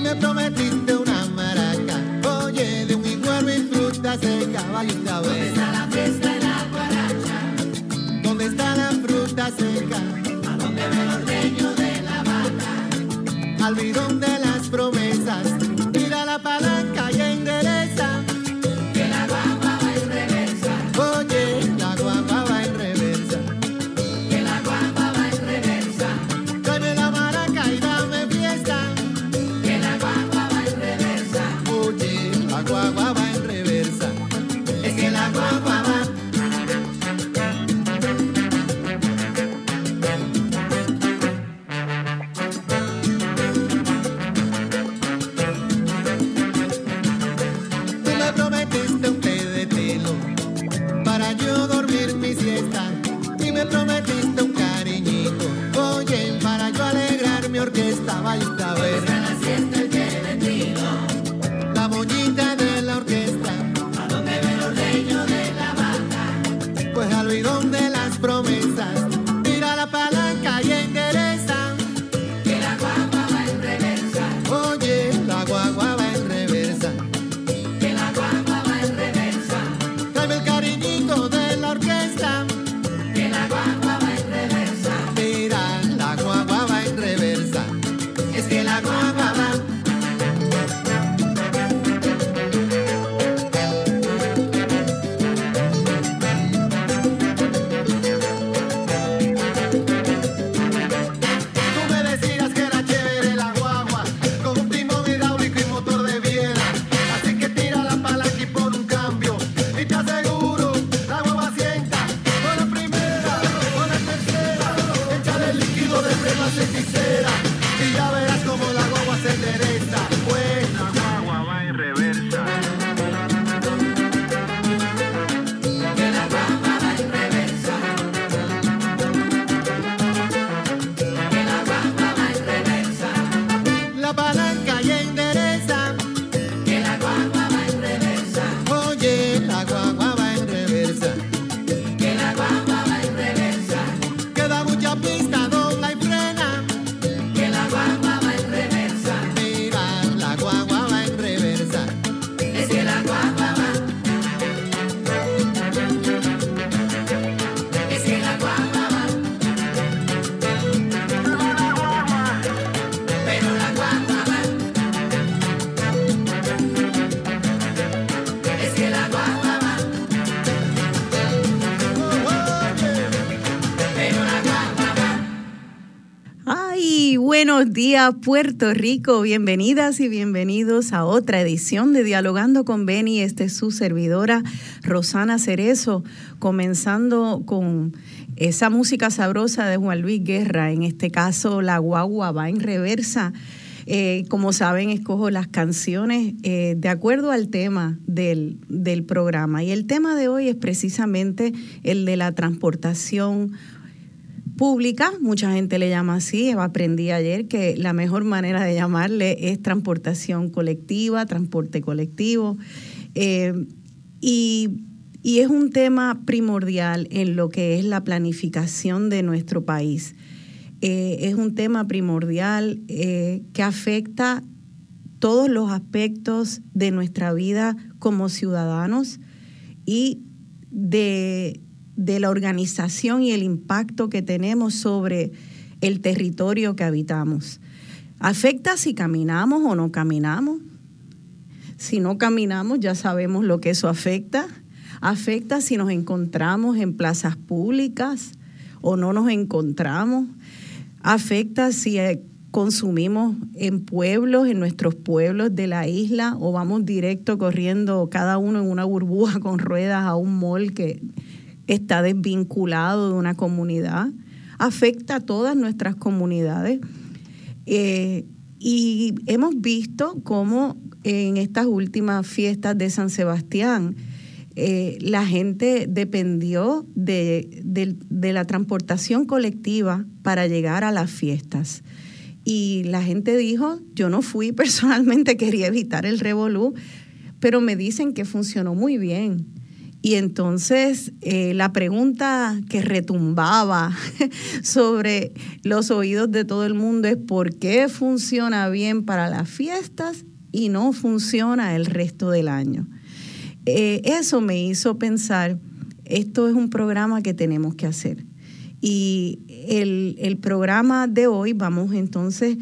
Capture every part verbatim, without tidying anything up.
me prometiste una maraca, oye, de un iguero y fruta seca, vaya usted a ver. ¿Dónde está la fiesta de la guaracha? ¿Dónde está la fruta seca? ¿A dónde ven los leños de la vaca? Al bidón de las promesas, mira la palanca y endereza. Que la guagua va en reversa. Oye, la guagua va en reversa. Que la guagua va en reversa. Tráeme la maraca y dame fiesta. Que la guagua va en reversa. Oye, la guagua va en reversa. Es que la guagua va. Tú me prometiste un té de tilo para yo dormir mi siesta. Y me prometiste un cariñito, oye, para yo alegrar mi orquesta. Vaya usted a ver. Está la siesta el que de tilo. La moñita de la orquesta, ¿A dónde ven los leños de la vaca? pues al bidón de las promesas, mira la palanca y endereza. Que la guagua va en reversa. Oye, la guagua va en reversa. Que la guagua va en reversa. Tráeme el cariñito de la orquesta. Que la guagua va en reversa. Mira, la guagua va en reversa. Es que la guagua va. Tú me decías que era chévere la guagua, con un timón hidráulico y motor de biela. Así que tira la palanca y pon un cambio. Y te aseguro, la guagua sienta. Con la primera, con la tercera, échale el líquido de freno aceite y cera. Y ya verás como la guagua se endereza. Pues la guagua va en reversa. Que la guagua va en reversa. Que la guagua va en reversa. La palanca y endereza. Que la guagua va en reversa. Oye, la guagua va en reversa. Que la guagua va en reversa. Queda mucha pista, dobla y frena. Que la guagua va en reversa. Mira, la guagua va en reversa. Es que la guagua va. Es que la guagua va. Pero la guagua va. Es que la guagua va. Pero la guagua va. Ay, buenos días Puerto Rico, bienvenidas y bienvenidos a otra edición de Dialogando con Beni. Esta es su servidora Rosana Cerezo, comenzando con esa música sabrosa de Juan Luis Guerra, en este caso La Guagua va en reversa. Eh, como saben, escojo las canciones eh, de acuerdo al tema del, del programa, y el tema de hoy es precisamente el de la transportación pública. Mucha gente le llama así. Aprendí ayer que la mejor manera de llamarle es transportación colectiva, transporte colectivo. Eh, y, y es un tema primordial en lo que es la planificación de nuestro país. Eh, es un tema primordial eh, que afecta todos los aspectos de nuestra vida como ciudadanos y de de la organización y el impacto que tenemos sobre el territorio que habitamos. Afecta si caminamos o no caminamos. Si no caminamos, ya sabemos lo que eso afecta. Afecta si nos encontramos en plazas públicas o no nos encontramos. Afecta si eh, consumimos en pueblos, en nuestros pueblos de la isla, o vamos directo corriendo cada uno en una burbuja con ruedas a un mall que está desvinculado de una comunidad. Afecta a todas nuestras comunidades. Eh, y hemos visto cómo en estas últimas fiestas de San Sebastián eh, la gente dependió de, de, de la transportación colectiva para llegar a las fiestas. Y la gente dijo, yo no fui personalmente, quería evitar el revolú, pero me dicen que funcionó muy bien. Y entonces eh, la pregunta que retumbaba sobre los oídos de todo el mundo es ¿por qué funciona bien para las fiestas y no funciona el resto del año? Eh, eso me hizo pensar, esto es un programa que tenemos que hacer. Y el, el programa de hoy vamos entonces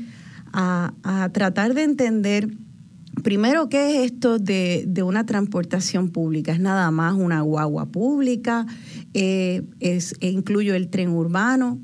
a, a tratar de entender primero, ¿qué es esto de, de una transportación pública? ¿Es nada más una guagua pública? Eh, es, e ¿Incluye el tren urbano?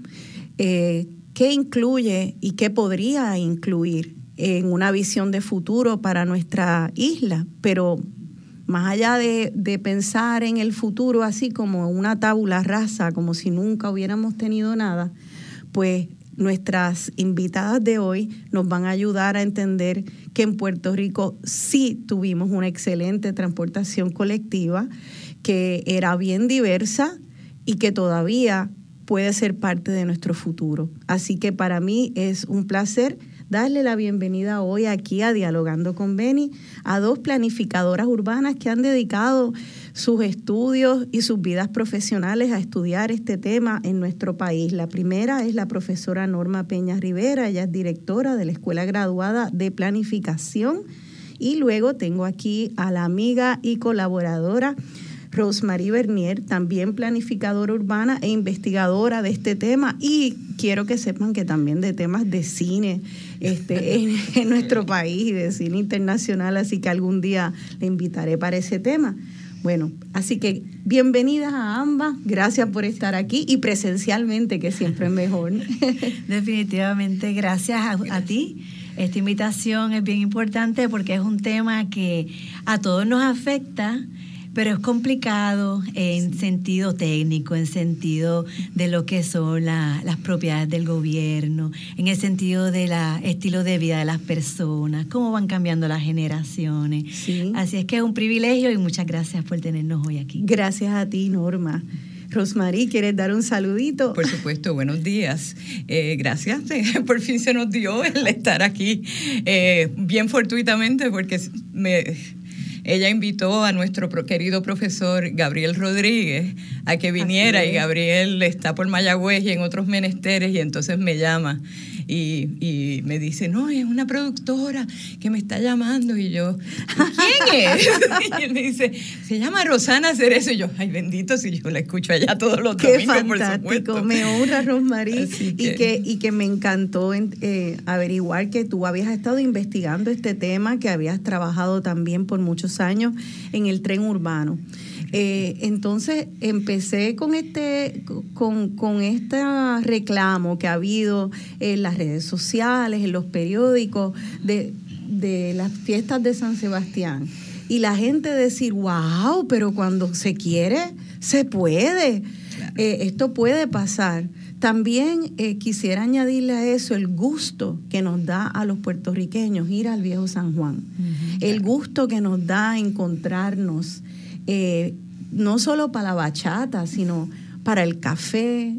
Eh, ¿Qué incluye y qué podría incluir en una visión de futuro para nuestra isla? Pero más allá de, de pensar en el futuro así como una tabula rasa, como si nunca hubiéramos tenido nada, pues nuestras invitadas de hoy nos van a ayudar a entender que en Puerto Rico sí tuvimos una excelente transportación colectiva, que era bien diversa y que todavía puede ser parte de nuestro futuro. Así que para mí es un placer darle la bienvenida hoy aquí a Dialogando con Beni a dos planificadoras urbanas que han dedicado sus estudios y sus vidas profesionales a estudiar este tema en nuestro país. La primera es la profesora Norma Peña Rivera, ella es directora de la Escuela Graduada de Planificación, y luego tengo aquí a la amiga y colaboradora Rosmarie Bernier, también planificadora urbana e investigadora de este tema, y quiero que sepan que también de temas de cine este, en, en nuestro país y de cine internacional, así que algún día le invitaré para ese tema. Bueno, así que bienvenidas a ambas, gracias por estar aquí y presencialmente, que siempre es mejor. Definitivamente, gracias a, a ti. Esta invitación es bien importante porque es un tema que a todos nos afecta, pero es complicado en sentido técnico, en sentido de lo que son la, las propiedades del gobierno, en el sentido del estilo de vida de las personas, cómo van cambiando las generaciones. Sí. Así es que es un privilegio y muchas gracias por tenernos hoy aquí. Gracias a ti, Norma. Rosmarie, ¿quieres dar un saludito? Por supuesto, buenos días. Eh, gracias, eh, por fin se nos dio el estar aquí, eh, bien fortuitamente, porque me... Ella invitó a nuestro querido profesor Gabriel Rodríguez a que viniera, y Gabriel está por Mayagüez y en otros menesteres, y entonces me llama y, y me dice, no, es una productora que me está llamando, y yo, ¿quién es? Y él me dice, se llama Rosana Cerezo, y yo, ay, bendito, si yo la escucho allá todos los Qué domingos, fantástico, por supuesto. Me honra, Rosmarie, que... y que y que me encantó eh, averiguar que tú habías estado investigando este tema, que habías trabajado también por muchos años en el tren urbano. Eh, entonces empecé con este con, con este reclamo que ha habido en las redes sociales, en los periódicos de, de las fiestas de San Sebastián, y la gente decir, wow, pero cuando se quiere se puede. Claro. Eh, esto puede pasar. También eh, quisiera añadirle a eso el gusto que nos da a los puertorriqueños ir al Viejo San Juan. Uh-huh, el claro. gusto que nos da encontrarnos, eh, no solo para la bachata, sino para el café,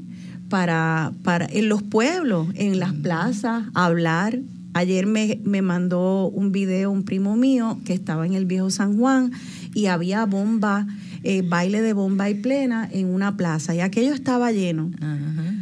para, para en los pueblos, en las plazas, hablar. Ayer me, me mandó un video un primo mío que estaba en el Viejo San Juan y había bomba, eh, baile de bomba y plena en una plaza, y aquello estaba lleno. Uh-huh.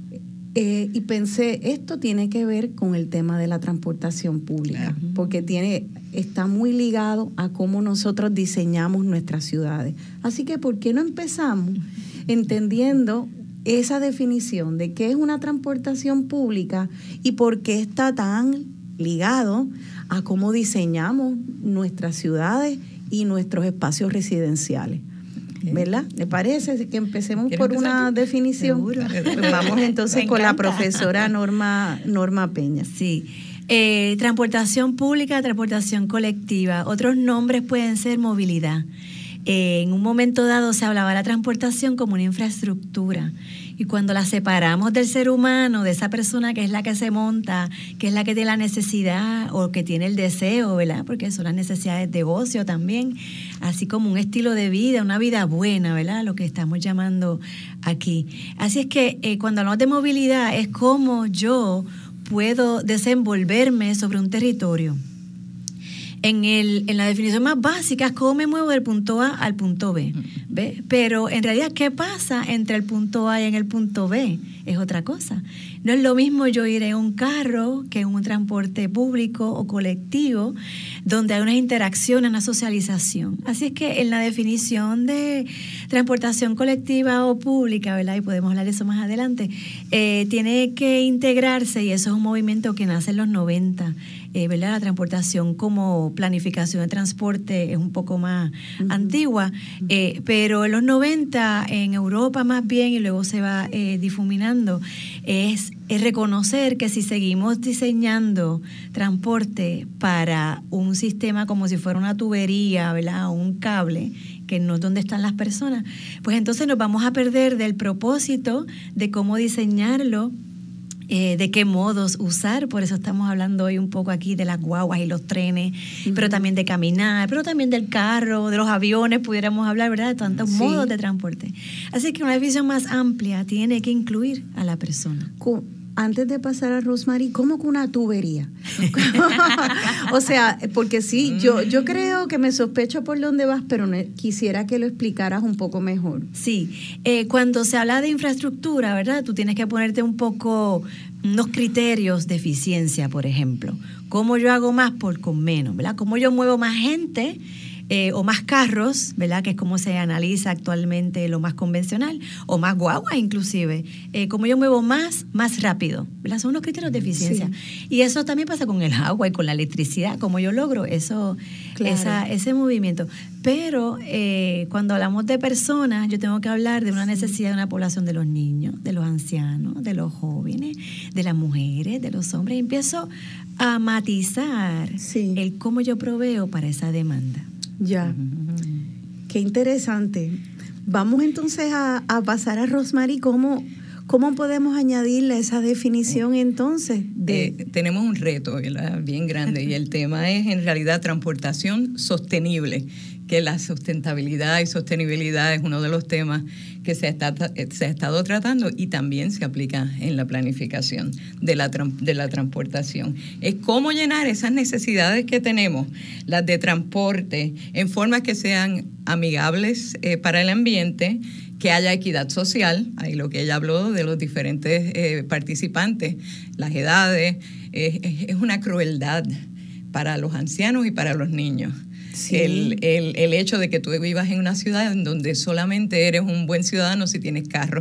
Eh, y pensé, esto tiene que ver con el tema de la transportación pública, claro. porque tiene, está muy ligado a cómo nosotros diseñamos nuestras ciudades. Así que, ¿por qué no empezamos entendiendo esa definición de qué es una transportación pública y por qué está tan ligado a cómo diseñamos nuestras ciudades y nuestros espacios residenciales? ¿Verdad? ¿Le parece que empecemos por una definición? Seguro. Vamos entonces con la profesora Norma, Norma Peña. Sí. Eh, transportación pública, transportación colectiva. Otros nombres pueden ser movilidad. Eh, en un momento dado se hablaba de la transportación como una infraestructura. Y cuando la separamos del ser humano, de esa persona que es la que se monta, que es la que tiene la necesidad o que tiene el deseo, ¿verdad? Porque son las necesidades de ocio también, así como un estilo de vida, una vida buena, ¿verdad? Lo que estamos llamando aquí. Así es que eh, cuando hablamos de movilidad es cómo yo puedo desenvolverme sobre un territorio. En, el, en la definición más básica es cómo me muevo del punto A al punto B, ¿ve? Pero en realidad, ¿qué pasa entre el punto A y en el punto B? Es otra cosa. No es lo mismo yo ir en un carro que en un transporte público o colectivo, donde hay unas interacciones, una socialización. Así es que en la definición de transportación colectiva o pública, ¿verdad? Y podemos hablar de eso más adelante, eh, tiene que integrarse, y eso es un movimiento que nace en los noventa, eh, ¿verdad? La transportación como planificación de transporte es un poco más uh-huh. antigua, eh, pero en los noventa, en Europa más bien, y luego se va eh, difuminando, es, es reconocer que si seguimos diseñando transporte para un sistema como si fuera una tubería, ¿verdad? O un cable, que no es donde están las personas, pues entonces nos vamos a perder del propósito de cómo diseñarlo, eh, de qué modos usar. Por eso estamos hablando hoy un poco aquí de las guaguas y los trenes, uh-huh. pero también de caminar, pero también del carro, de los aviones, pudiéramos hablar, ¿verdad?, de tantos sí. modos de transporte. Así que una visión más amplia tiene que incluir a la persona. Antes de pasar a Rosemary, ¿cómo que una tubería? O sea, porque sí, yo, yo creo que me sospecho por dónde vas, pero no, quisiera que lo explicaras un poco mejor. Sí, eh, cuando se habla de infraestructura, ¿verdad? Tú tienes que ponerte un poco unos criterios de eficiencia, por ejemplo. ¿Cómo yo hago más por con menos, ¿verdad? ¿Cómo yo muevo más gente? Eh, o más carros, ¿verdad?, que es como se analiza actualmente lo más convencional, o más guaguas inclusive, eh, como yo muevo más, más rápido, ¿verdad? Son unos criterios de eficiencia. Sí. Y eso también pasa con el agua y con la electricidad, como yo logro eso, claro. esa, ese movimiento. Pero eh, cuando hablamos de personas, yo tengo que hablar de una necesidad de una población, de los niños, de los ancianos, de los jóvenes, de las mujeres, de los hombres, y empiezo a matizar sí. el cómo yo proveo para esa demanda. Ya, qué interesante. Vamos entonces a, a pasar a Rosemary. ¿Cómo, cómo podemos añadirle esa definición entonces? De... Eh, tenemos un reto, ¿verdad?, bien grande, y el tema es en realidad transportación sostenible, que la sustentabilidad y sostenibilidad es uno de los temas que se, está, se ha estado tratando y también se aplica en la planificación de la, de la transportación. Es cómo llenar esas necesidades que tenemos, las de transporte, en formas que sean amigables eh, para el ambiente, que haya equidad social, ahí lo que ella habló de los diferentes eh, participantes, las edades, eh, es una crueldad para los ancianos y para los niños. Sí. El, el, el hecho de que tú vivas en una ciudad en donde solamente eres un buen ciudadano si tienes carro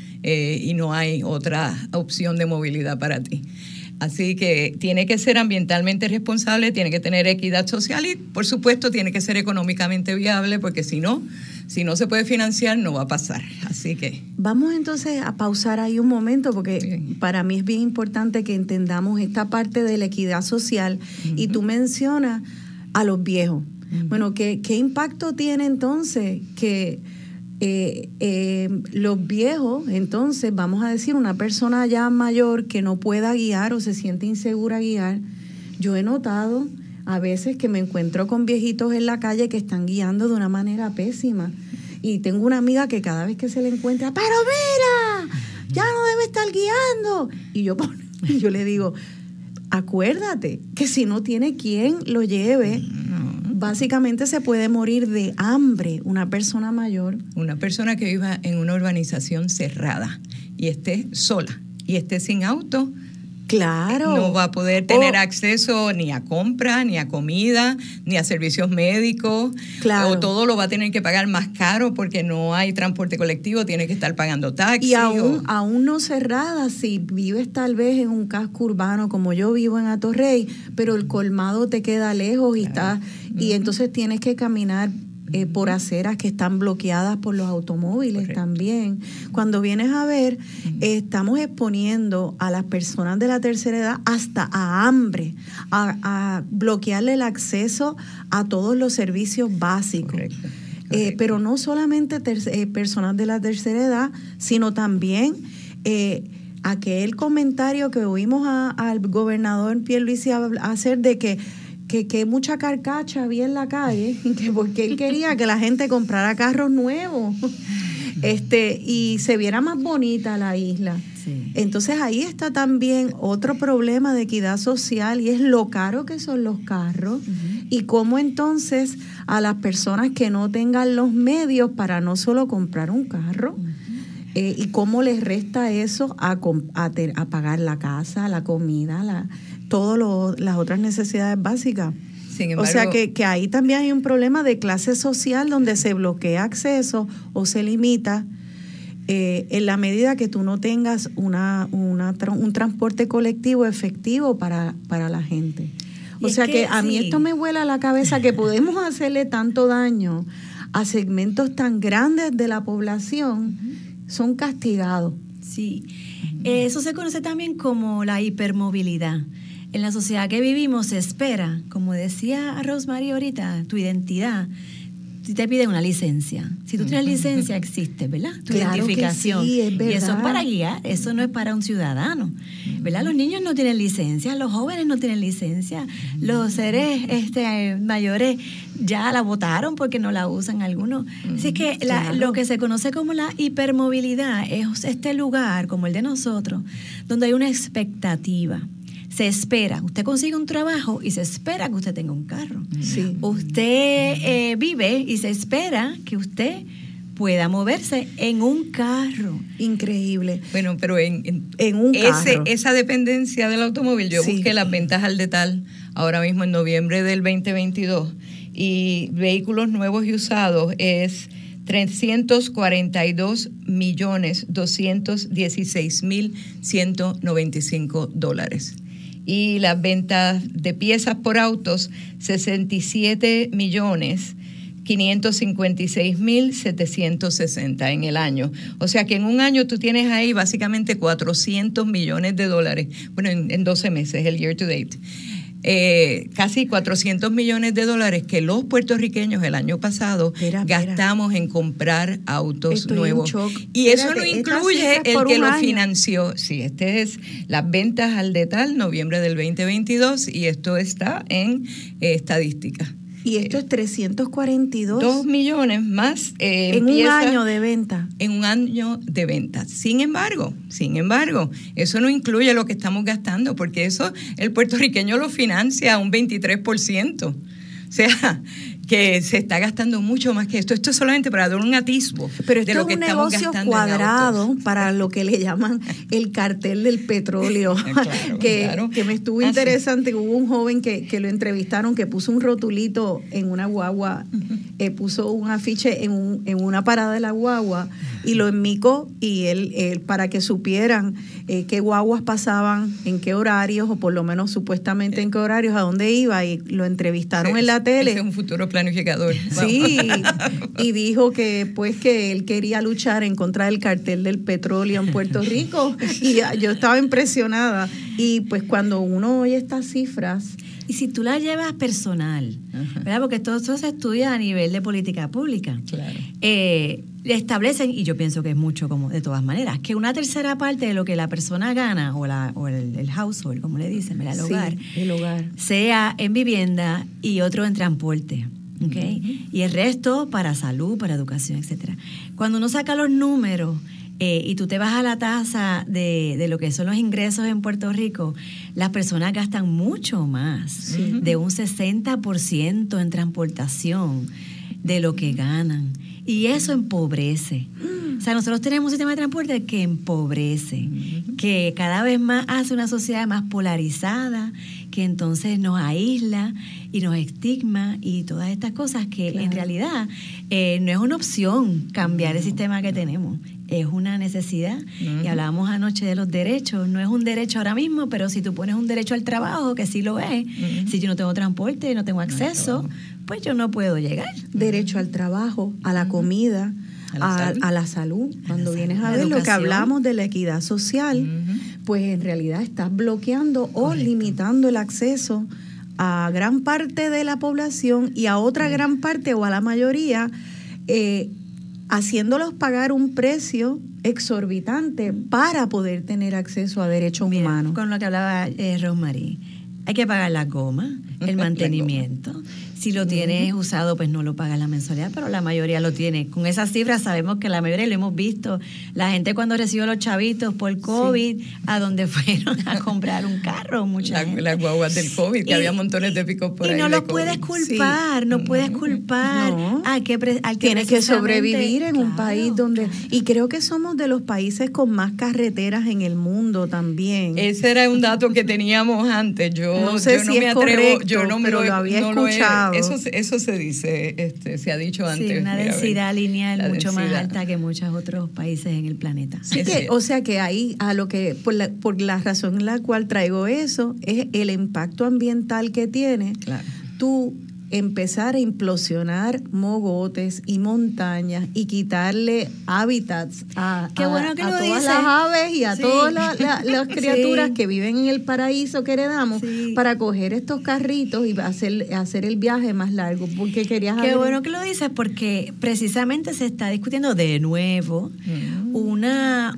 eh, y no hay otra opción de movilidad para ti. Así que tiene que ser ambientalmente responsable, tiene que tener equidad social y, por supuesto, tiene que ser económicamente viable, porque si no, si no se puede financiar, no va a pasar. Así que... Vamos entonces a pausar ahí un momento, porque sí. para mí es bien importante que entendamos esta parte de la equidad social. Uh-huh. Y tú mencionas a los viejos. Uh-huh. Bueno, ¿qué, qué impacto tiene entonces que eh, eh, los viejos, entonces, vamos a decir, una persona ya mayor que no pueda guiar o se siente insegura a guiar? Yo he notado a veces que me encuentro con viejitos en la calle que están guiando de una manera pésima. Y tengo una amiga que cada vez que se le encuentra, ¡pero mira! ¡Ya no debe estar guiando! Y yo, y yo le digo, acuérdate que si no tiene quien lo lleve, básicamente se puede morir de hambre una persona mayor. Una persona que viva en una urbanización cerrada y esté sola y esté sin auto, claro, no va a poder tener oh. acceso ni a compra, ni a comida, ni a servicios médicos. Claro. O todo lo va a tener que pagar más caro porque no hay transporte colectivo, tiene que estar pagando taxis. Y aún, o... aún no cerrada, si vives tal vez en un casco urbano como yo vivo en Atorrey, pero el colmado te queda lejos y claro. está, y uh-huh. entonces tienes que caminar Eh, por aceras que están bloqueadas por los automóviles. Correcto. También. Cuando vienes a ver, uh-huh. eh, estamos exponiendo a las personas de la tercera edad hasta a hambre, a, a bloquearle el acceso a todos los servicios básicos. Correcto. Correcto. Eh, pero no solamente ter- eh, personas de la tercera edad, sino también eh, aquel comentario que oímos a, al gobernador Pierluisi hacer de que que, que mucha carcacha había en la calle, que porque él quería que la gente comprara carros nuevos este y se viera más bonita la isla. Sí. Entonces ahí está también otro problema de equidad social y es lo caro que son los carros uh-huh. y cómo entonces a las personas que no tengan los medios para no solo comprar un carro uh-huh. eh, y cómo les resta eso a, a, a pagar la casa, la comida, la, todas las otras necesidades básicas. Sin embargo, o sea que, que ahí también hay un problema de clase social donde se bloquea acceso o se limita eh, en la medida que tú no tengas una, una un transporte colectivo efectivo para, para la gente. O y sea que, que a sí. mí esto me vuela la cabeza que podemos hacerle tanto daño a segmentos tan grandes de la población, uh-huh. son castigados. Sí, uh-huh. Eso se conoce también como la hipermovilidad. En la sociedad que vivimos se espera, como decía Rosemary ahorita, tu identidad. Si te piden una licencia, si tú tienes licencia existe, ¿verdad? Tu claro identificación. Que sí, es verdad. Y eso es para guiar, eso no es para un ciudadano, ¿verdad? Los niños no tienen licencia, los jóvenes no tienen licencia, los seres este, mayores ya la votaron porque no la usan algunos. Así que la, claro. lo que se conoce como la hipermovilidad es este lugar, como el de nosotros, donde hay una expectativa. Se espera, usted consigue un trabajo y se espera que usted tenga un carro. Sí. Usted eh, vive y se espera que usted pueda moverse en un carro. Increíble. Bueno, pero en, en, en un ese, carro. Esa dependencia del automóvil, yo sí. busqué las ventas al detal ahora mismo en noviembre del veinte veintidós y vehículos nuevos y usados es trescientos cuarenta y dos millones doscientos dieciséis mil ciento noventa y cinco dólares. Y las ventas de piezas por autos, sesenta y siete millones quinientos cincuenta y seis mil setecientos sesenta en el año. O sea que en un año tú tienes ahí básicamente cuatrocientos millones de dólares. Bueno, en, en doce meses, el year to date. Eh, casi cuatrocientos millones de dólares que los puertorriqueños el año pasado espera, gastamos espera. en comprar autos Estoy nuevos. Y Espérate, eso no incluye el que lo año. financió. Sí, este es las ventas al detal, noviembre del veinte veintidós, y esto está en eh, estadística. Y esto es trescientos cuarenta y dos. Dos millones más. Eh, en un año de venta. En un año de venta. Sin embargo, sin embargo, eso no incluye lo que estamos gastando, porque eso el puertorriqueño lo financia a un veintitrés por ciento. O sea, que se está gastando mucho más que esto. Esto es solamente para dar un atisbo Pero esto de lo es que un estamos negocio gastando cuadrado para lo que le llaman el cartel del petróleo. Claro, que, claro. que me estuvo Ah, interesante. Sí. Hubo un joven que, que lo entrevistaron que puso un rotulito en una guagua, uh-huh. eh, puso un afiche en, un, en una parada de la guagua y lo enmicó y él, él para que supieran eh, qué guaguas pasaban, en qué horarios o por lo menos supuestamente en qué horarios, a dónde iba, y lo entrevistaron sí, en la tele. Ese es un futuro planificador. Sí, y dijo que pues que él quería luchar en contra del cartel del petróleo en Puerto Rico y yo estaba impresionada. Y pues cuando uno oye estas cifras... Y si tú las llevas personal, uh-huh. ¿verdad? Porque todo eso se estudia a nivel de política pública. Claro. Eh, establecen, y yo pienso que es mucho como de todas maneras, que una tercera parte de lo que la persona gana, o, la, o el, el household, como le dicen, ¿verdad? El hogar, sí, el hogar, sea en vivienda y otro en transporte. ¿Okay? Uh-huh. Y el resto para salud, para educación, etcétera. Cuando uno saca los números eh, y tú te vas a la tasa de, de lo que son los ingresos en Puerto Rico, las personas gastan mucho más, sí. de un sesenta por ciento en transportación de lo que ganan. Y eso empobrece. O sea, nosotros tenemos un sistema de transporte que empobrece, uh-huh. que cada vez más hace una sociedad más polarizada, que entonces nos aísla y nos estigma y todas estas cosas que claro. en realidad eh, no es una opción cambiar el sistema que tenemos, es una necesidad. Uh-huh. Y hablábamos anoche de los derechos, no es un derecho ahora mismo, pero si tú pones un derecho al trabajo, que sí lo es, uh-huh. si yo no tengo transporte, no tengo acceso, no, pues yo no puedo llegar. Derecho al trabajo, a la comida, a la, a, a la salud. Cuando la vienes salud, a ver educación. Lo que hablamos de la equidad social, uh-huh. pues en realidad estás bloqueando o Correcto. limitando el acceso a gran parte de la población y a otra uh-huh. gran parte o a la mayoría, eh, haciéndolos pagar un precio exorbitante para poder tener acceso a derechos Mira, humanos. Con lo que hablaba eh, Rosemary, hay que pagar la goma, el mantenimiento. Si lo tienes uh-huh. usado, pues no lo pagas la mensualidad, pero la mayoría lo tiene. Con esas cifras sabemos que la mayoría lo hemos visto. La gente cuando recibió los chavitos por COVID, sí. ¿a dónde fueron a comprar un carro? Mucha la, las guaguas del COVID, que y, había montones de picos por y ahí. Y no lo puedes culpar, sí. no puedes culpar no. a que, pre, al que Tienes que sobrevivir en claro, un país donde... Claro. Y creo que somos de los países con más carreteras en el mundo también. Ese era un dato que teníamos antes. Yo no sé yo no si me es atrevo, correcto, yo no me pero lo, lo había no escuchado. Lo he, eso, eso se dice, este, se ha dicho antes. Sí, una mira, densidad ven, lineal mucho densidad. más alta que muchos otros países en el planeta. Sí que, o sea que ahí, a lo que por la, por la razón en la cual traigo eso, es el impacto ambiental que tiene. Claro. Tú empezar a implosionar mogotes y montañas y quitarle hábitats a, Qué bueno que a, a lo todas dices. las aves y a Sí. todas la, la, las criaturas Sí. que viven en el paraíso que heredamos Sí. para coger estos carritos y hacer, hacer el viaje más largo. Porque querías Qué haber... bueno que lo dices porque precisamente se está discutiendo de nuevo mm. una,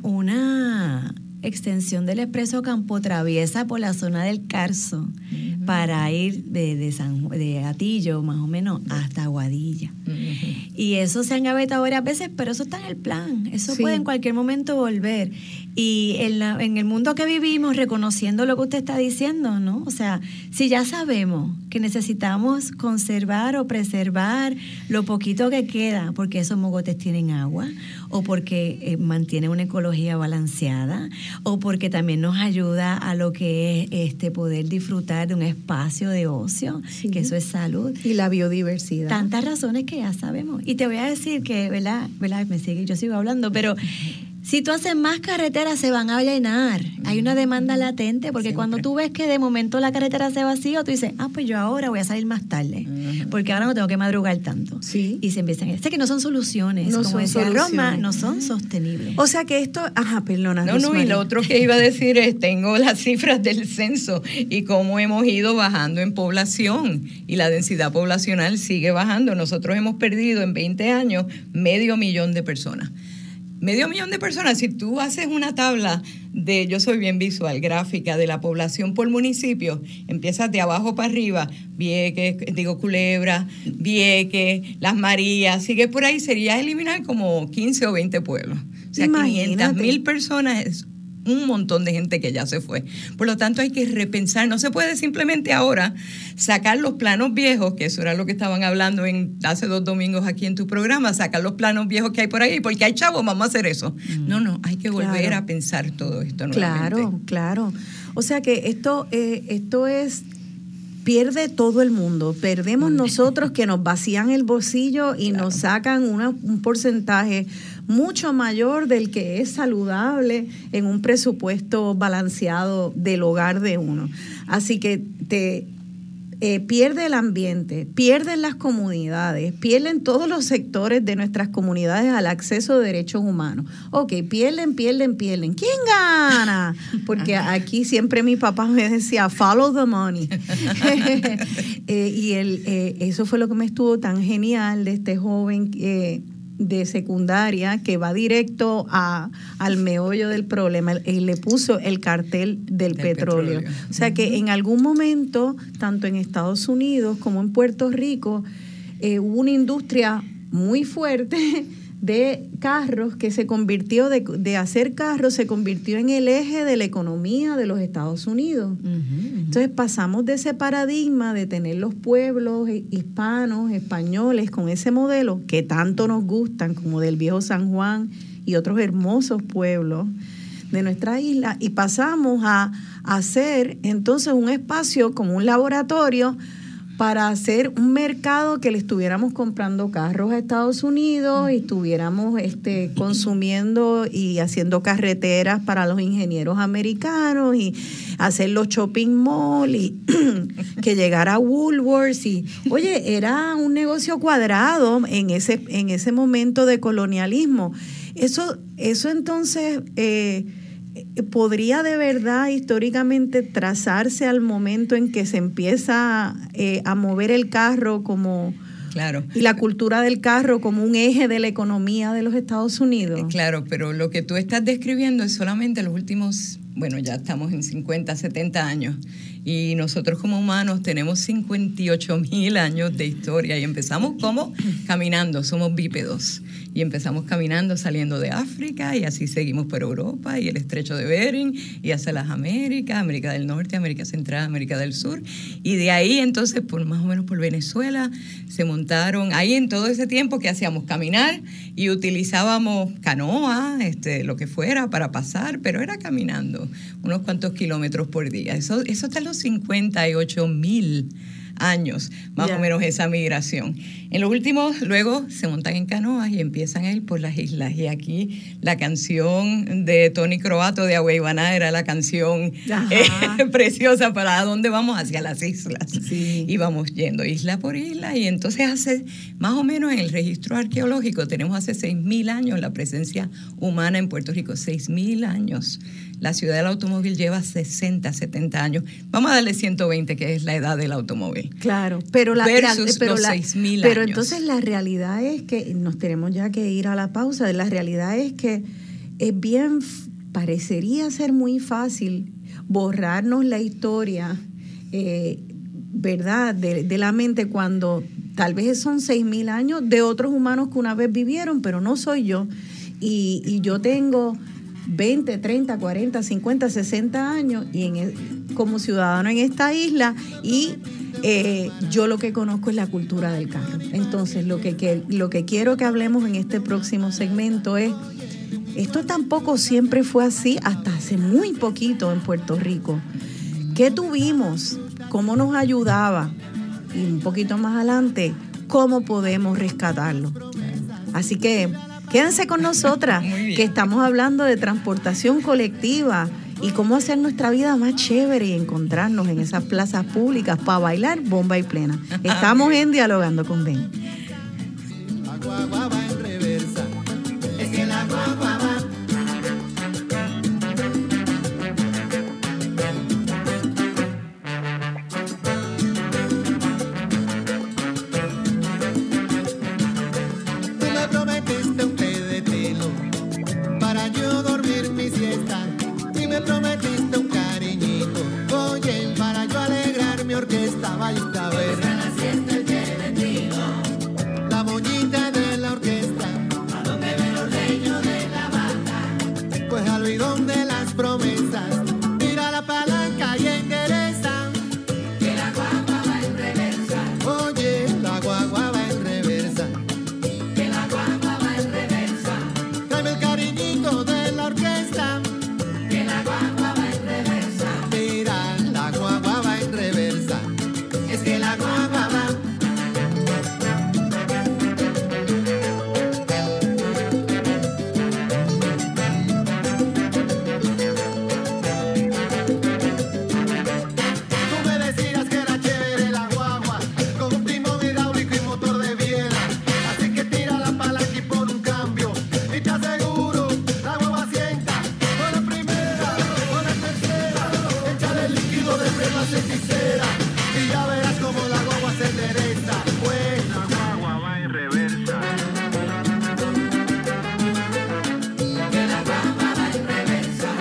una extensión del expreso Campo Traviesa por la zona del Carso uh-huh. para ir de, de, San, de Atillo más o menos hasta Aguadilla. Uh-huh. Y eso se han gavetado varias veces, pero eso está en el plan. Eso sí. puede en cualquier momento volver. Y en, la, en el mundo que vivimos, reconociendo lo que usted está diciendo, ¿no? O sea, si ya sabemos que necesitamos conservar o preservar lo poquito que queda, porque esos mogotes tienen agua, o porque eh, mantienen una ecología balanceada, o porque también nos ayuda a lo que es este poder disfrutar de un espacio de ocio, sí. que eso es salud. Y la biodiversidad. Tantas razones que ya sabemos. Y te voy a decir que, ¿verdad? ¿verdad? Me sigue, yo sigo hablando, pero si tú haces más carreteras se van a llenar. Hay una demanda latente, porque Siempre. cuando tú ves que de momento la carretera se vacía, tú dices, ah, pues yo ahora voy a salir más tarde, uh-huh. porque ahora no tengo que madrugar tanto. Sí. Y se empiezan a... Sé que no son soluciones, no como son decía soluciones. Roma, no son sostenibles. O sea que esto... Ajá, perdona, No, no, y lo otro que iba a decir es, tengo las cifras del censo y cómo hemos ido bajando en población, y la densidad poblacional sigue bajando. Nosotros hemos perdido en veinte años medio millón de personas. Medio millón de personas. Si tú haces una tabla de, yo soy bien visual, gráfica, de la población por municipio, empiezas de abajo para arriba, Vieques, digo Culebra, Vieques, Las Marías, sigue por ahí, sería eliminar como quince o veinte pueblos. O sea, quinientas mil personas es un montón de gente que ya se fue. Por lo tanto, hay que repensar. No se puede simplemente ahora sacar los planos viejos, que eso era lo que estaban hablando en hace dos domingos aquí en tu programa, sacar los planos viejos que hay por ahí, porque hay chavos, vamos a hacer eso. Mm. No, no, hay que volver claro. a pensar todo esto nuevamente. Claro, claro. O sea que esto, eh, esto es... pierde todo el mundo, perdemos nosotros que nos vacían el bolsillo y claro. nos sacan una, un porcentaje mucho mayor del que es saludable en un presupuesto balanceado del hogar de uno. Así que te eh, pierde el ambiente, pierden las comunidades, pierden todos los sectores de nuestras comunidades al acceso de derechos humanos. Ok, pierden, pierden, pierden. ¿Quién gana? Porque aquí siempre mi papá me decía, follow the money. eh, y el, eh, eso fue lo que me estuvo tan genial de este joven eh, de secundaria que va directo a, al meollo del problema. Él le puso el cartel del, del petróleo. petróleo. O sea que uh-huh. en algún momento, tanto en Estados Unidos como en Puerto Rico, eh, hubo una industria muy fuerte de carros que se convirtió, de, de hacer carros, se convirtió en el eje de la economía de los Estados Unidos. Uh-huh, uh-huh. Entonces pasamos de ese paradigma de tener los pueblos hispanos, españoles, con ese modelo que tanto nos gustan, como del viejo San Juan y otros hermosos pueblos de nuestra isla, y pasamos a, a hacer entonces un espacio como un laboratorio para hacer un mercado que le estuviéramos comprando carros a Estados Unidos y estuviéramos este, consumiendo y haciendo carreteras para los ingenieros americanos y hacer los shopping mall y que llegara a Woolworths. Y, oye, era un negocio cuadrado en ese, en ese momento de colonialismo. Eso, eso entonces... Eh, ¿podría de verdad históricamente trazarse al momento en que se empieza eh, a mover el carro como... Claro. Y la cultura del carro como un eje de la economía de los Estados Unidos? Claro, pero lo que tú estás describiendo es solamente los últimos, bueno, ya estamos en cincuenta, setenta años. Y nosotros como humanos tenemos cincuenta y ocho mil años de historia y empezamos como caminando, somos bípedos. Y empezamos caminando saliendo de África y así seguimos por Europa y el Estrecho de Bering y hacia las Américas, América del Norte, América Central, América del Sur. Y de ahí entonces, por más o menos por Venezuela, se montaron, ahí en todo ese tiempo que hacíamos caminar y utilizábamos canoa, este, lo que fuera para pasar, pero era caminando unos cuantos kilómetros por día. Eso, eso está en los cincuenta y ocho mil años, más yeah. o menos esa migración. En los últimos, luego se montan en canoas y empiezan a ir por las islas. Y aquí la canción de Tony Croato de Agüeybaná era la canción eh, preciosa para a dónde vamos, hacia las islas. Sí. Y vamos yendo isla por isla. Y entonces hace, más o menos en el registro arqueológico, tenemos hace seis mil años la presencia humana en Puerto Rico, seis mil años. La ciudad del automóvil lleva sesenta, setenta años. Vamos a darle ciento veinte, que es la edad del automóvil. Claro, pero la versus pero los la, seis mil pero años. Entonces la realidad es que nos tenemos ya que ir a la pausa. La realidad es que es bien, parecería ser muy fácil borrarnos la historia, eh, ¿verdad? De, de la mente cuando tal vez son seis mil años de otros humanos que una vez vivieron, pero no soy yo. Y, y yo tengo veinte, treinta, cuarenta, cincuenta, sesenta años y en el, como ciudadano en esta isla y eh, yo lo que conozco es la cultura del carro. Entonces lo que, que, lo que quiero que hablemos en este próximo segmento es, esto tampoco siempre fue así hasta hace muy poquito en Puerto Rico. ¿Qué tuvimos? ¿Cómo nos ayudaba? Y un poquito más adelante, ¿cómo podemos rescatarlo? Así que quédense con nosotras, que estamos hablando de transportación colectiva y cómo hacer nuestra vida más chévere y encontrarnos en esas plazas públicas para bailar bomba y plena. Estamos en Dialogando con Ben. La guagua va en reversa, es que la guagua va. Tú me prometiste un té de tilo para yo dormir mi siesta y me prometiste un cariñito, oye, para yo alegrar mi orquesta. Vaya a ver la siesta el té de tilo, la moñita de la orquesta, a donde ven los leños de la banda, pues al bidón de las promesas, tira la palanca y endereza. que la guagua va en reversa, Oye, la guagua va en reversa. que la guagua va en reversa, Tráeme el cariñito de la orquesta. que la guagua va en reversa, Mira, la guagua va en reversa. es que la guagua va. Tú me decías que era chévere la guagua, con un timón hidráulico y motor de biela. Así que tira la palanca y pon un cambio. Y te aseguro, la guagua sienta. Con la primera, con la tercera, échale el líquido de freno a ceticera. Y ya verás como la guagua se endereza. Pues la guagua va en reversa. Que la guagua va en reversa,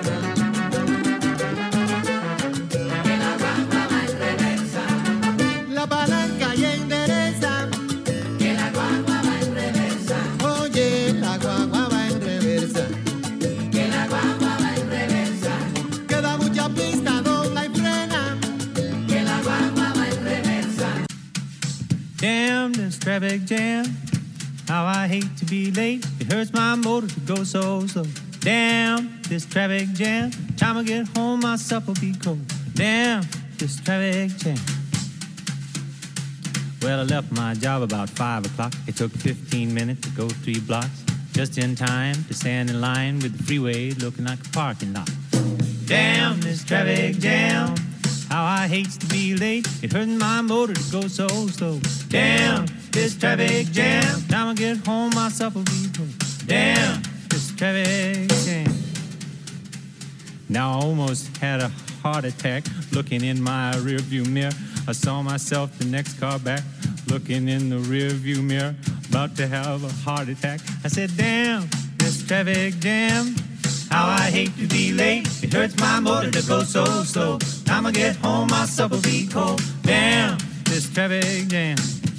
que la guagua va en reversa, La palanca y endereza. que la guagua va en reversa, Oye, la guagua va en reversa. que la guagua va en reversa, Queda mucha pista, dobla y frena. que la guagua va en reversa. Damn this traffic jam. How I hate to be late. It hurts my motor to go so slow. Damn this traffic jam. Time I get home, my supper'll be cold. Damn this traffic jam. Well, I left my job about five o'clock. It took fifteen minutes to go three blocks. Just in time to stand in line with the freeway looking like a parking lot. Damn this traffic jam. How I hate to be late. It hurts my motor to go so slow. Damn this traffic jam. Time I get home, my supper'll be cold. Damn this traffic jam. Now I almost had a heart attack looking in my rearview mirror. I saw myself the next car back looking in the rearview mirror, about to have a heart attack. I said, damn this traffic jam. how I hate to be late. It hurts my motor to go so slow. Time I get home, my supper be cold. Damn, this traffic jam.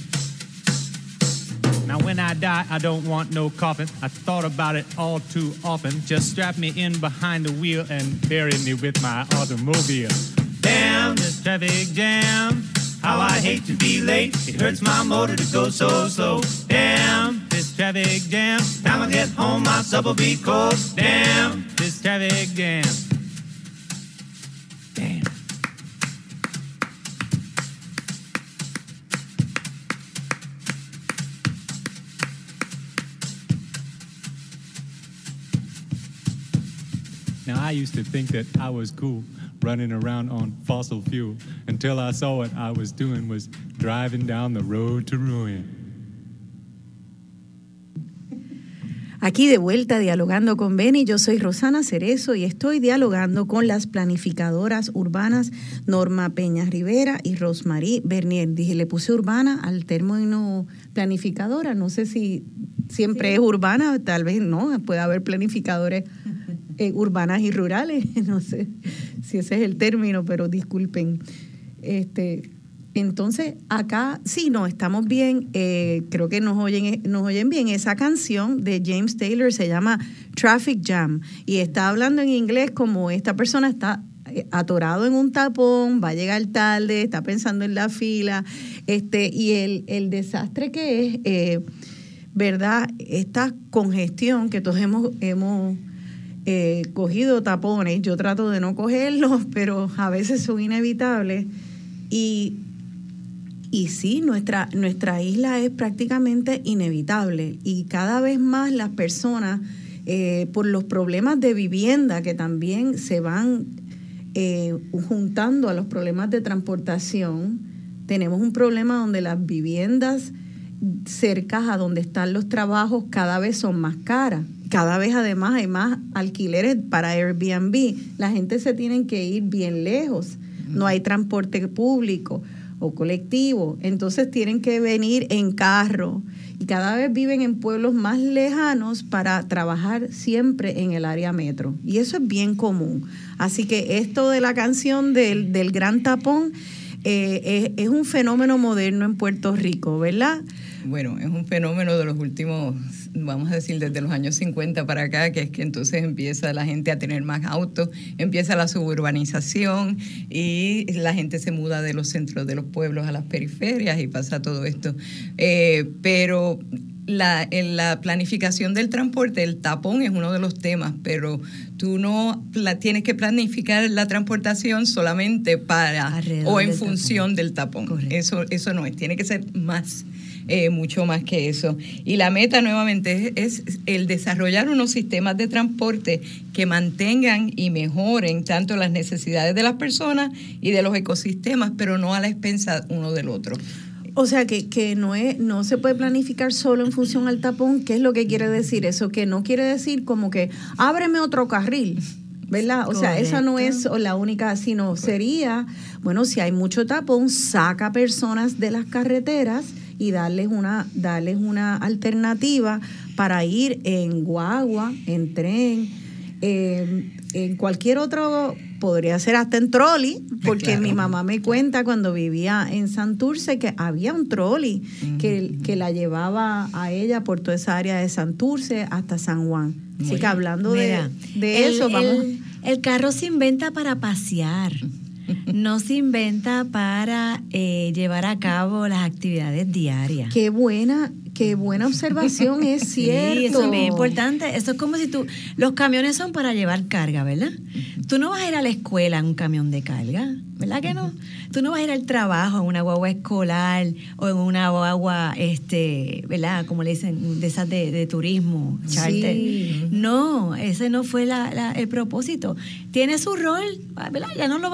Now when I die, I don't want no coffin. I thought about it all too often. Just strap me in behind the wheel and bury me with my automobile. Damn, this traffic jam. How I hate to be late. It hurts my motor to go so slow. Damn, this traffic jam. Time I get home, my supper be cold. Damn, this traffic jam. Damn. Now, I used to think that I was cool running around on fossil fuel until I saw what I was doing was driving down the road to ruin. Aquí de vuelta dialogando con Benny, yo soy Rosana Cerezo y estoy dialogando con las planificadoras urbanas Norma Peña Rivera y Rosmarie Bernier. Dije, le puse urbana al término planificadora, no sé si siempre sí. Es urbana, tal vez no, puede haber planificadores eh, urbanas y rurales, no sé si ese es el término, pero disculpen. Este, entonces, acá sí, no, estamos bien, eh, creo que nos oyen, nos oyen bien. Esa canción de James Taylor se llama Traffic Jam y está hablando en inglés como esta persona está atorado en un tapón, va a llegar tarde, está pensando en la fila, este, y el, el desastre que es, eh, ¿verdad? Esta congestión que todos hemos, hemos eh, cogido tapones, yo trato de no cogerlos, pero a veces son inevitables. Y, y sí, nuestra, nuestra isla es prácticamente inevitable y cada vez más las personas, eh, por los problemas de vivienda que también se van eh, juntando a los problemas de transportación, tenemos un problema donde las viviendas cercas a donde están los trabajos cada vez son más caras. Cada vez además hay más alquileres para Airbnb. La gente se tiene que ir bien lejos. No hay transporte público o colectivo. Entonces tienen que venir en carro. Y cada vez viven en pueblos más lejanos para trabajar siempre en el área metro. Y eso es bien común. Así que esto de la canción del, del gran tapón eh, es, es un fenómeno moderno en Puerto Rico, ¿verdad? Bueno, es un fenómeno de los últimos, vamos a decir, desde los años cincuenta para acá, que es que entonces empieza la gente a tener más autos, empieza la suburbanización y la gente se muda de los centros de los pueblos a las periferias y pasa todo esto. Eh, pero la, en la planificación del transporte, el tapón es uno de los temas, pero tú no la, tienes que planificar la transportación solamente para Alrededor o en del función tapón. del tapón. Correcto. Eso, eso no es, tiene que ser más. Eh, mucho más que eso. Y la meta nuevamente es, es el desarrollar unos sistemas de transporte que mantengan y mejoren tanto las necesidades de las personas y de los ecosistemas, pero no a la expensa uno del otro. O sea, que, que no es no se puede planificar solo en función al tapón. ¿Qué es lo que quiere decir eso? Que no quiere decir como que ábreme otro carril, ¿verdad? O sea, esa no es la única, sino sería, bueno, si hay mucho tapón, saca personas de las carreteras y darles una, darles una alternativa para ir en guagua, en tren, eh, en cualquier otro, podría ser hasta en trolley, porque claro. Mi mamá me cuenta cuando vivía en Santurce que había un trolley uh-huh. que, que la llevaba a ella por toda esa área de Santurce hasta San Juan. Muy Así que hablando Mira, de, de el, eso, vamos. El, el carro se inventa para pasear. No se inventa para eh, llevar a cabo las actividades diarias. Qué buena, qué buena observación, es cierto. Sí, eso es bien importante. Eso es como si tú, los camiones son para llevar carga, ¿verdad? Tú no vas a ir a la escuela en un camión de carga, ¿verdad que no? Tú no vas a ir al trabajo en una guagua escolar o en una guagua, este, ¿verdad? Como le dicen, de esas de, de turismo, charter. Sí. No, ese no fue la, la, el propósito. Tiene su rol, ¿verdad? Ya no lo vamos, como tú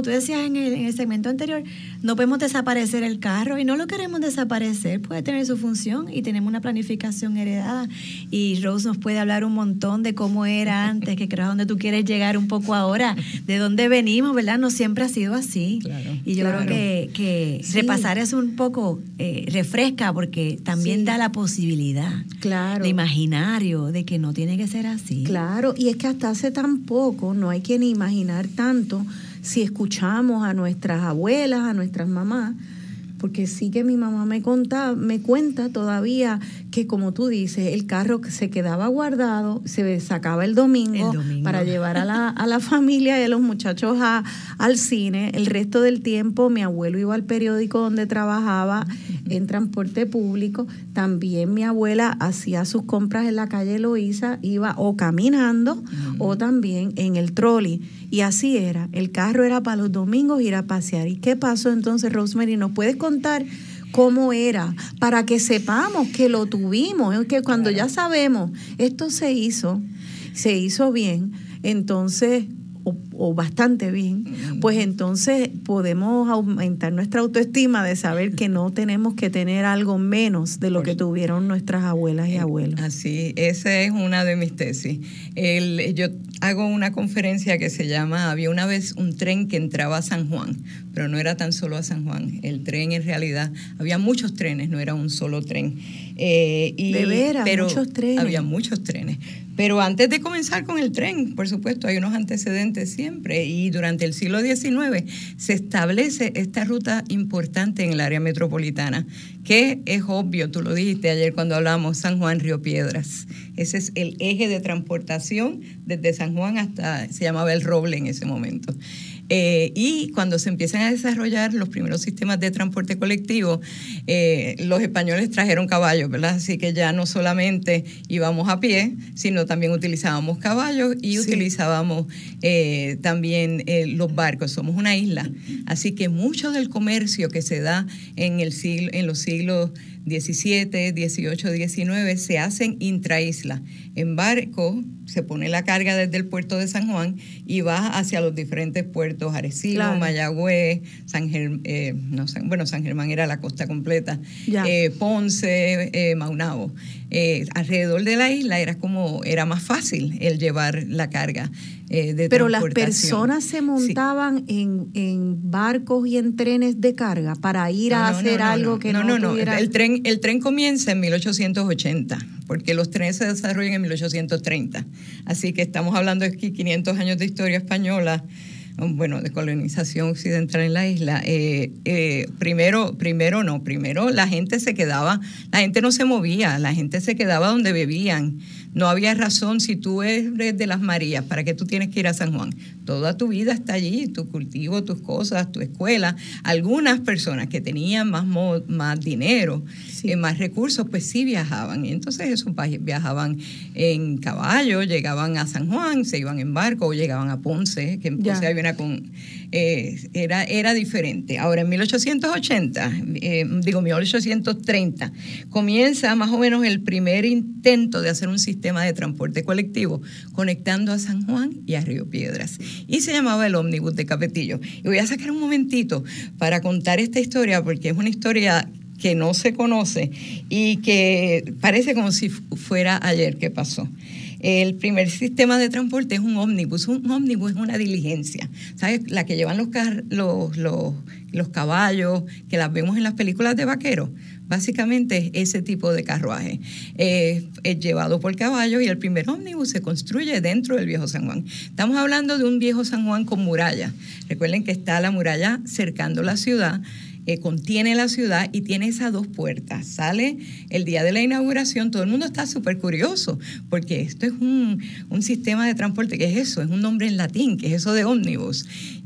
tú decías en el, en el segmento anterior, no podemos desaparecer el carro y no lo queremos desaparecer, puede tener su función y tenemos una planificación heredada. Y Rose nos puede hablar un montón de cómo era antes, que creo a dónde tú quieres llegar un poco ahora, de dónde venimos, ¿verdad? No siempre ha sido así. Claro, y yo claro. creo que, que sí. repasar eso un poco eh, refresca, porque también sí. da la posibilidad claro. de imaginario, de que no tiene que ser así. Claro, y es que hasta hace tan poco no hay que ni imaginar tanto si escuchamos a nuestras abuelas, a nuestras mamás, porque sí que mi mamá me conta, me cuenta todavía que, como tú dices, el carro se quedaba guardado, se sacaba el domingo, el domingo. para llevar a la, a la familia y a los muchachos a, al cine. El resto del tiempo mi abuelo iba al periódico donde trabajaba en transporte público. También mi abuela hacía sus compras en la calle Loíza, iba o caminando uh-huh. o también en el trolley. Y así era, el carro era para los domingos ir a pasear. ¿Y qué pasó entonces, Rosemary? ¿Nos puedes contar cómo era? Para que sepamos que lo tuvimos, es que cuando claro. ya sabemos, esto se hizo, se hizo bien, entonces, o, o bastante bien, pues entonces podemos aumentar nuestra autoestima de saber que no tenemos que tener algo menos de lo que tuvieron nuestras abuelas y abuelos. Así, esa es una de mis tesis. El, yo hago una conferencia que se llama Había una vez un tren que entraba a San Juan, pero no era tan solo a San Juan. El tren en realidad, había muchos trenes, no era un solo tren. Eh, y, de veras, pero muchos trenes. Había muchos trenes. Pero antes de comenzar con el tren, por supuesto, hay unos antecedentes siempre. Y durante el siglo diecinueve se establece esta ruta importante en el área metropolitana, que es obvio, tú lo dijiste ayer cuando hablamos, San Juan, Río Piedras. Ese es el eje de transportación desde San Juan hasta, se llamaba El Roble en ese momento. Eh, y cuando se empiezan a desarrollar los primeros sistemas de transporte colectivo, eh, los españoles trajeron caballos, ¿verdad? Así que ya no solamente íbamos a pie, sino también utilizábamos caballos y sí. utilizábamos eh, también eh, los barcos. Somos una isla, así que mucho del comercio que se da en, el siglo, en los siglos diecisiete, dieciocho, diecinueve se hacen intraisla. En barco se pone la carga desde el puerto de San Juan y va hacia los diferentes puertos, Arecibo, claro. Mayagüez, San Germán, eh, no, San, bueno, San Germán era la costa completa, eh, Ponce, eh, Maunabo. Eh, alrededor de la isla era como, era más fácil el llevar la carga eh, de Pero transportación. las personas se montaban sí. en, en barcos y en trenes de carga para ir no, a no, hacer no, no, algo no, que no, no, no tuviera... No, el tren, el tren comienza en mil ochocientos ochenta, porque los trenes se desarrollan en mil ochocientos treinta. Así que estamos hablando de quinientos años de historia española, bueno, de colonización occidental en la isla. Eh, eh, primero, primero no, primero la gente se quedaba, la gente no se movía, la gente se quedaba donde bebían. No había razón, si tú eres de las Marías, ¿para qué tú tienes que ir a San Juan? Toda tu vida está allí, tu cultivo, tus cosas, tu escuela. Algunas personas que tenían más, mo- más dinero, sí. eh, más recursos, pues sí viajaban. Y entonces esos viajaban en caballo, llegaban a San Juan, se iban en barco o llegaban a Ponce, que en Ponce había una con... Eh, era, era diferente. Ahora, en mil ochocientos ochenta, eh, digo mil ochocientos treinta, comienza más o menos el primer intento de hacer un sistema de transporte colectivo conectando a San Juan y a Río Piedras. Y se llamaba el ómnibus de Capetillo. Y voy a sacar un momentito para contar esta historia, porque es una historia que no se conoce y que parece como si fuera ayer que pasó. El primer sistema de transporte es un ómnibus. Un ómnibus es una diligencia, ¿sabes? La que llevan los, car- los, los, los caballos, que las vemos en las películas de vaqueros. Básicamente es ese tipo de carruaje. Eh, es llevado por caballos y el primer ómnibus se construye dentro del viejo San Juan. Estamos hablando de un viejo San Juan con muralla. Recuerden que está la muralla cercando la ciudad. Eh, contiene la ciudad y tiene esas dos puertas. Sale el día de la inauguración, todo el mundo está súper curioso, porque esto es un, un sistema de transporte. ¿Qué es eso? Es un nombre en latín, ¿qué es eso de ómnibus?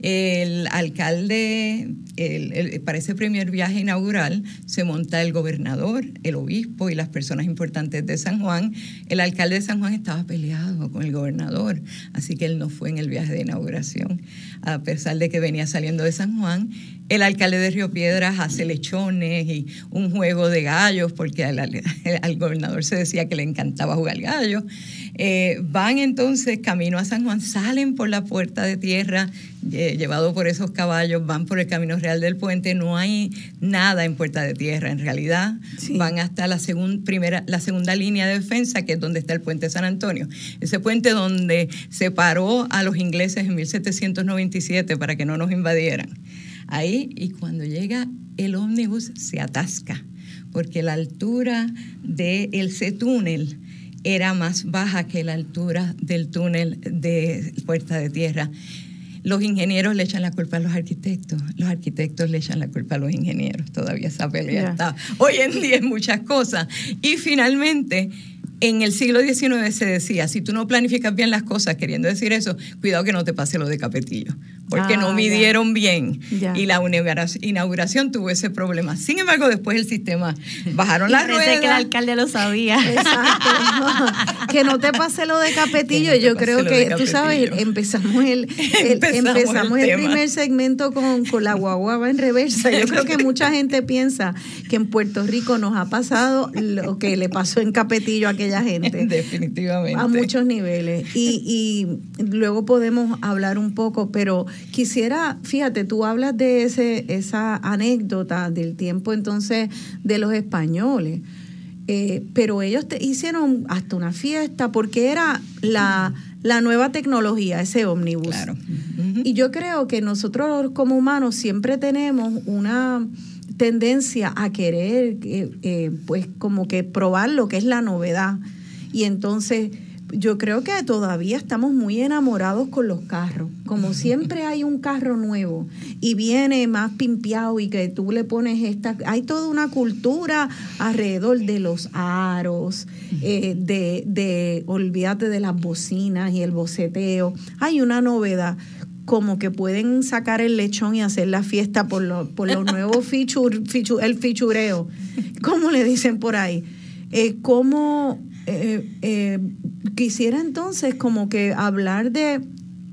El alcalde, el, el, para ese primer viaje inaugural, se monta el gobernador, el obispo y las personas importantes de San Juan. El alcalde de San Juan estaba peleado con el gobernador, así que él no fue en el viaje de inauguración, a pesar de que venía saliendo de San Juan. El alcalde de Río Piedras hace lechones y un juego de gallos, porque al, al, al gobernador se decía que le encantaba jugar gallos. Eh, van entonces camino a San Juan, salen por la puerta de tierra eh, llevado por esos caballos, van por el Camino Real del Puente, no hay nada en Puerta de Tierra, en realidad sí. van hasta la, segun, primera, la segunda línea de defensa, que es donde está el Puente San Antonio, ese puente donde separó a los ingleses en mil setecientos noventa y siete para que no nos invadieran. Ahí, y cuando llega el ómnibus se atasca, porque la altura de ese túnel era más baja que la altura del túnel de Puerta de Tierra. Los ingenieros le echan la culpa a los arquitectos, los arquitectos le echan la culpa a los ingenieros. Todavía esa pelea yeah. está hoy en día en muchas cosas. Y finalmente, en el siglo diecinueve se decía, si tú no planificas bien las cosas, queriendo decir eso, cuidado que no te pase lo de Capetillo, porque ah, no midieron ya. bien ya. y la inauguración tuvo ese problema. Sin embargo, después el sistema bajaron las ruedas. Parece que el alcalde lo sabía. Exacto. Que no te pase lo de Capetillo. No Yo creo que, tú sabes, empezamos el, el, empezamos empezamos el, el primer segmento con, con la guaguaba en reversa. Yo creo que mucha gente piensa que en Puerto Rico nos ha pasado lo que le pasó en Capetillo a aquella gente. Definitivamente. A muchos niveles. Y, y luego podemos hablar un poco, pero quisiera, fíjate, tú hablas de ese esa anécdota del tiempo entonces de los españoles, eh, pero ellos te hicieron hasta una fiesta porque era la, la nueva tecnología, ese ómnibus. Claro. Uh-huh. Y yo creo que nosotros como humanos siempre tenemos una tendencia a querer eh, eh, pues como que probar lo que es la novedad, y entonces yo creo que todavía estamos muy enamorados con los carros, como siempre hay un carro nuevo y viene más pimpeado y que tú le pones esta, hay toda una cultura alrededor de los aros, eh, de, de olvídate de las bocinas y el boceteo, hay una novedad. Como que pueden sacar el lechón y hacer la fiesta por, lo, por los nuevos feature, feature, el fichureo, ¿cómo le dicen por ahí? Eh, ¿Cómo eh, eh, quisiera entonces como que hablar de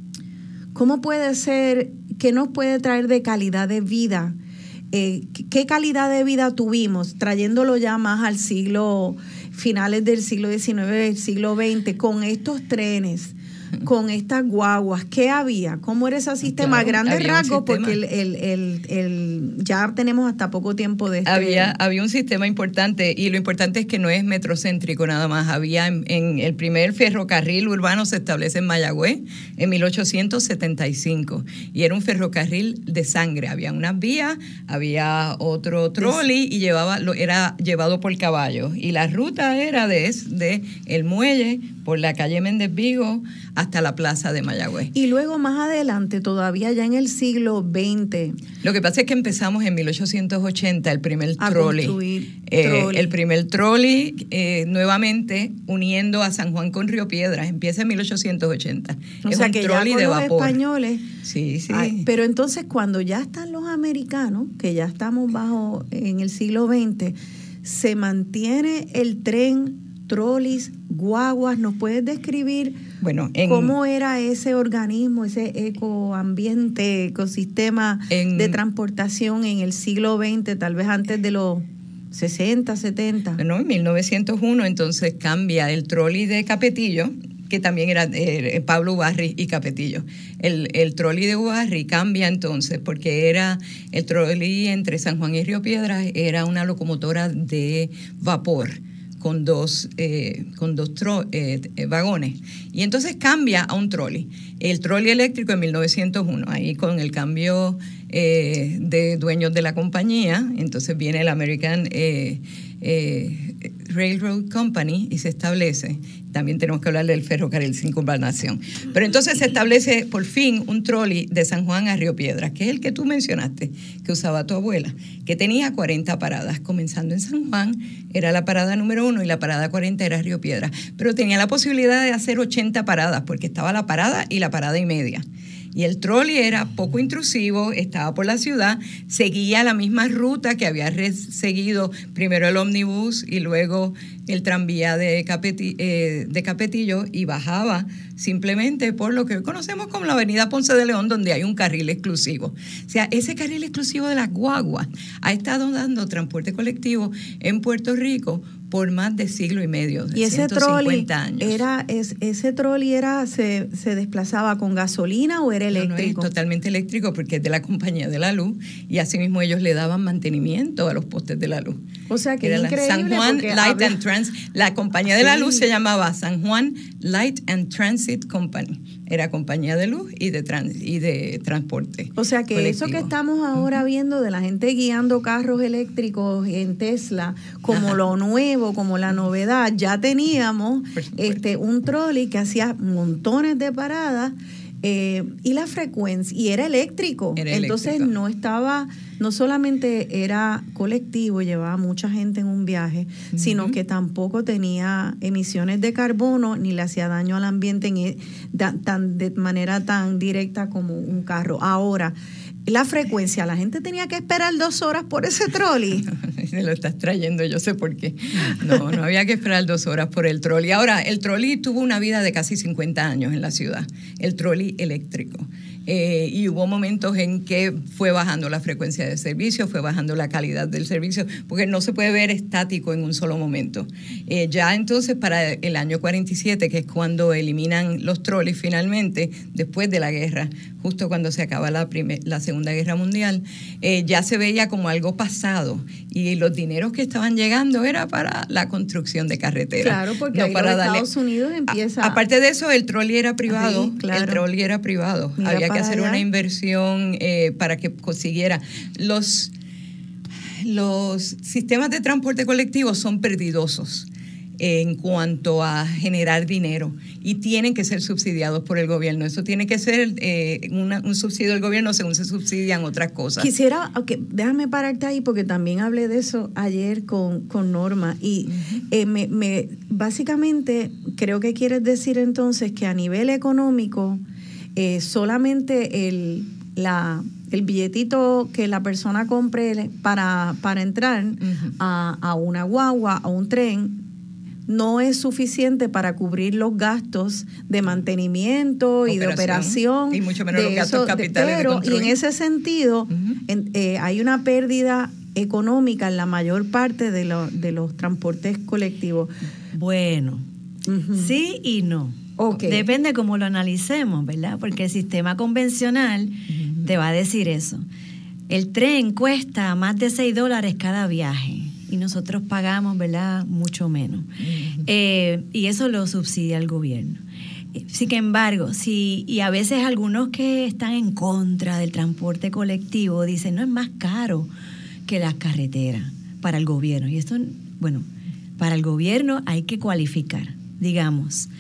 cómo puede ser, qué nos puede traer de calidad de vida? Eh, ¿Qué calidad de vida tuvimos trayéndolo ya más al siglo, finales del siglo diecinueve, del siglo veinte, con estos trenes? Con estas guaguas, ¿qué había? ¿Cómo era ese sistema? Claro, grandes rasgos, porque el, el, el, el, ya tenemos hasta poco tiempo de este. Había, había un sistema importante, y lo importante es que no es metrocéntrico nada más. Había en, en el primer ferrocarril urbano se establece en Mayagüez en mil ochocientos setenta y cinco, y era un ferrocarril de sangre. Había unas vías, había otro trolley y llevaba, lo, era llevado por caballos, y la ruta era de, de el muelle por la calle Méndez Vigo hasta la plaza de Mayagüez. Y luego más adelante, todavía ya en el siglo veinte. Lo que pasa es que empezamos en mil ochocientos ochenta, el primer a trolley. Eh, trolley. El primer trolley, eh, nuevamente uniendo a San Juan con Río Piedras, empieza en mil ochocientos ochenta. O es sea un que trolley ya con de los vapor. españoles. Sí, sí. Ay, pero entonces cuando ya están los americanos, que ya estamos bajo en el siglo veinte, se mantiene el tren, trolleys, guaguas. ¿Nos puedes describir bueno, en, cómo era ese organismo, ese ecoambiente, ecosistema en, de transportación en el siglo veinte, tal vez antes de los sesenta, setenta? Bueno, en mil novecientos uno entonces cambia el trolley de Capetillo, que también era eh, Pablo Ubarri y Capetillo. El, el trolley de Ubarri cambia entonces porque era el trolley entre San Juan y Río Piedras, era una locomotora de vapor con dos, eh, con dos tro, eh, eh, vagones. Y entonces cambia a un trolley. El trolley eléctrico en mil novecientos uno, ahí con el cambio eh, de dueños de la compañía, entonces viene el American eh, eh, Railroad Company y se establece. También tenemos que hablar del ferrocarril Circunvalación. Pero entonces se establece por fin un trolley de San Juan a Río Piedras, que es el que tú mencionaste, que usaba tu abuela, que tenía cuarenta paradas, comenzando en San Juan, era la parada número uno y la parada cuarenta era Río Piedras. Pero tenía la posibilidad de hacer ochenta paradas, porque estaba la parada y la parada y media. Y el trolley era poco intrusivo, estaba por la ciudad, seguía la misma ruta que había seguido primero el ómnibus y luego el tranvía de, Capeti, eh, de Capetillo, y bajaba simplemente por lo que conocemos como la avenida Ponce de León, donde hay un carril exclusivo. O sea, ese carril exclusivo de las guaguas ha estado dando transporte colectivo en Puerto Rico por más de siglo y medio, de y ese ciento cincuenta trolley años. era es, ese trolley era se, se desplazaba con gasolina o era eléctrico. No, no, es totalmente eléctrico porque es de la compañía de la luz y así mismo ellos le daban mantenimiento a los postes de la luz. O sea que era es la increíble San Juan porque Light habla- and Trans, la compañía de la Sí. luz se llamaba San Juan Light and Transit Company. Era compañía de luz y de trans, y de transporte. O sea que colectivo. eso que estamos ahora viendo de la gente guiando carros eléctricos en Tesla como Ajá. lo nuevo, como la novedad, ya teníamos Por supuesto. este un trolley que hacía montones de paradas eh, y la frecuencia, y era eléctrico. Era Entonces eléctrico. no estaba, no solamente era colectivo, llevaba mucha gente en un viaje, sino Ujú. que tampoco tenía emisiones de carbono ni le hacía daño al ambiente en, e- da- tan, de manera tan directa como un carro. Ahora, la frecuencia, la gente tenía que esperar dos horas por ese trolley. Se lo estás trayendo, yo sé por qué. No, no había que esperar dos horas por el trolley. Ahora, el trolley tuvo una vida de casi cincuenta años en la ciudad, el trolley eléctrico. Eh, y hubo momentos en que fue bajando la frecuencia de servicio, fue bajando la calidad del servicio, porque no se puede ver estático en un solo momento. Eh, ya entonces para el año cuarenta y siete, que es cuando eliminan los trolleys finalmente, después de la guerra, justo cuando se acaba la, primer, la Segunda Guerra Mundial, eh, ya se veía como algo pasado y los dineros que estaban llegando era para la construcción de carreteras. Claro, porque no ahí para los darle- Estados Unidos empieza... A- aparte de eso, el trolley era privado. Ahí, claro. El trolley era privado. Mira Había que para hacer allá. una inversión eh, para que consiguiera. Los, los sistemas de transporte colectivo son perdidosos en cuanto a generar dinero y tienen que ser subsidiados por el gobierno. Eso tiene que ser eh, una- un subsidio del gobierno según se subsidian otras cosas. Quisiera, okay, déjame pararte ahí porque también hablé de eso ayer con, con Norma y eh, me, me básicamente creo que quieres decir entonces que a nivel económico eh, solamente el, la, el billetito que la persona compre para, para entrar Ujú. a, a una guagua, a un tren, no es suficiente para cubrir los gastos de mantenimiento y de Operación, operación. y mucho menos de los gastos eso, de- capitales de pero, y en construir. ese sentido, Ujú. en- eh, hay una pérdida económica en la mayor parte de, lo- de los transportes colectivos. Bueno, Ujú. sí y no. Ok. Depende cómo lo analicemos, ¿verdad? Porque el sistema convencional te va a decir eso. El tren cuesta más de seis dólares cada viaje y nosotros pagamos, ¿verdad? Mucho menos. Eh, y eso lo subsidia el gobierno. Sin embargo, si, y a veces algunos que están en contra del transporte colectivo dicen, no, es más caro que las carreteras para el gobierno. Y esto, bueno, para el gobierno hay que cualificar, digamos.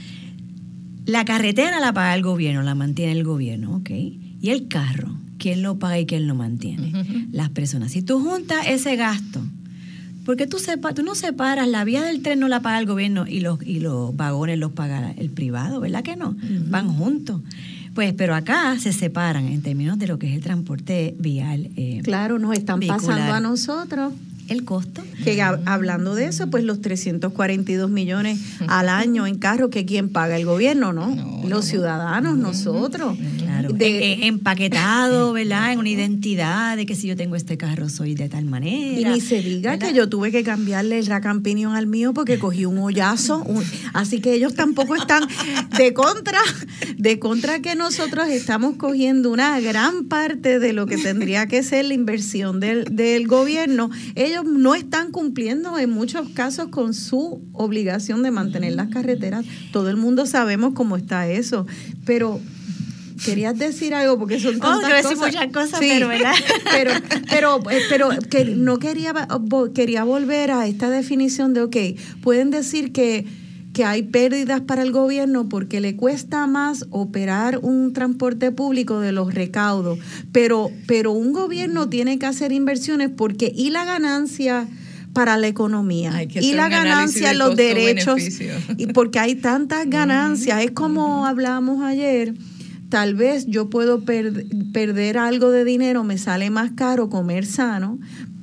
La carretera la paga el gobierno, la mantiene el gobierno, ¿ok? Y el carro, ¿quién lo paga y quién lo mantiene? Ujú. Las personas. Si tú juntas ese gasto, porque tú, sepa, tú no separas, la vía del tren no la paga el gobierno y los, y los vagones los paga el privado, ¿verdad que no? Van juntos. Pues, pero acá se separan en términos de lo que es el transporte vial. eh, Claro, nos están vehicular. pasando a nosotros. El costo. Que ha- hablando de eso, pues los trescientos cuarenta y dos millones al año en carros, que ¿quién paga? El gobierno, ¿no? No, Los no. ciudadanos, nosotros. Claro, De- en- en- empaquetado, ¿verdad? En una identidad de que si yo tengo este carro soy de tal manera. Y ni se diga ¿verdad? que yo tuve que cambiarle el rack and pinion al mío porque cogí un hoyazo. un- así que ellos tampoco están de contra, de contra que nosotros estamos cogiendo una gran parte de lo que tendría que ser la inversión del, del gobierno. Ellos no están cumpliendo en muchos casos con su obligación de mantener las carreteras. Todo el mundo sabemos cómo está eso. Pero querías decir algo porque son Oh, tantas quiero decir cosas. muchas cosas, Sí, pero, ¿verdad? pero, pero, pero que no quería, vo- quería volver a esta definición de, ok, pueden decir que, que hay pérdidas para el gobierno porque le cuesta más operar un transporte público de los recaudos, pero, pero un gobierno tiene que hacer inversiones porque y la ganancia para la economía Hay que y hacer la un análisis ganancia de en los derechos costo-beneficio. y porque hay tantas ganancias, es como hablamos ayer. Tal vez yo puedo per- perder algo de dinero, me sale más caro comer sano,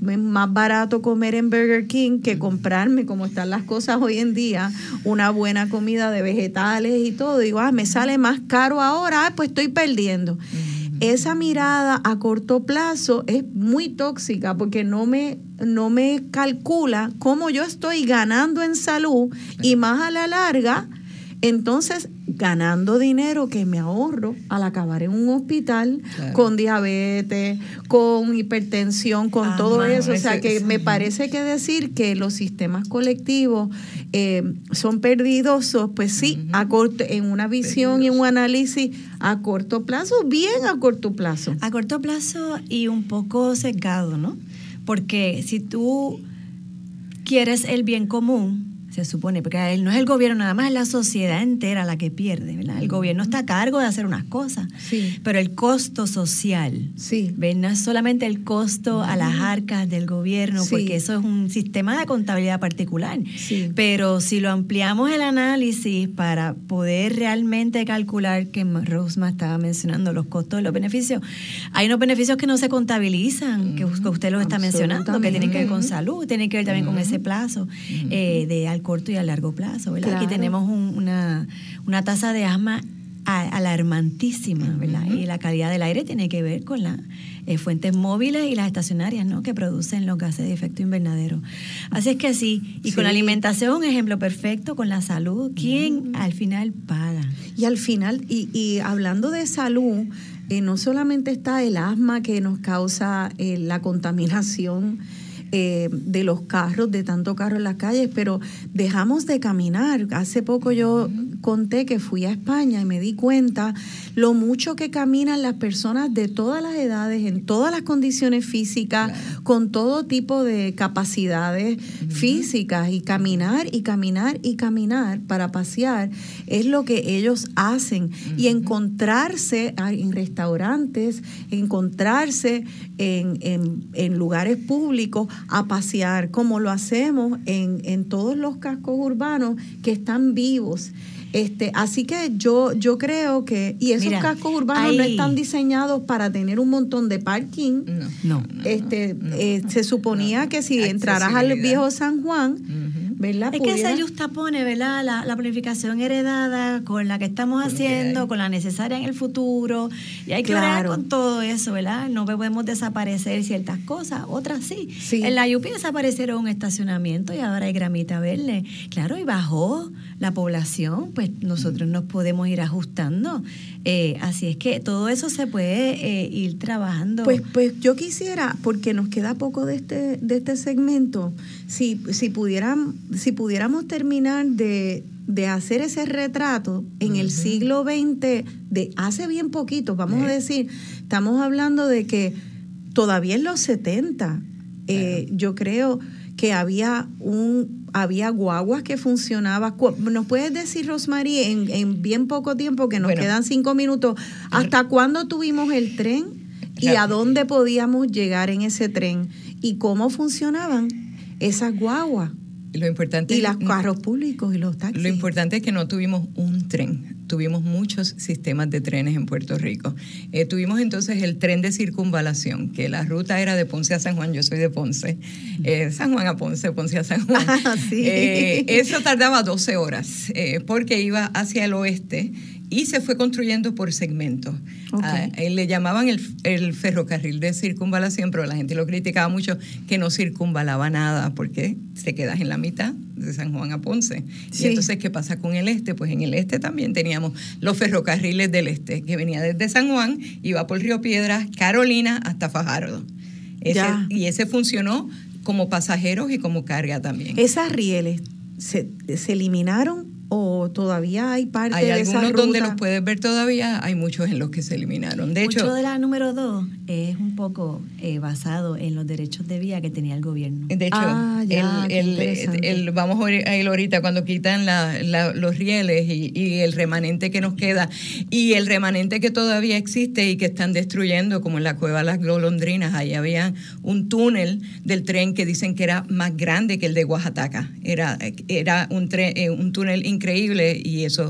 es más barato comer en Burger King que comprarme, como están las cosas hoy en día, una buena comida de vegetales y todo. Digo, ah, me sale más caro ahora, ah, pues estoy perdiendo. Uh-huh. Esa mirada a corto plazo es muy tóxica porque no me, no me calcula cómo yo estoy ganando en salud y más a la larga, entonces ganando dinero que me ahorro al acabar en un hospital, claro, con diabetes, con hipertensión, con ah, todo eso. O sea que me parece que decir que los sistemas colectivos eh, son perdidosos, pues sí, uh-huh, a corto, en una visión Perdidos. y un análisis a corto plazo, bien a corto plazo. A corto plazo y un poco sesgado, ¿no? Porque si tú quieres el bien común, se supone, porque no es el gobierno nada más, es la sociedad entera la que pierde, ¿verdad? El gobierno está a cargo de hacer unas cosas, sí, pero el costo social, sí, ¿ves? No es solamente el costo a las arcas del gobierno, sí, porque eso es un sistema de contabilidad particular, sí, pero si lo ampliamos el análisis para poder realmente calcular, que Rosma estaba mencionando los costos y los beneficios, hay unos beneficios que no se contabilizan, mm, que usted los está mencionando, que tienen que ver con salud, tienen que ver también mm, con ese plazo mm, eh, de al corto y a largo plazo, ¿verdad? Claro. Aquí tenemos un, una, una tasa de asma alarmantísima, ¿verdad? Uh-huh. Y la calidad del aire tiene que ver con las eh, fuentes móviles y las estacionarias, ¿no? Que producen los gases de efecto invernadero. Así es que sí, y sí, con la alimentación, un ejemplo perfecto, con la salud, ¿quién uh-huh. al final paga? Y al final, y, y hablando de salud, eh, no solamente está el asma que nos causa eh, la contaminación Eh, de los carros, de tanto carro en las calles, pero dejamos de caminar. Hace poco yo uh-huh. conté que fui a España y me di cuenta lo mucho que caminan las personas de todas las edades, en todas las condiciones físicas, claro, con todo tipo de capacidades uh-huh. físicas, y caminar y caminar y caminar para pasear es lo que ellos hacen, uh-huh. y encontrarse en restaurantes, encontrarse en, en, en lugares públicos a pasear, como lo hacemos en, en todos los cascos urbanos que están vivos. Este, así que yo yo creo que, y esos Mira, cascos urbanos hay, no están diseñados para tener un montón de parking. No, no, no este, no, no, eh, se suponía no, que si entraras al viejo San Juan, uh-huh. ¿verdad? Es pudiera... que se justapone, ¿verdad? La, la planificación heredada con la que estamos con haciendo, que con la necesaria en el futuro, y hay que claro. orar con todo eso, ¿verdad? No podemos desaparecer ciertas cosas, otras sí. sí. En la Yupi desaparecieron un estacionamiento y ahora hay gramita verde. Claro, y bajó la población, pues nosotros nos podemos ir ajustando. Eh, así es que todo eso se puede eh, ir trabajando. Pues, pues yo quisiera, porque nos queda poco de este, de este segmento, si, si pudieran, si pudiéramos terminar de, de hacer ese retrato en uh-huh. el siglo veinte, de hace bien poquito, vamos uh-huh. a decir, estamos hablando de que todavía en los setenta, eh, uh-huh. yo creo que había un había guaguas que funcionaban. ¿Nos puedes decir, Rosmarie, en, en bien poco tiempo, que nos bueno, quedan cinco minutos, hasta cuándo tuvimos el tren y a dónde podíamos llegar en ese tren y cómo funcionaban esas guaguas? Lo importante y es, los carros públicos y los taxis. Lo importante es que no tuvimos un tren, tuvimos muchos sistemas de trenes en Puerto Rico. Eh, tuvimos entonces el tren de circunvalación, que la ruta era de Ponce a San Juan, yo soy de Ponce, eh, San Juan a Ponce, Ponce a San Juan. Ah, sí. eh, eso tardaba doce horas, eh, porque iba hacia el oeste y se fue construyendo por segmentos. Okay. Ah, le llamaban el, el ferrocarril de circunvalación, pero la gente lo criticaba mucho, que no circunvalaba nada, porque te quedas en la mitad de San Juan a Ponce. Sí. Y entonces, ¿qué pasa con el este? Pues en el este también teníamos los ferrocarriles del este, que venía desde San Juan, iba por Río Piedras, Carolina, hasta Fajardo. Ese, y ese funcionó como pasajeros y como carga también. ¿Esas rieles se, se eliminaron o todavía hay parte hay de esa ruta? Hay algunos donde los puedes ver todavía, hay muchos en los que se eliminaron. De Mucho hecho, de la número dos es un poco eh, basado en los derechos de vía que tenía el gobierno. De hecho, ah, ya, el, el, el, vamos a ir ahorita cuando quitan la, la, los rieles y, y el remanente que nos queda, y el remanente que todavía existe y que están destruyendo, como en la Cueva Las Golondrinas. Ahí había un túnel del tren que dicen que era más grande que el de Oaxaca. Era, era un, tren, un túnel increíble, y eso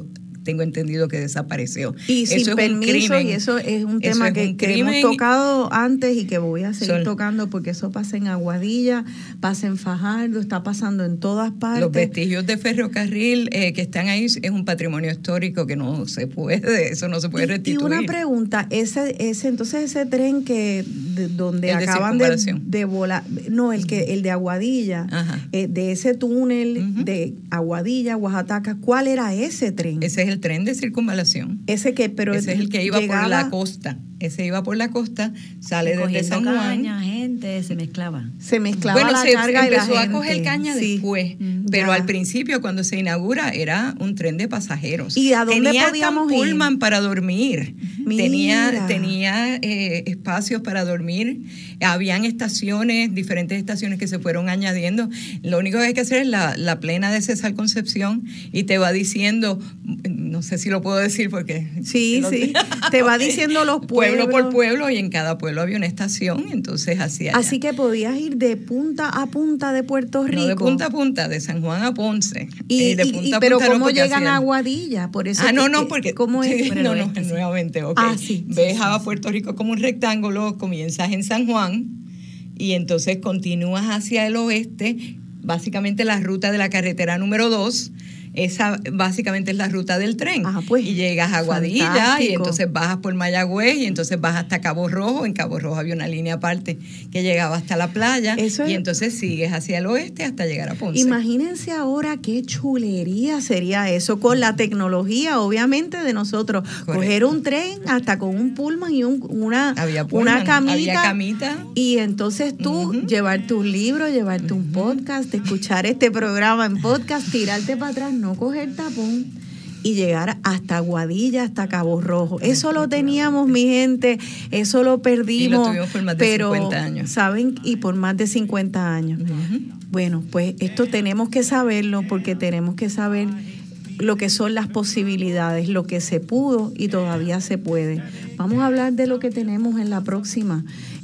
tengo entendido que desapareció. Y eso sin es permiso, un crimen. y eso es un Eso tema es que, un que hemos crimen. tocado antes y que voy a seguir Son- tocando porque eso pasa en Aguadilla, pasa en Fajardo, está pasando en todas partes. Los vestigios de ferrocarril eh, que están ahí es un patrimonio histórico que no se puede, eso no se puede Y- restituir. Y una pregunta, ese, ese, entonces ese tren que de- donde El de acaban de, circunvalación. de volar, no, el que el de Aguadilla, Ajá. eh, de ese túnel Ujú. de Aguadilla, Oaxaca, ¿cuál era ese tren? Ese es el tren de circunvalación. Ese que, pero Ese es el que iba llegaba- por la costa. Ese iba por la costa, sale desde Cogiendo San Juan. caña, gente, se mezclaba. se mezclaba Bueno, la se carga y la empezó a gente. coger caña Sí. después, Mm, pero ya. al principio cuando se inaugura era un tren de pasajeros. ¿Y a dónde tenía podíamos hasta un ir? pullman para dormir. Mira. Tenía tenía eh, espacios para dormir. Habían estaciones, diferentes estaciones que se fueron añadiendo. Lo único que hay que hacer es la, la plena de César Concepción y te va diciendo, no sé si lo puedo decir porque Sí, lo- sí. Te va diciendo los pueblos. pueblo por pueblo, y en cada pueblo había una estación, entonces hacía allá. Así que podías ir de punta a punta de Puerto Rico. No, de punta a punta, de San Juan a Ponce. Y, Eh, de y- punta y- a pero punta no, ¿cómo porque llegan hacían- a Aguadilla? Por eso Ah, no, que- no, que- porque... ¿cómo es? No, no, nuevamente, ok. Ah, sí, sí, Ves sí, a sí. Puerto Rico como un rectángulo, comienzas en San Juan y entonces continúas hacia el oeste, básicamente la ruta de la carretera número dos. Esa básicamente es la ruta del tren. Ah, pues, y llegas a Aguadilla fantástico. y entonces bajas por Mayagüez y entonces vas hasta Cabo Rojo. En Cabo Rojo había una línea aparte que llegaba hasta la playa. Eso y es- entonces sigues hacia el oeste hasta llegar a Ponce. Imagínense ahora qué chulería sería eso con la tecnología, obviamente, de nosotros. Correcto. Coger un tren hasta con un pullman y un- una, Había una pullman, camita. había camita. Y entonces tú Ujú. llevarte un libro, llevarte un podcast, escuchar este programa en podcast, tirarte para atrás, no coger tapón y llegar hasta Aguadilla, hasta Cabo Rojo. Eso lo teníamos, mi gente, eso lo perdimos. Y lo tuvimos por más de pero, cincuenta años. ¿saben? Y por más de cincuenta años. Ujú. Bueno, pues esto tenemos que saberlo porque tenemos que saber lo que son las posibilidades, lo que se pudo y todavía se puede. Vamos a hablar de lo que tenemos en la próxima.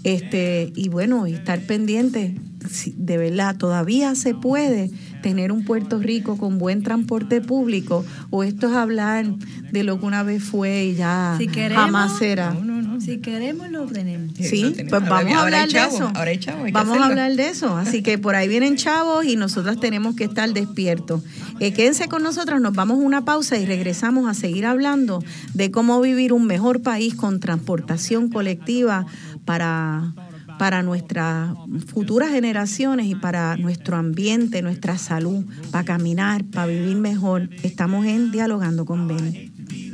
Este, y bueno, y estar pendiente, si de verdad todavía se puede tener un Puerto Rico con buen transporte público, o esto es hablar de lo que una vez fue y ya Si queremos, jamás será. No, no, no. Si queremos, lo tenemos. Sí, Sí, lo tenemos. pues Ahora vamos hay- a ahora hay hablar de chavos, eso. ahora hay chavos, hay que Vamos a hacerlo. hablar de eso. Así que por ahí vienen chavos y nosotras tenemos que estar despiertos. Eh, quédense con nosotros, nos vamos a una pausa y regresamos a seguir hablando de cómo vivir un mejor país con transportación colectiva para, para nuestras futuras generaciones y para nuestro ambiente, nuestra salud, para caminar, para vivir mejor. Estamos en Dialogando con Beni.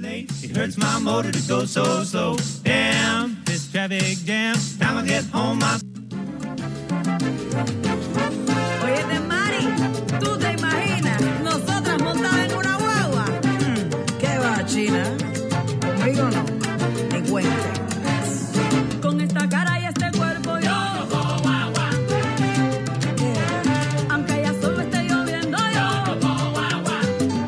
It hurts my motor to go so slow. Damn, this traffic jam. Time I get home, I Oye, de Mari, ¿tú te imaginas nosotras montadas en una guagua? ¿Qué va, China? Conmigo no, ni cuente. Con esta cara y este cuerpo yo no cojo guagua. Aunque ya solo esté lloviendo yo no cojo guagua.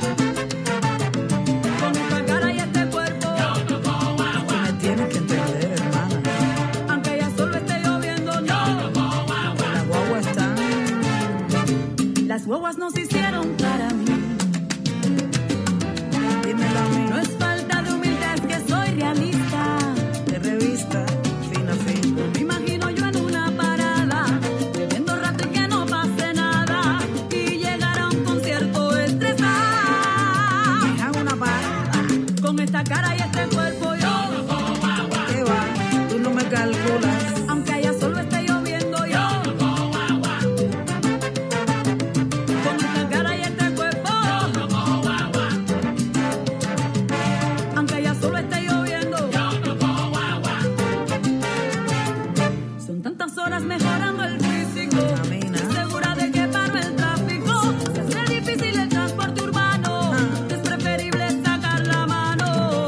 Con esta cara y este cuerpo yo no cojo guagua. Tú me tienes que entender, hermana. Aunque ya solo esté lloviendo yo no cojo guagua. Las guaguas están... Las guaguas nos hicieron para mí. Dímelo a mí. No es falta de humildad, es que soy realista. De revista, fina, fina. Me imagino yo en una parada, bebiendo rato y que no pase nada, y llegar a un concierto estresada. Me hago una parada. Con esta cara y este cuerpo yo no cojo guagua. ¿Qué va? Tú no me calculas. Aunque allá solo esté lloviendo yo no cojo guagua. Con esta cara y este cuerpo yo no cojo guagua. Aunque allá solo esté lloviendo yo no cojo guagua. Son tantas horas mejorando el físico. Camina. Estoy segura de que paro el tráfico. Se hace difícil el transporte urbano. Es preferible sacar la mano.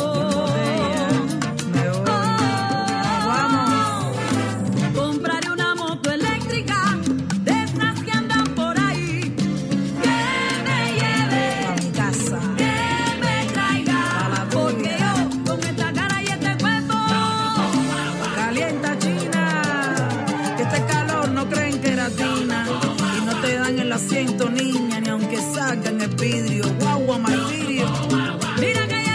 Me voy. Nos vamos. Compraré una moto eléctrica de esas que andan por ahí. Que me lleve, A mi casa. que me traiga. Porque yo con esta cara y este cuerpo Calienta, China. Que este calor no creen queratina. Y no te dan el asiento, niña, ni aunque sacan el vidrio. Guagua, martirio. mira que ya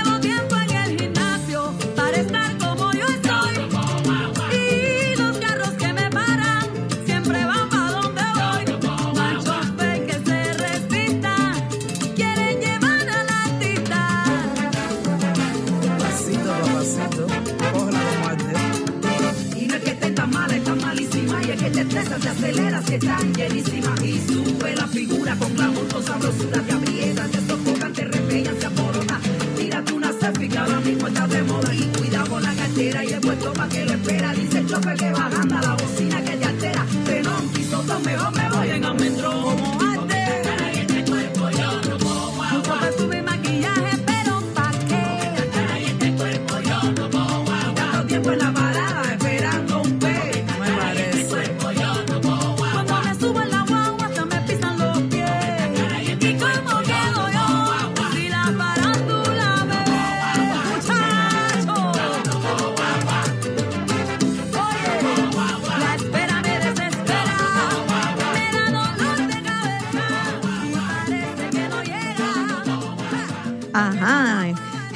Ajá,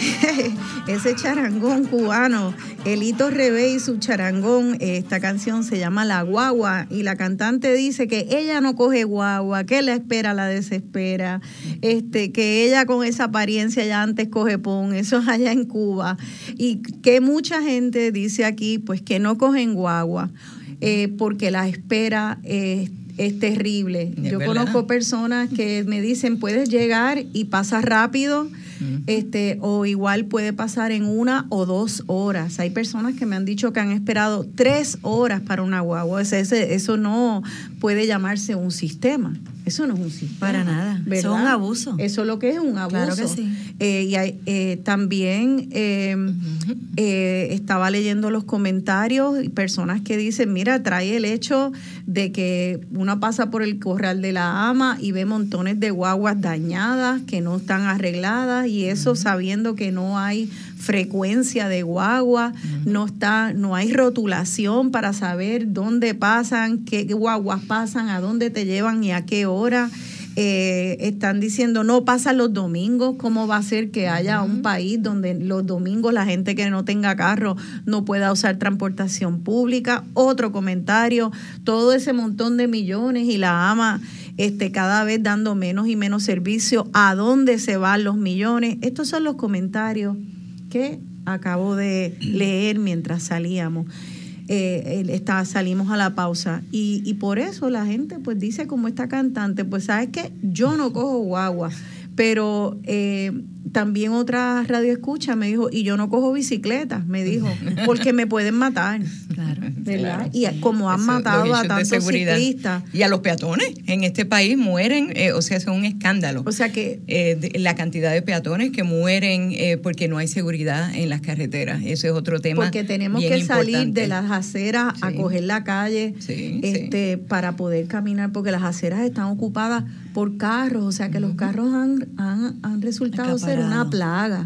ese charangón cubano, Elito Rebé y su charangón, esta canción se llama La Guagua y la cantante dice que ella no coge guagua, que la espera la desespera, este, que ella con esa apariencia ya antes coge pon, eso es allá en Cuba, y que mucha gente dice aquí pues que no cogen guagua eh, porque la espera es eh, es terrible. Es Yo verdad. conozco personas que me dicen, puedes llegar y pasa rápido, uh-huh. este, o igual puede pasar en una o dos horas. Hay personas que me han dicho que han esperado tres horas para una guagua. Ese, ese, eso no puede llamarse un sistema. Eso no es un sistema. Para nada. ¿verdad? Eso es un abuso. Eso es lo que es un abuso. Claro que sí. Eh, y hay, eh, también eh, uh-huh. eh, estaba leyendo los comentarios y personas que dicen, mira, trae el hecho de que uno pasa por el corral de la ama y ve montones de guaguas dañadas que no están arregladas y eso uh-huh. sabiendo que no hay frecuencia de guagua, uh-huh. no está, no hay rotulación para saber dónde pasan, qué guaguas pasan, a dónde te llevan y a qué hora. Eh, están diciendo no pasan los domingos, ¿cómo va a ser que haya uh-huh. un país donde los domingos la gente que no tenga carro no pueda usar transportación pública? Otro comentario, todo ese montón de millones y la ama este, cada vez dando menos y menos servicio, ¿a dónde se van los millones? Estos son los comentarios que acabo de leer mientras salíamos. Eh, está, salimos a la pausa y, y por eso la gente pues dice como esta cantante, pues sabes que yo no cojo guagua, pero eh, también otra radio escucha me dijo, y yo no cojo bicicletas, me dijo, porque me pueden matar. Claro, ¿verdad? Claro. Y como han Eso, matado a tantos ciclistas. Y a los peatones en este país mueren, eh, o sea, es un escándalo. O sea que eh, de, la cantidad de peatones que mueren eh, porque no hay seguridad en las carreteras. Eso es otro tema. Porque tenemos bien que salir importante. de las aceras sí. a coger la calle sí, este, sí. para poder caminar, porque las aceras están ocupadas por carros, o sea que uh-huh. los carros han, han, han resultado ser una plaga.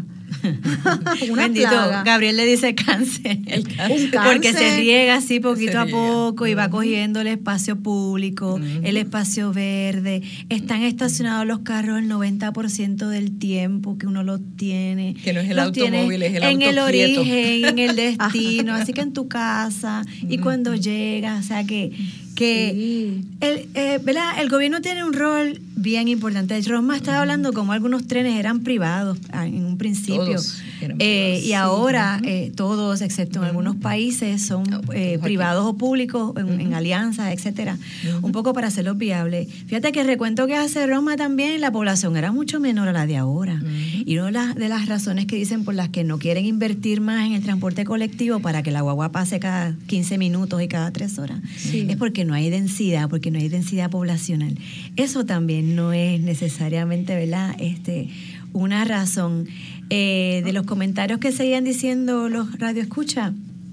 Una Bendito, plaga. Gabriel le dice cáncer, el cáncer, porque se riega así poquito a poco uh-huh. y va cogiendo el espacio público, uh-huh. el espacio verde. Están estacionados los carros el noventa por ciento del tiempo que uno los tiene. Que no es el los automóvil, es el en auto el quieto. origen, en el destino, así que en tu casa y uh-huh. cuando llegas, o sea que que sí. el, eh, ¿verdad? El gobierno tiene un rol bien importante. Rosma estaba hablando como algunos trenes eran privados en un principio. Todos eran eh, privados. Y ahora Sí. eh, todos, excepto en Uh-huh. algunos países, son No, pues, eh, privados o públicos en, Uh-huh. en alianzas, etcétera. Uh-huh. Un poco para hacerlos viables. Fíjate que el recuento que hace Rosma también, la población era mucho menor a la de ahora. Uh-huh. Y una de las, de las razones que dicen por las que no quieren invertir más en el transporte colectivo para que la guagua pase cada quince minutos y cada tres horas, sí. es porque no hay densidad, porque no hay densidad poblacional. Eso también no es necesariamente, ¿verdad?, este, una razón. Eh, de los comentarios que seguían diciendo los radioescuchas,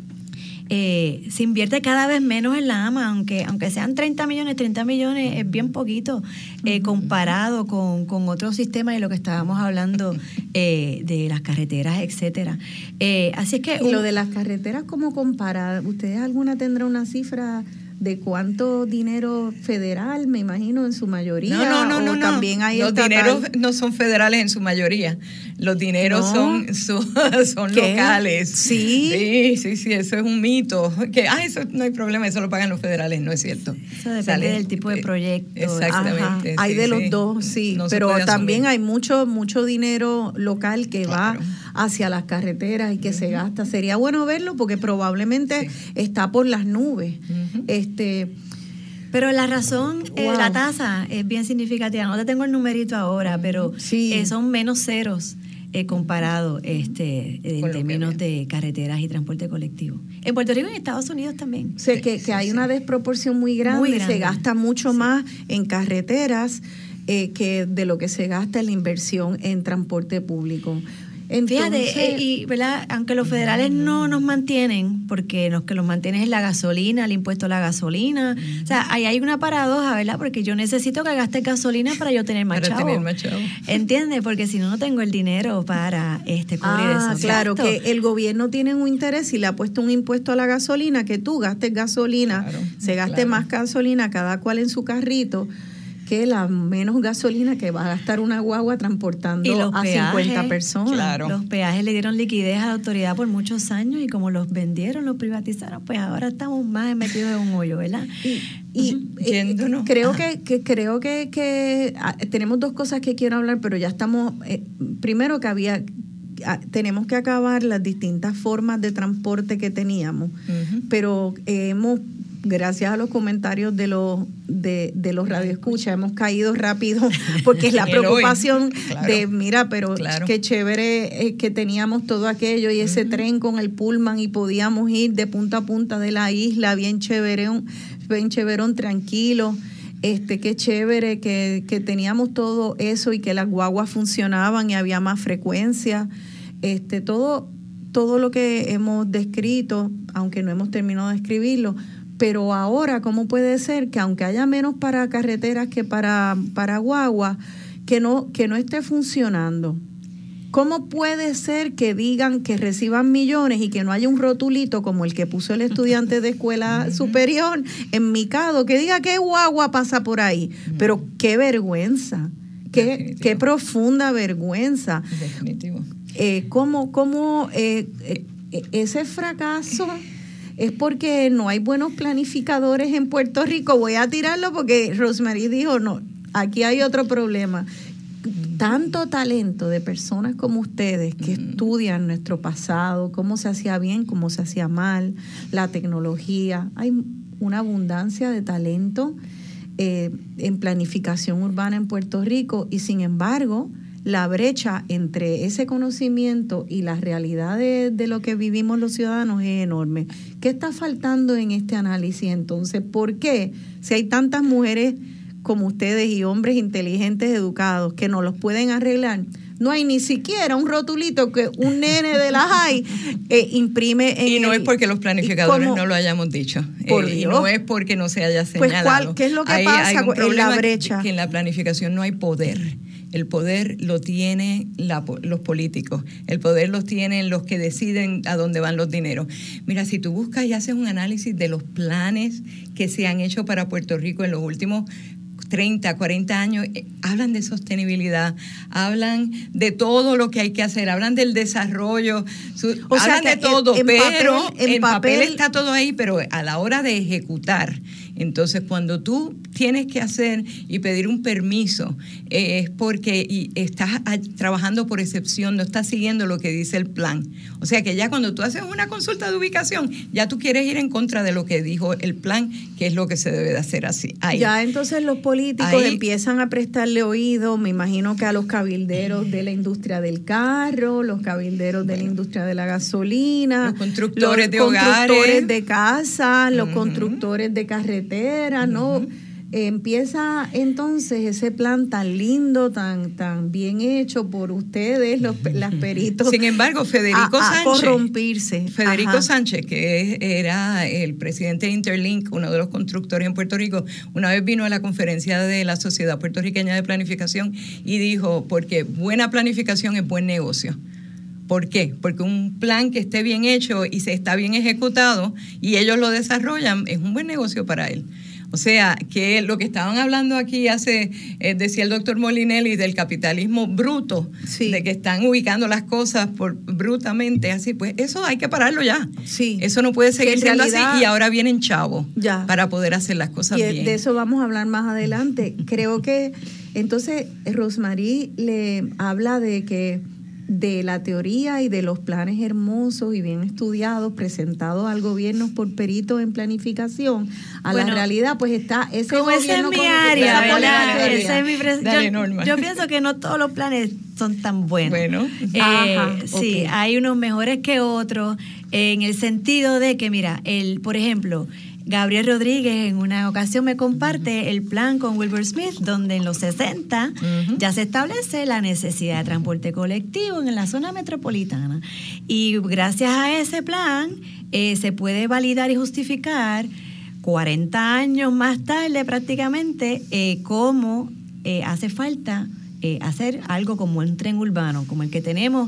eh, se invierte cada vez menos en la AMA, aunque aunque sean treinta millones, treinta millones es bien poquito eh, comparado con, con otros sistemas y lo que estábamos hablando eh, de las carreteras, etcétera. Eh, así es que... Y lo de las carreteras, ¿cómo compara? ¿Ustedes alguna tendrá una cifra de cuánto dinero federal, me imagino, en su mayoría? No, no, no, o no. También hay los estatal? dineros no son federales en su mayoría. Los dineros ¿No? son, son, son locales. ¿Sí? Sí, sí, sí, eso es un mito. Que, ah, eso no hay problema, eso lo pagan los federales, no es cierto. Eso depende Sale, del tipo de proyecto. Exactamente. Ajá, hay sí, de los sí. dos, sí, No se pero puede también asumir. hay mucho mucho dinero local que Claro. va hacia las carreteras y que uh-huh. se gasta. Sería bueno verlo porque probablemente Sí. está por las nubes. Uh-huh. Este... Pero la razón, eh, Wow. la tasa es bien significativa. No te tengo el numerito ahora, pero Sí. eh, son menos ceros eh, comparado este, en Con lo que términos había. de carreteras y transporte colectivo. En Puerto Rico y en Estados Unidos también. O sea, que, Sí, que hay sí. una desproporción muy grande, Muy grande. se gasta mucho Sí. más en carreteras eh, que de lo que se gasta en la inversión en transporte público. Entonces, Fíjate, eh, y ¿verdad? Aunque los federales no nos mantienen, porque los que los mantienen es la gasolina, el impuesto a la gasolina. O sea, ahí hay una paradoja, ¿verdad? Porque yo necesito que gaste gasolina para yo tener más Para chavo. tener más chavo. ¿Entiendes? Porque si no, no tengo el dinero para este cubrir ah, esos claro, gastos. que el gobierno tiene un interés y le ha puesto un impuesto a la gasolina, que tú gastes gasolina, Claro, se gaste claro. más gasolina cada cual en su carrito, que la menos gasolina que va a gastar una guagua transportando Y los a peajes, cincuenta personas. Claro. Los peajes le dieron liquidez a la autoridad por muchos años y como los vendieron, los privatizaron, pues ahora estamos más metidos en un hoyo, ¿verdad? Y, y Ujú. eh, Yéndonos. creo Ajá. que, que creo que, que ah, tenemos dos cosas que quiero hablar, pero ya estamos, eh, primero que había, ah, tenemos que acabar las distintas formas de transporte que teníamos, Ujú. pero eh, hemos, gracias a los comentarios de los de, de los radioescuchas, hemos caído rápido porque es la El hoy. preocupación Claro. de, mira, pero Claro. qué chévere eh, que teníamos todo aquello y ese tren con el pullman y podíamos ir de punta a punta de la isla, bien chéverón, bien chéverón, tranquilo. Este, qué chévere que, que teníamos todo eso y que las guaguas funcionaban y había más frecuencia. Este, todo, todo lo que hemos descrito, aunque no hemos terminado de escribirlo, pero ahora, ¿cómo puede ser que aunque haya menos para carreteras que para, para guagua, que no, que no esté funcionando? ¿Cómo puede ser que digan que reciban millones y que no haya un rotulito como el que puso el estudiante de escuela superior en Micado, que diga qué guagua pasa por ahí? Pero qué vergüenza, qué, Definitivo. qué profunda vergüenza. Definitivo. Eh, ¿Cómo, cómo eh, eh, ese fracaso es porque no hay buenos planificadores en Puerto Rico? Voy a tirarlo porque Rosemary dijo, no, aquí hay otro problema. Tanto talento de personas como ustedes que estudian nuestro pasado, cómo se hacía bien, cómo se hacía mal, la tecnología. Hay una abundancia de talento eh, en planificación urbana en Puerto Rico y sin embargo la brecha entre ese conocimiento y la realidad de, de lo que vivimos los ciudadanos es enorme. ¿Qué está faltando en este análisis entonces? ¿Por qué si hay tantas mujeres como ustedes y hombres inteligentes, educados, que no los pueden arreglar, no hay ni siquiera un rotulito que un nene de la high eh, imprime en Y no el- es porque los planificadores ¿Cómo? no lo hayamos dicho. Por Eh, y Dios. no es porque no se haya Pues, señalado. ¿cuál- qué es lo que Hay- pasa hay un en la problema brecha? Que en la planificación no hay poder. El poder lo tienen la, los políticos. El poder los tienen los que deciden a dónde van los dineros. Mira, si tú buscas y haces un análisis de los planes que se han hecho para Puerto Rico en los últimos treinta, cuarenta años, eh, hablan de sostenibilidad, hablan de todo lo que hay que hacer, hablan del desarrollo, su- O sea hablan que de todo, en- en pero papel- en en papel papel- está todo ahí, pero a la hora de ejecutar, entonces cuando tú tienes que hacer y pedir un permiso, eh, es porque y estás a- trabajando por excepción, no estás siguiendo lo que dice el plan. O sea que ya cuando tú haces una consulta de ubicación, ya tú quieres ir en contra de lo que dijo el plan, que es lo que se debe de hacer así. Ahí. Ya entonces los políticos Ahí- empiezan a prestarle oído, me imagino que a los cabilderos de la industria del carro, los cabilderos de la industria de la gasolina, Los constructores los de constructores hogares. de casas, los Ujú. constructores de carreteras, ¿no? Empieza entonces ese plan tan lindo, tan tan bien hecho por ustedes, los pe- las peritos. Sin embargo, Federico a, a Sánchez. corrompirse. Federico Ajá. Sánchez, que es- era el presidente de Interlink, uno de los constructores en Puerto Rico, una vez vino a la conferencia de la Sociedad Puertorriqueña de Planificación y dijo, porque buena planificación es buen negocio. ¿Por qué? Porque un plan que esté bien hecho y se está bien ejecutado y ellos lo desarrollan, es un buen negocio para él. O sea, que lo que estaban hablando aquí hace, eh, decía el doctor Molinelli, del capitalismo bruto, Sí. de que están ubicando las cosas por brutamente, así, pues eso hay que pararlo ya. Sí. Eso no puede Que seguir en siendo realidad- así y ahora vienen chavos Ya. para poder hacer las cosas Y bien. de eso vamos a hablar más adelante. Creo que entonces Rosemary le habla de que de la teoría y de los planes hermosos y bien estudiados presentados al gobierno por peritos en planificación, a Bueno, la realidad pues está ese Como esa es gobierno mi con- área, esa Dale, ¿verdad? dale, dale. Esa es mi pres- Dale, yo, Norma. yo pienso que no todos los planes son tan buenos. Bueno. Eh, Ajá, sí, ok. hay unos mejores que otros, en el sentido de que, mira, el, por ejemplo, Gabriel Rodríguez en una ocasión me comparte el plan con Wilbur Smith, donde en los sesenta Ujú. ya se establece la necesidad de transporte colectivo en la zona metropolitana. Y gracias a ese plan eh, se puede validar y justificar cuarenta años más tarde prácticamente eh, cómo eh, hace falta eh, hacer algo como un tren urbano, como el que tenemos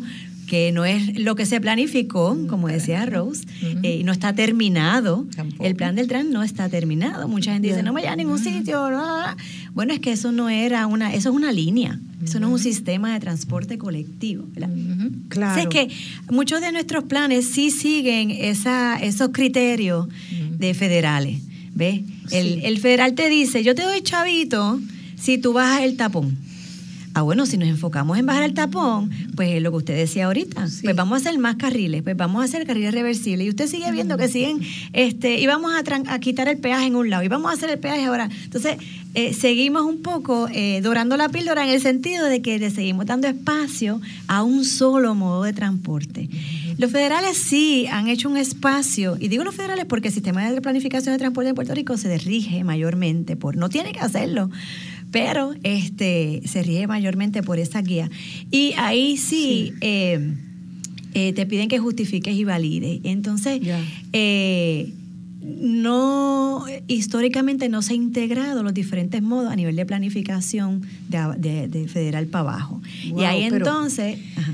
que no es lo que se planificó, como decía Rose, uh-huh. eh, no está terminado. Tampoco. El plan del tren no está terminado. Mucha gente dice, no vaya a ningún sitio. No, no, no. Bueno, es que eso no era una, eso es una línea. Eso no es un sistema de transporte colectivo, ¿verdad? Uh-huh. Claro. O sea, es que muchos de nuestros planes sí siguen esa, esos criterios uh-huh. de federales, ¿ves? Sí. El, el federal te dice, yo te doy chavito si tú bajas el tapón. Ah, bueno, si nos enfocamos en bajar el tapón, pues lo que usted decía ahorita, sí. pues vamos a hacer más carriles, pues vamos a hacer carriles reversibles. Y usted sigue viendo que siguen, este, y vamos a, tran- a quitar el peaje en un lado, y vamos a hacer el peaje ahora. Entonces, eh, seguimos un poco eh, dorando la píldora en el sentido de que le seguimos dando espacio a un solo modo de transporte. Uh-huh. Los federales sí han hecho un espacio, y digo los federales porque el sistema de planificación de transporte de Puerto Rico se rige mayormente por, no tiene que hacerlo, pero este se rige mayormente por esa guía. Y ahí sí, sí. Eh, eh, te piden que justifiques y valides. Entonces, yeah. eh, no históricamente no se han integrado los diferentes modos a nivel de planificación de, de, de federal para abajo. Wow, y ahí pero... entonces... Ajá.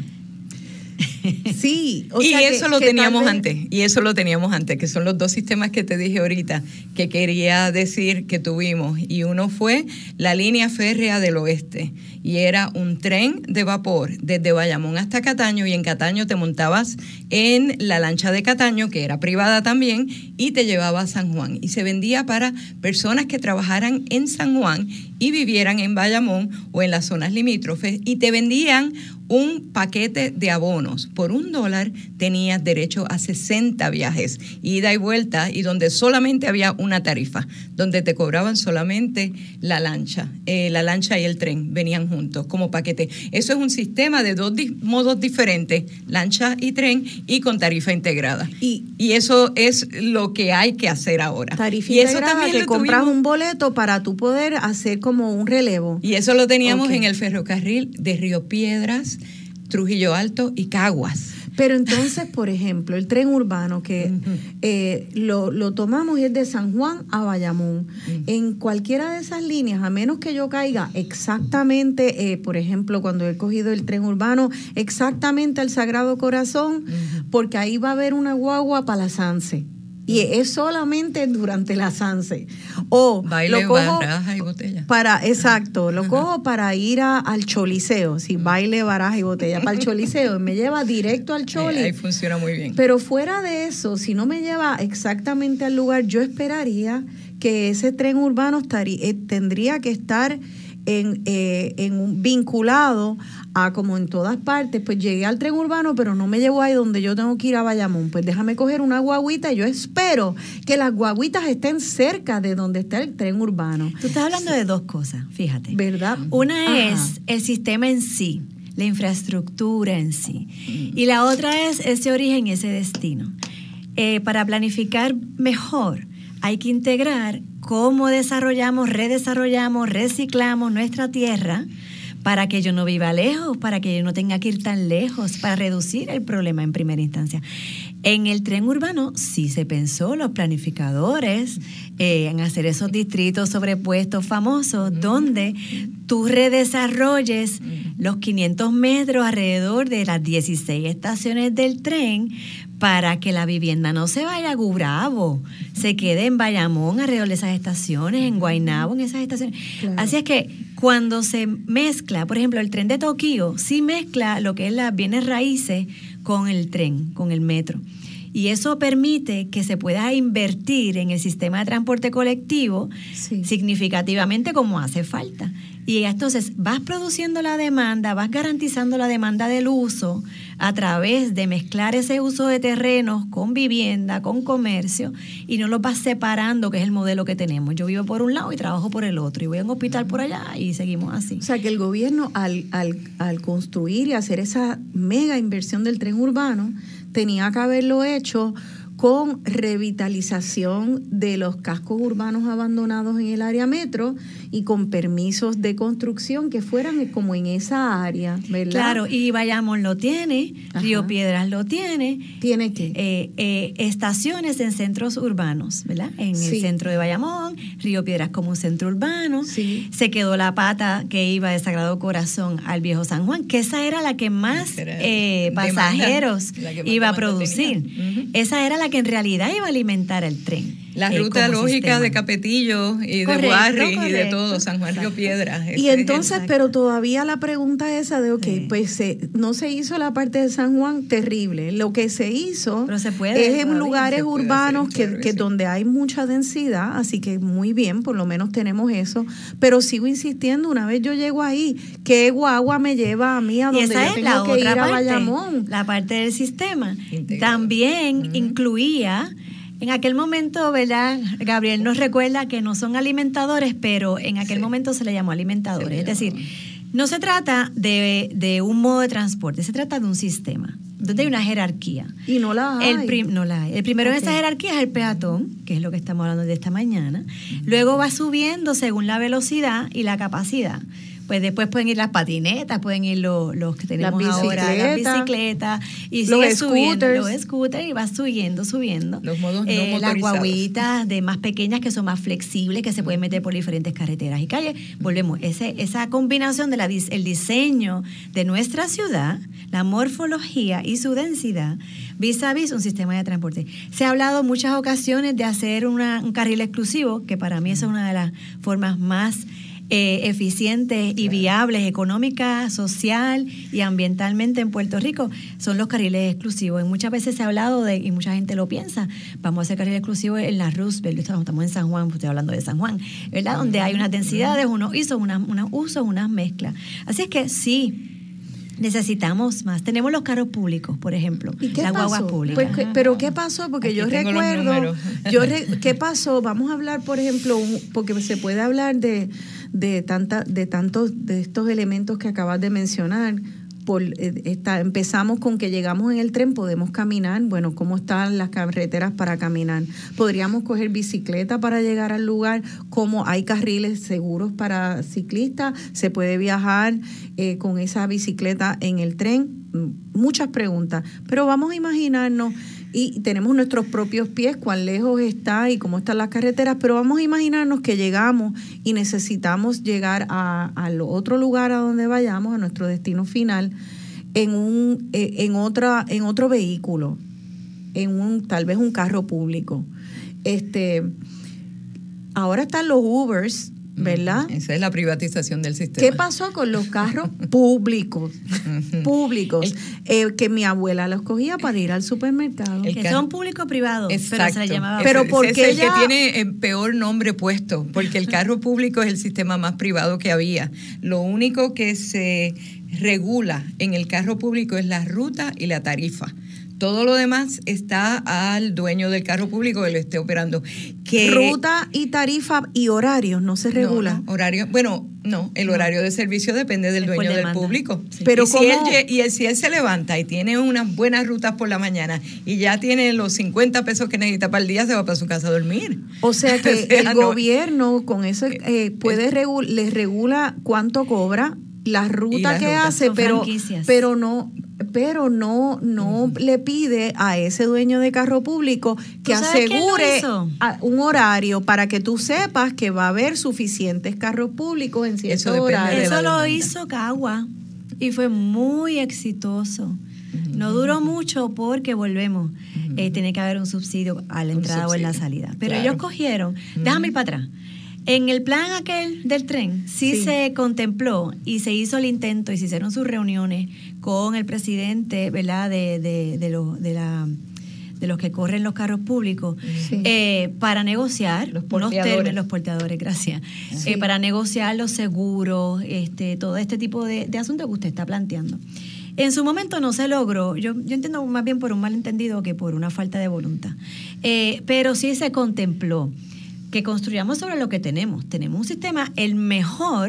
Sí, o y sea eso que, lo que teníamos vez... antes, y eso lo teníamos antes, que son los dos sistemas que te dije ahorita, que quería decir que tuvimos, y uno fue la línea férrea del oeste, y era un tren de vapor desde Bayamón hasta Cataño, y en Cataño te montabas en la lancha de Cataño, que era privada también, y te llevaba a San Juan, y se vendía para personas que trabajaran en San Juan y vivieran en Bayamón o en las zonas limítrofes, y te vendían un paquete de abonos. Por un dólar tenías derecho a sesenta viajes, ida y vuelta, y donde solamente había una tarifa, donde te cobraban solamente la lancha. Eh, la lancha y el tren venían juntos como paquete. Eso es un sistema de dos di- modos diferentes, lancha y tren, y con tarifa integrada. Y, y eso es lo que hay que hacer ahora. Tarifa y integrada, eso también que compras tuvimos, un boleto para tú poder hacer como un relevo. Y eso lo teníamos okay. en el ferrocarril de Río Piedras, Trujillo Alto y Caguas. Pero entonces, por ejemplo, el tren urbano que uh-huh. eh, lo, lo tomamos y es de San Juan a Bayamón. Uh-huh. En cualquiera de esas líneas, a menos que yo caiga exactamente, eh, por ejemplo, cuando he cogido el tren urbano, exactamente al Sagrado Corazón, uh-huh. porque ahí va a haber una guagua para la Sanse. Y es solamente durante la Sanse. O baile, lo cojo baraja y botella. Para, exacto, lo cojo para ir a, al Choliseo. Si baile, baraja y botella para el Choliseo, me lleva directo al Choli. Ahí, ahí funciona muy bien. Pero fuera de eso, si no me lleva exactamente al lugar, yo esperaría que ese tren urbano estaría, eh, tendría que estar en, eh, en un, vinculado a, como en todas partes, pues llegué al tren urbano, pero no me llevo ahí donde yo tengo que ir a Bayamón. Pues déjame coger una guaguita y yo espero que las guaguitas estén cerca de donde está el tren urbano. Tú estás hablando sí. de dos cosas, fíjate. ¿Verdad? Una Ajá. es el sistema en sí, la infraestructura en sí. Y la otra es ese origen y ese destino. Eh, para planificar mejor, hay que integrar cómo desarrollamos, redesarrollamos, reciclamos nuestra tierra para que yo no viva lejos, para que yo no tenga que ir tan lejos, para reducir el problema en primera instancia. En el tren urbano sí se pensó, los planificadores, eh, en hacer esos distritos sobrepuestos famosos, mm. donde tú redesarrolles mm. los quinientos metros alrededor de las dieciséis estaciones del tren para que la vivienda no se vaya a Gurabo, se quede en Bayamón alrededor de esas estaciones, en Guaynabo, en esas estaciones. Claro. Así es que cuando se mezcla, por ejemplo, el tren de Tokio, sí mezcla lo que es las bienes raíces con el tren, con el metro. Y eso permite que se pueda invertir en el sistema de transporte colectivo sí. significativamente como hace falta. Y entonces vas produciendo la demanda, vas garantizando la demanda del uso a través de mezclar ese uso de terrenos con vivienda, con comercio, y no los vas separando, que es el modelo que tenemos. Yo vivo por un lado y trabajo por el otro, y voy a un hospital por allá y seguimos así. O sea que el gobierno al, al, al construir y hacer esa mega inversión del tren urbano tenía que haberlo hecho con revitalización de los cascos urbanos abandonados en el área metro y con permisos de construcción que fueran como en esa área, ¿verdad? Claro, y Bayamón lo tiene, Ajá. Río Piedras lo tiene. ¿Tiene qué? Eh, eh, estaciones en centros urbanos, ¿verdad? En Sí. el centro de Bayamón, Río Piedras como un centro urbano. Sí. Se quedó la pata que iba de Sagrado Corazón al Viejo San Juan, que esa era la que más Era eh, demanda, pasajeros la que más iba a demanda producir. tenía. Ujú. Esa era la que en realidad iba a alimentar el tren. La eh, ruta como lógica sistema. de Capetillo y Correcto, de Guarri y de correcto. todo, San Juan Río Piedras. Y ese es entonces, el- pero todavía la pregunta esa de, ok, Sí. pues se, no se hizo la parte de San Juan, terrible. Lo que se hizo Pero se puede es en todavía, lugares se puede urbanos hacer, que, claro que que sí. donde hay mucha densidad, así que muy bien, por lo menos tenemos eso. Pero sigo insistiendo, una vez yo llego ahí, ¿qué guagua me lleva a mí a Y donde esa yo es tengo la que otra ir a parte, Bayamón? la parte del sistema. Integrado. También Ujú. incluía, en aquel momento, ¿verdad? Gabriel nos recuerda que no son alimentadores, pero en aquel Sí. momento se le llamó alimentadores. Se le Es decir, llamaba. no se trata de, de un modo de transporte, se trata de un sistema, donde hay una jerarquía. Y no la hay. El, prim- no la hay. El primero Ok. en esa jerarquía es el peatón, que es lo que estamos hablando de esta mañana. Luego va subiendo según la velocidad y la capacidad. Pues después pueden ir las patinetas, pueden ir los, los que tenemos ahora, las bicicletas, bicicletas, y los sigue subiendo, scooters. los scooters, y va subiendo, subiendo. Los modos no Eh, las motorizados. guaguitas de más pequeñas que son más flexibles, que se pueden meter por diferentes carreteras y calles. Volvemos, ese, esa combinación del el diseño de nuestra ciudad, la morfología y su densidad, vis a vis un sistema de transporte. Se ha hablado en muchas ocasiones de hacer una, un carril exclusivo, que para mí esa es una de las formas más eh, eficientes y viables económica, social y ambientalmente en Puerto Rico, son los carriles exclusivos. Y muchas veces se ha hablado de, y mucha gente lo piensa, vamos a hacer carril exclusivo en la Roosevelt, estamos, estamos en San Juan, estoy hablando de San Juan, ¿verdad? Donde hay unas densidades, unos usos, unas, unos usos, unas mezclas. Así es que sí, necesitamos más. Tenemos los carros públicos, por ejemplo, ¿Y qué las guaguas pasó? públicas. Pues, ¿qué- pero ¿qué pasó? Porque Aquí yo tengo los recuerdo, números. yo re- ¿qué pasó? Vamos a hablar, por ejemplo, un- porque se puede hablar de, de tanta, de tantos de estos elementos que acabas de mencionar. Por, eh, esta, empezamos con que llegamos en el tren, podemos caminar. Bueno, ¿cómo están las carreteras para caminar? Podríamos coger bicicleta para llegar al lugar. ¿Cómo hay carriles seguros para ciclistas? ¿Se puede viajar eh, con esa bicicleta en el tren? Mm, Muchas preguntas. Pero vamos a imaginarnos, y tenemos nuestros propios pies, cuán lejos está y cómo están las carreteras, pero vamos a imaginarnos que llegamos y necesitamos llegar a, al otro lugar a donde vayamos, a nuestro destino final, en un eh, en otra en otro vehículo, en un tal vez un carro público. Este, ahora están los Ubers, ¿verdad? Esa es la privatización del sistema. ¿Qué pasó con los carros públicos? Públicos, eh, que mi abuela los cogía para ir al supermercado. El que carro- son público-privados, pero Exacto. se le llamaba... Ese- Pero ese ¿por es qué el ya- que tiene el peor nombre puesto, porque el carro público es el sistema más privado que había. Lo único que se regula en el carro público es la ruta y la tarifa. Todo lo demás está al dueño del carro público que lo esté operando. Que Ruta y tarifa y horarios no se regula. No, no, horario, bueno, no, el horario de servicio depende del Es por dueño del demanda. público. Sí. Pero y, si él, ¿cómo? lle- y él- si él se levanta y tiene unas buenas rutas por la mañana y ya tiene los cincuenta pesos que necesita para el día, se va para su casa a dormir. O sea que O sea, el no- gobierno con eso eh, puede regu- les regula cuánto cobra, la ruta las que rutas. hace, Son pero franquicias. pero no pero no no le pide a ese dueño de carro público que ¿Tú sabes quién lo asegure hizo? a- un horario para que tú sepas que va a haber suficientes carros públicos en cierto Eso depende horario. de la Eso lo demanda. hizo Cagua y fue muy exitoso. No duró mucho porque volvemos. Eh, tiene que haber un subsidio a la Un entrada o en la subsidio, salida. Pero claro. ellos cogieron, déjame ir para atrás. En el plan aquel del tren sí, Sí. se contempló y se hizo el intento y se hicieron sus reuniones con el presidente, ¿verdad? De, de, de, los, de, la, de los que corren los carros públicos Sí. eh, para negociar Los unos porteadores. términos, los porteadores, gracias, Sí. eh, para negociar los seguros, este, todo este tipo de, de asuntos que usted está planteando. En su momento no se logró, yo, yo entiendo más bien por un malentendido que por una falta de voluntad, eh, pero sí se contempló que construyamos sobre lo que tenemos. Tenemos un sistema el mejor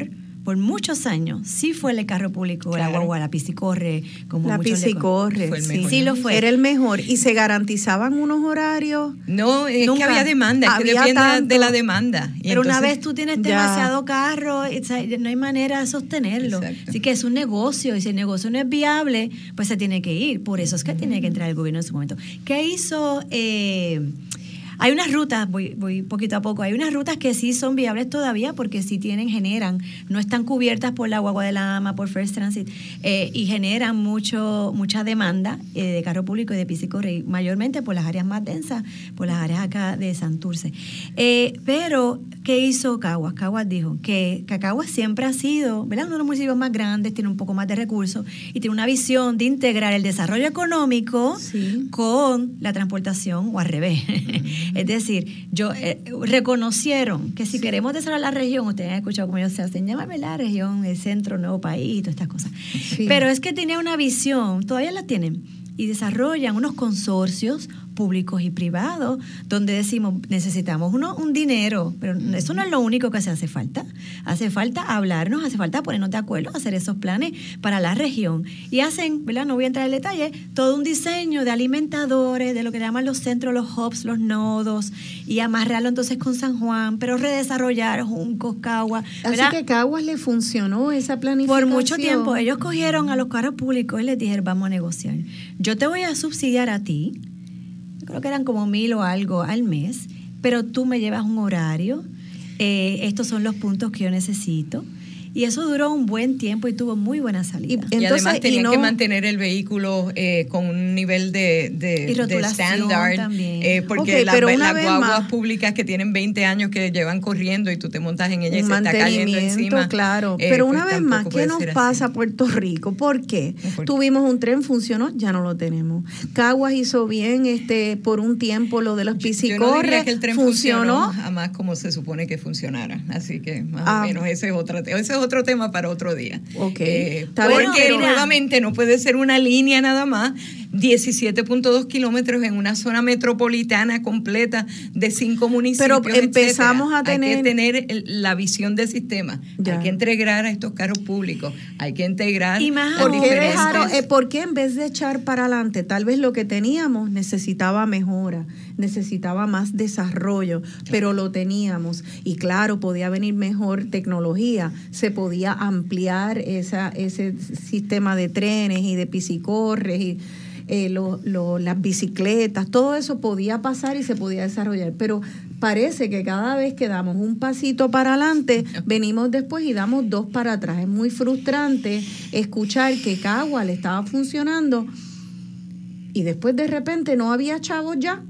por muchos años, sí fue el carro público, claro. La guagua, la piscicorre, como la piscicorre, fue el sí. sí lo fue. Era el mejor. ¿Y se garantizaban unos horarios? No, es Nunca. que había demanda, es había que depende tanto. de la demanda. Y Pero entonces, una vez tú tienes ya. demasiado carro, no hay manera de sostenerlo. Exacto. Así que es un negocio, y si el negocio no es viable, pues se tiene que ir. Por eso es que tiene que entrar el gobierno en su momento. ¿Qué hizo? Eh, Hay unas rutas, voy, voy poquito a poco, hay unas rutas que sí son viables todavía porque sí tienen, generan, no están cubiertas por la Guagua de la Ama, por First Transit, eh, y generan mucho mucha demanda eh, de carro público y de piscicorre, mayormente por las áreas más densas, por las áreas acá de Santurce. Eh, pero, ¿qué hizo Caguas? Caguas dijo que, que Caguas siempre ha sido, ¿verdad?, uno de los municipios más grandes, tiene un poco más de recursos y tiene una visión de integrar el desarrollo económico sí. con la transportación o al revés. Es decir, yo eh, reconocieron que si sí. queremos desarrollar la región, ustedes han escuchado cómo ellos se hacen, llámame la región, el centro, nuevo país, todas estas cosas. Sí. Pero es que tenía una visión, todavía la tienen, y desarrollan unos consorcios públicos y privados, donde decimos, necesitamos uno, un dinero, pero eso no es lo único que se hace falta. Hace falta hablarnos, hace falta ponernos de acuerdo, hacer esos planes para la región. Y hacen, ¿verdad?, no voy a entrar en detalle, todo un diseño de alimentadores, de lo que llaman los centros, los hubs, los nodos, y amarrarlo entonces con San Juan, pero redesarrollar Juncos, Caguas. Así que Caguas le funcionó esa planificación. Por mucho tiempo, ellos cogieron a los carros públicos y les dijeron, vamos a negociar. Yo te voy a subsidiar a ti, creo que eran como mil o algo al mes, pero tú me llevas un horario, eh, estos son los puntos que yo necesito. Y eso duró un buen tiempo y tuvo muy buena salida. Y, entonces, y además tenían y no, que mantener el vehículo eh, con un nivel de, de, y de estándar. Eh, porque okay, las la guaguas más, públicas que tienen veinte años que llevan corriendo y tú te montas en ella y se está cayendo encima. Claro, eh, pero una pues vez más, ¿qué nos pasa a Puerto Rico? ¿Por qué? ¿Por Tuvimos un tren, funcionó, ya no lo tenemos. Caguas hizo bien este por un tiempo lo de los piscicorres. No que el tren funcionó, funcionó jamás como se supone que funcionara. Así que más ah, o menos ese es otra ese es otro tema para otro día. Okay. Eh, porque bueno, pero, nuevamente no puede ser una línea nada más, diecisiete punto dos kilómetros en una zona metropolitana completa de cinco municipios. Pero empezamos etcétera. a tener... Hay que tener el, la visión del sistema. Ya. Hay que integrar a estos carros públicos. Hay que integrar... Y más ¿Por, qué dejaron, eh, ¿Por qué en vez de echar para adelante, tal vez lo que teníamos necesitaba mejora, necesitaba más desarrollo, claro. pero lo teníamos. Y claro, podía venir mejor tecnología, se podía ampliar esa, ese sistema de trenes y de piscicorres y eh, lo, lo, las bicicletas, todo eso podía pasar y se podía desarrollar, pero parece que cada vez que damos un pasito para adelante, venimos después y damos dos para atrás. Es muy frustrante escuchar que Caguas le estaba funcionando y después de repente no había chavos ya.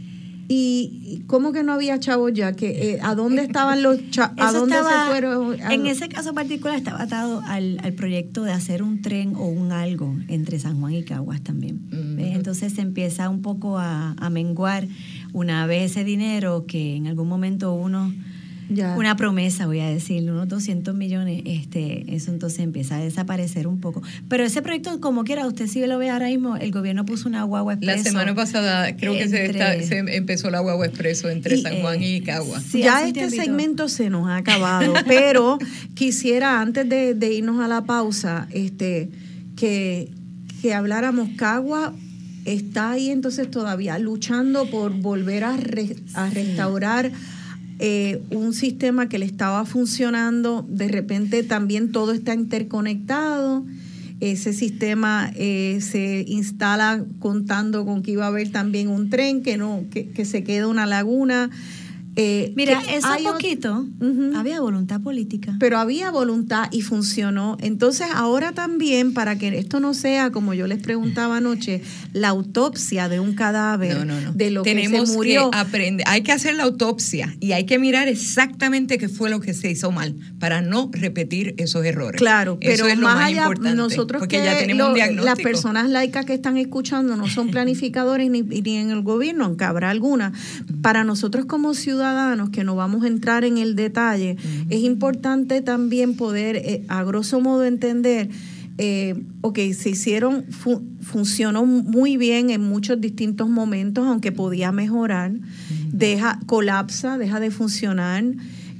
¿Y cómo que no había chavos ya? Que eh, ¿A dónde estaban los chavos? ¿A dónde estaba, se fueron? ¿A en ese caso particular estaba atado al, al proyecto de hacer un tren o un algo entre San Juan y Caguas también. Uh-huh. Entonces se empieza un poco a, a menguar una vez ese dinero que en algún momento uno... Ya. Una promesa, voy a decir, unos doscientos millones, este, eso entonces empieza a desaparecer un poco. Pero ese proyecto, como quiera, usted sí lo ve ahora mismo, el gobierno puso una guagua expreso. La semana pasada creo entre, que se, está, se empezó la guagua expreso entre y, San Juan eh, y Caguas. Sí, ya este segmento se nos ha acabado, pero quisiera, antes de, de irnos a la pausa, este, que, que habláramos. Caguas está ahí entonces todavía luchando por volver a, re, a restaurar Eh, un sistema que le estaba funcionando. De repente también todo está interconectado. Ese sistema eh, se instala contando con que iba a haber también un tren, que no que, que se queda una laguna. Eh, Mira, eso poquito, uh-huh. había voluntad política. Pero había voluntad y funcionó. Entonces, ahora también, para que esto no sea, como yo les preguntaba anoche, la autopsia de un cadáver, no, no, no. de lo Tenemos que se murió. Que aprender, hay que hacer la autopsia y hay que mirar exactamente qué fue lo que se hizo mal para no repetir esos errores. Claro, Eso pero es lo más, más allá, importante, nosotros porque que ya tenemos lo, un diagnóstico. Las personas laicas que están escuchando no son planificadores ni, ni en el gobierno, aunque habrá alguna. Para nosotros como ciudadanos que no vamos a entrar en el detalle, uh-huh. es importante también poder, eh, a grosso modo, entender, eh, ok, se hicieron, fu- funcionó muy bien en muchos distintos momentos, aunque podía mejorar, uh-huh. deja, colapsa, deja de funcionar,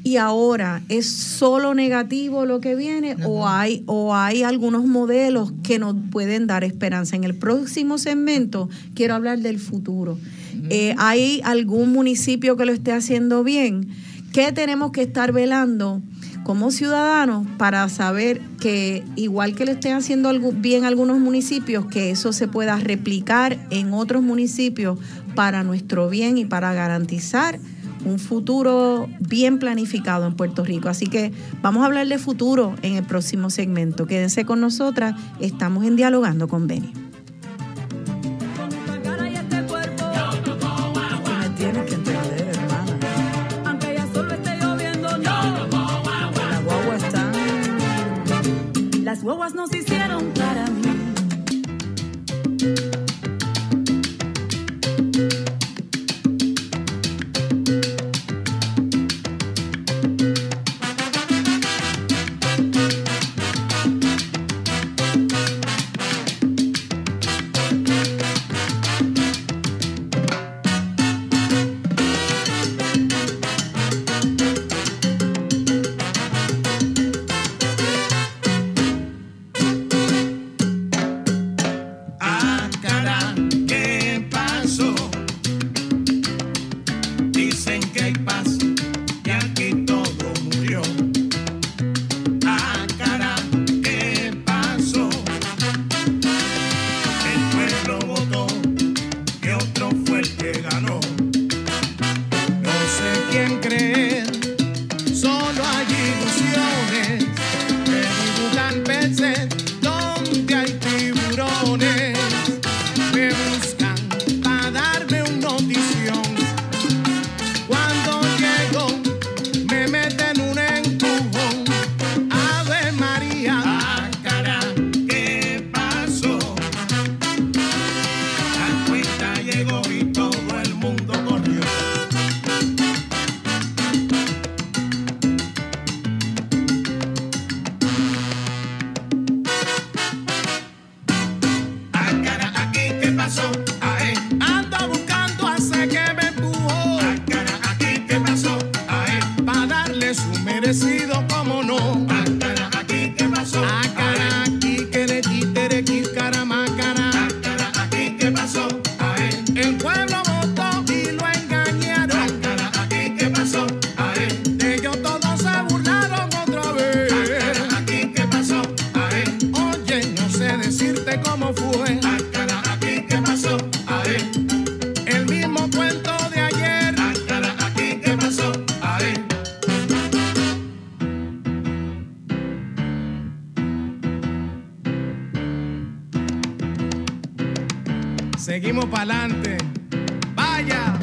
y ahora es solo negativo lo que viene, uh-huh. o hay o hay algunos modelos que nos pueden dar esperanza. En el próximo segmento quiero hablar del futuro. Uh-huh. Eh, ¿hay algún municipio que lo esté haciendo bien? ¿Qué tenemos que estar velando como ciudadanos para saber que igual que lo estén haciendo bien algunos municipios, que eso se pueda replicar en otros municipios para nuestro bien y para garantizar un futuro bien planificado en Puerto Rico? Así que vamos a hablar de futuro en el próximo segmento. Quédense con nosotras, estamos en Dialogando con Beni. Las guaguas nos hicieron para mí. Seguimos para adelante. ¡Vaya!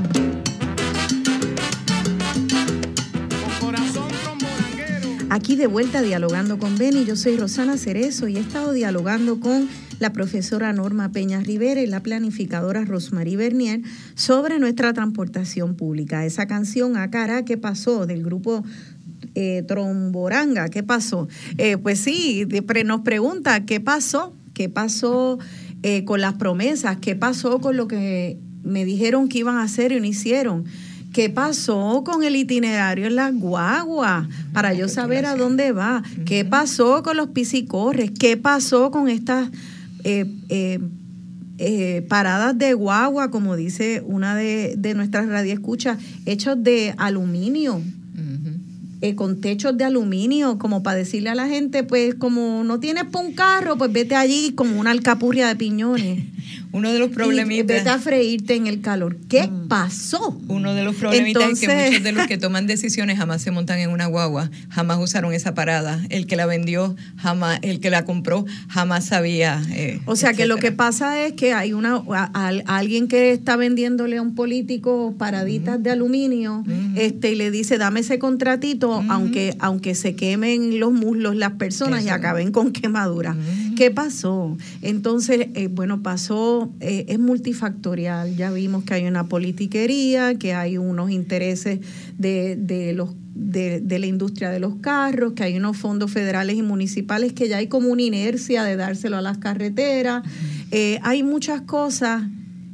Con corazón tromboranguero. Aquí de vuelta Dialogando con Beni, yo soy Rosana Cerezo y he estado dialogando con la profesora Norma Peña Rivera y la planificadora Rosmarie Bernier sobre nuestra transportación pública. Esa canción Acará, ¿qué pasó? Del grupo eh, Tromboranga, ¿qué pasó? Eh, pues sí, nos pregunta, ¿qué pasó? ¿Qué pasó eh, con las promesas? ¿Qué pasó con lo que me dijeron que iban a hacer y no hicieron? ¿Qué pasó con el itinerario en las guaguas? Para yo saber a dónde va. ¿Qué pasó con los piscicorres? ¿Qué pasó con estas eh, eh, eh, paradas de guagua, como dice una de, de nuestras radioescuchas, hechos de aluminio? Eh, con techos de aluminio, como para decirle a la gente, pues como no tienes para un carro, pues vete allí como una alcapurria de piñones. Uno de los problemitas. Y vete a freírte en el calor. ¿Qué mm. pasó? Uno de los problemitas Entonces... es que muchos de los que toman decisiones jamás se montan en una guagua, jamás usaron esa parada. El que la vendió, jamás, el que la compró, jamás sabía. Eh, o sea, etcétera. Que lo que pasa es que hay una a, a, a alguien que está vendiéndole a un político paraditas uh-huh. de aluminio, uh-huh. este y le dice, dame ese contratito, uh-huh. aunque aunque se quemen los muslos las personas Eso. y acaben con quemaduras. Uh-huh. ¿Qué pasó? Entonces, eh, bueno, pasó, eh, es multifactorial. Ya vimos que hay una politiquería, que hay unos intereses de, de los de, de la industria de los carros, que hay unos fondos federales y municipales que ya hay como una inercia de dárselo a las carreteras. Uh-huh. Eh, hay muchas cosas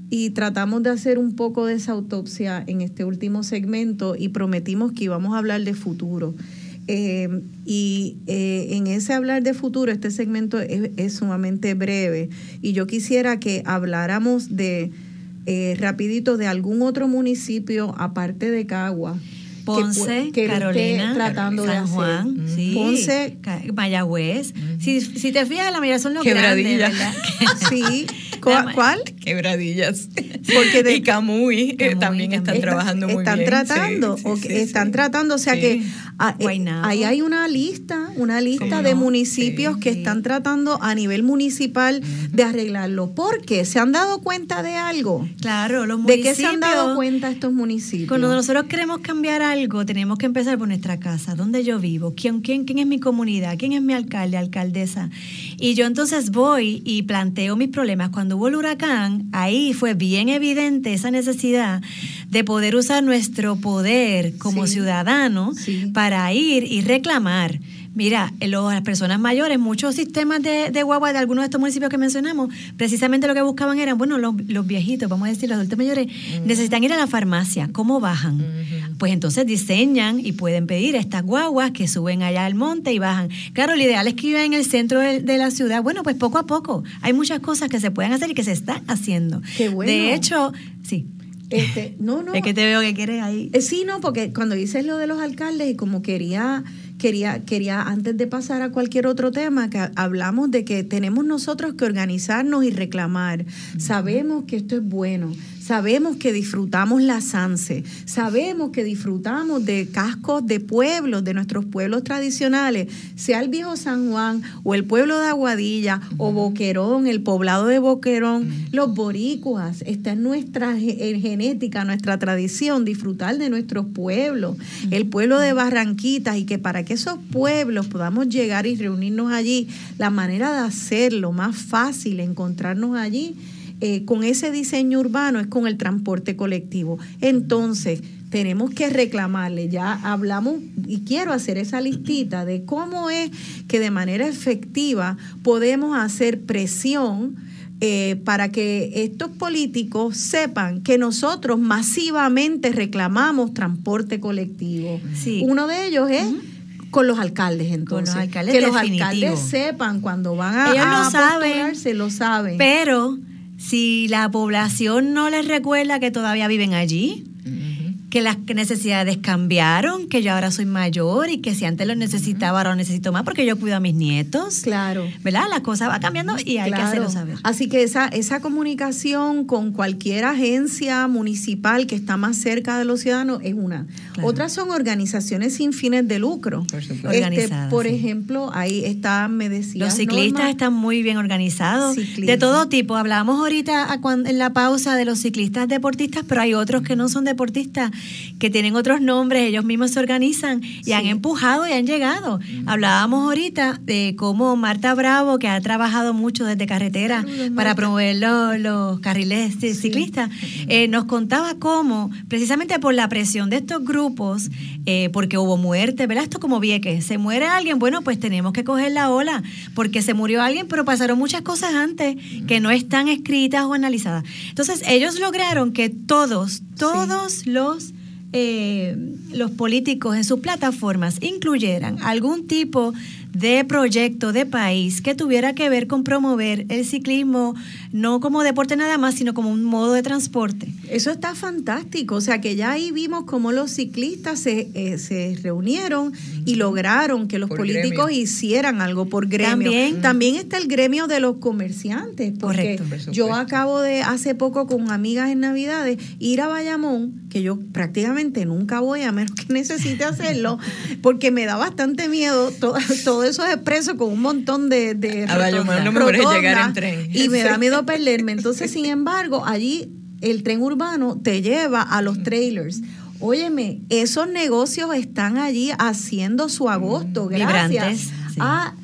y tratamos de hacer un poco de esa autopsia en este último segmento y prometimos que íbamos a hablar de futuro. Eh, y eh, en ese hablar de futuro, este segmento es, es sumamente breve y yo quisiera que habláramos de eh, rapidito de algún otro municipio aparte de Cagua. Ponce, que, que Carolina, tratando San de Juan, hacer. sí, Ponce, Mayagüez. Uh-huh. Si, si te fijas, la mayoría son los Quebradilla. grandes, ¿verdad? Sí. ¿Cuál? ¿Cuál? Quebradillas. Porque de, y Camuy, eh, también están está, trabajando muy están bien. Tratando, sí, o sí, que sí, están sí. tratando, o sea sí. que a, eh, ahí hay una lista, una lista de no? municipios sí, que sí. están tratando a nivel municipal uh-huh. de arreglarlo. ¿Por qué? ¿Se han dado cuenta de algo? Claro, los ¿De municipios. qué se han dado cuenta estos municipios? Cuando nosotros queremos cambiar algo, tenemos que empezar por nuestra casa, dónde yo vivo, quién, quién, quién es mi comunidad, quién es mi alcalde, alcaldesa. Y yo entonces voy y planteo mis problemas. Cuando hubo el huracán, ahí fue bien evidente esa necesidad de poder usar nuestro poder como sí. ciudadanos sí. para ir y reclamar. Mira, los, las personas mayores, muchos sistemas de, de guagua de algunos de estos municipios que mencionamos, precisamente lo que buscaban eran, bueno, los, los viejitos, vamos a decir, los adultos mayores, uh-huh. necesitan ir a la farmacia. ¿Cómo bajan? Uh-huh. Pues entonces diseñan y pueden pedir estas guaguas que suben allá al monte y bajan. Claro, lo ideal es que vivan en el centro de, de la ciudad. Bueno, pues poco a poco. Hay muchas cosas que se pueden hacer y que se están haciendo. Qué bueno. De hecho, sí. Este, no, no. Es que te veo que quieres ahí. Eh, sí, no, porque cuando dices lo de los alcaldes y como quería, quería, quería antes de pasar a cualquier otro tema, que hablamos de que tenemos nosotros que organizarnos y reclamar. Uh-huh. Sabemos que esto es bueno. Sabemos que disfrutamos la Sanse, sabemos que disfrutamos de cascos de pueblos, de nuestros pueblos tradicionales, sea el viejo San Juan o el pueblo de Aguadilla uh-huh. o Boquerón, el poblado de Boquerón, uh-huh. los boricuas, está en nuestra en genética, nuestra tradición, disfrutar de nuestros pueblos, uh-huh. el pueblo de Barranquitas, y que para que esos pueblos podamos llegar y reunirnos allí, la manera de hacerlo más fácil, encontrarnos allí, Eh, con ese diseño urbano es con el transporte colectivo. Entonces, tenemos que reclamarle, ya hablamos y quiero hacer esa listita de cómo es que de manera efectiva podemos hacer presión eh, para que estos políticos sepan que nosotros masivamente reclamamos transporte colectivo. Sí. Uno de ellos es... Uh-huh. Con los alcaldes, entonces. Con los alcaldes, que los definitivo. alcaldes sepan cuando van a, Ellos a lo saben, postularse, lo saben. Pero si la población no les recuerda que todavía viven allí, uh-huh. que las necesidades cambiaron, que yo ahora soy mayor y que si antes lo necesitaba, ahora lo necesito más porque yo cuido a mis nietos. Claro. ¿Verdad? La cosa va cambiando y hay claro. que hacerlo saber. Así que esa, esa comunicación con cualquier agencia municipal que está más cerca de los ciudadanos es una. Claro. Otras son organizaciones sin fines de lucro. Por supuesto. Este, Organizadas, por sí. ejemplo, ahí está, me decía. Los ciclistas Norma, están muy bien organizados, ciclismo. de todo tipo. Hablamos ahorita a cuando, en la pausa de los ciclistas deportistas, pero hay otros que no son deportistas, que tienen otros nombres, ellos mismos se organizan y sí. han empujado y han llegado. Mm. Hablábamos ahorita de cómo Marta Bravo, que ha trabajado mucho desde carretera Saludos, para promover los, los carriles sí. ciclistas, eh, nos contaba cómo, precisamente por la presión de estos grupos, eh, porque hubo muerte, ¿verdad? Esto como Vieques, se muere alguien, bueno, pues tenemos que coger la ola, porque se murió alguien, pero pasaron muchas cosas antes que no están escritas o analizadas. Entonces, ellos lograron que todos, todos sí. los eh, los políticos en sus plataformas incluyeran algún tipo de proyecto de país que tuviera que ver con promover el ciclismo, no como deporte nada más, sino como un modo de transporte. Eso está fantástico, o sea que ya ahí vimos cómo los ciclistas se, eh, se reunieron y lograron que los por políticos gremio. hicieran algo por gremio. También, También está el gremio de los comerciantes, porque correcto. yo acabo de, hace poco con amigas en Navidades, ir a Bayamón, que yo prácticamente nunca voy a menos que necesite hacerlo, porque me da bastante miedo todo, todo esos expresos con un montón de, de a Bayamón lo mejor es llegar en tren. Y me da miedo perderme. Entonces, sin embargo, allí el tren urbano te lleva a los trailers. Óyeme, esos negocios están allí haciendo su agosto, gracias Vibrantes, sí. a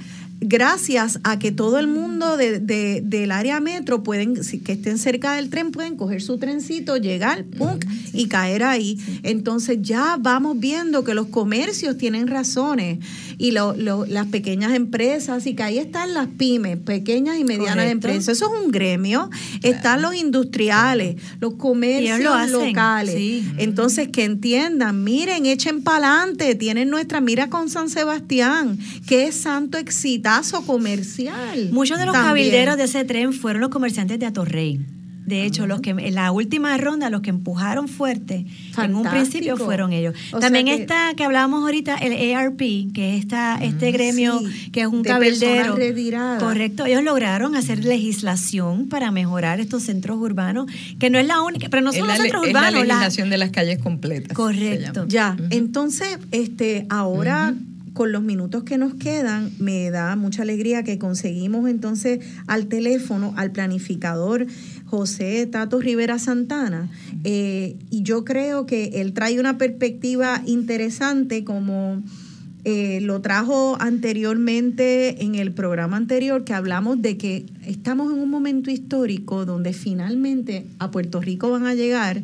gracias a que todo el mundo de, de, del área metro pueden, que estén cerca del tren, pueden coger su trencito, llegar, pum, y caer ahí. Entonces ya vamos viendo que los comercios tienen razones y lo, lo, las pequeñas empresas, y que ahí están las pymes, pequeñas y medianas Correcto. empresas. Eso es un gremio. Están los industriales, los comercios Ellos lo hacen, locales. sí. Entonces, que entiendan, miren, echen pa'lante, tienen nuestra, mira con San Sebastián, que es santo exitazo comercial. Muchos de los también. cabilderos de ese tren fueron los comerciantes de Atorrey. De hecho, los que en la última ronda, los que empujaron fuerte en un Fantástico. principio fueron ellos. O También sea que- está, que hablábamos ahorita, el A R P, que es esta, este gremio, Sí, que es un de cabildero. personas retiradas. Correcto. Ellos lograron hacer legislación para mejorar estos centros urbanos, que no es la única, pero no Es son la, los centros es la urbanos. la- legislación de las calles completas. se Correcto. llama. Ya, entonces, este, ahora con los minutos que nos quedan, me da mucha alegría que conseguimos entonces al teléfono al planificador José Tato Rivera Santana, eh, y yo creo que él trae una perspectiva interesante, como eh, lo trajo anteriormente en el programa anterior, que hablamos de que estamos en un momento histórico donde finalmente a Puerto Rico van a llegar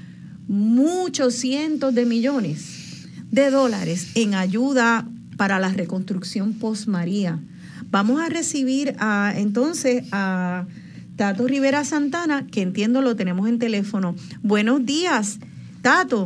muchos cientos de millones de dólares en ayuda para la reconstrucción post María. Vamos a recibir a, entonces a Tato Rivera Santana, que entiendo lo tenemos en teléfono. Buenos días, Tato.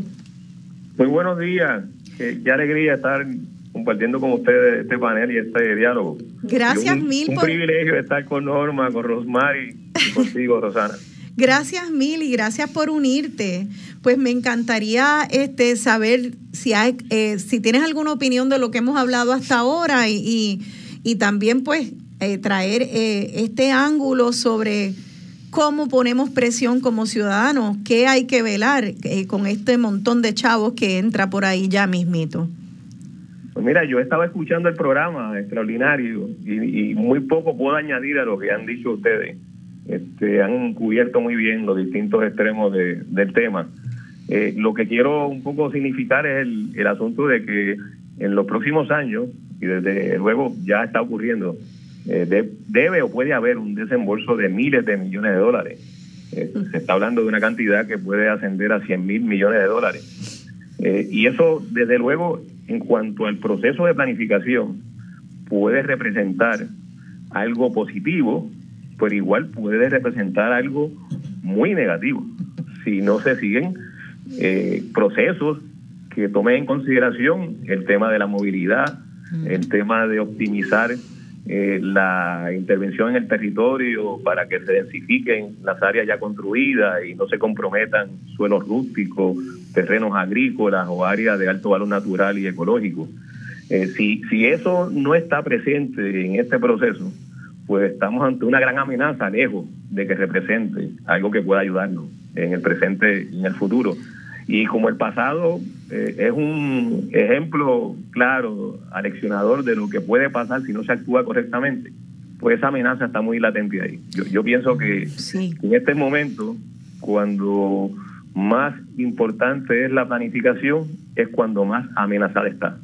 Muy buenos días. Eh, qué alegría estar compartiendo con ustedes este panel y este diálogo. Gracias Y un, mil un por... privilegio estar con Norma, con Rosmary y contigo, Rosana. Gracias mil y gracias por unirte. Pues me encantaría este saber si hay, eh, si tienes alguna opinión de lo que hemos hablado hasta ahora, y, y, y también pues eh, traer eh, este ángulo sobre cómo ponemos presión como ciudadanos, qué hay que velar eh, con este montón de chavos que entra por ahí ya mismito. Pues mira, yo estaba escuchando el programa extraordinario y, y muy poco puedo añadir a lo que han dicho ustedes. Este, han cubierto muy bien los distintos extremos de, del tema. Eh, lo que quiero un poco significar es el, el asunto de que en los próximos años, y desde luego ya está ocurriendo, eh, de, debe o puede haber un desembolso de miles de millones de dólares. Eh, se está hablando de una cantidad que puede ascender a cien mil millones de dólares. Eh, y eso, desde luego, en cuanto al proceso de planificación, puede representar algo positivo, pero igual puede representar algo muy negativo si no se siguen eh, procesos que tomen en consideración el tema de la movilidad, el tema de optimizar eh, la intervención en el territorio para que se densifiquen las áreas ya construidas y no se comprometan suelos rústicos, terrenos agrícolas o áreas de alto valor natural y ecológico. Eh, si, si eso no está presente en este proceso, pues estamos ante una gran amenaza, lejos de que represente algo que pueda ayudarnos en el presente y en el futuro. Y como el pasado eh, es un ejemplo claro, aleccionador de lo que puede pasar si no se actúa correctamente, pues esa amenaza está muy latente ahí. Yo, yo pienso que Sí. en este momento, cuando más importante es la planificación, es cuando más amenazada está.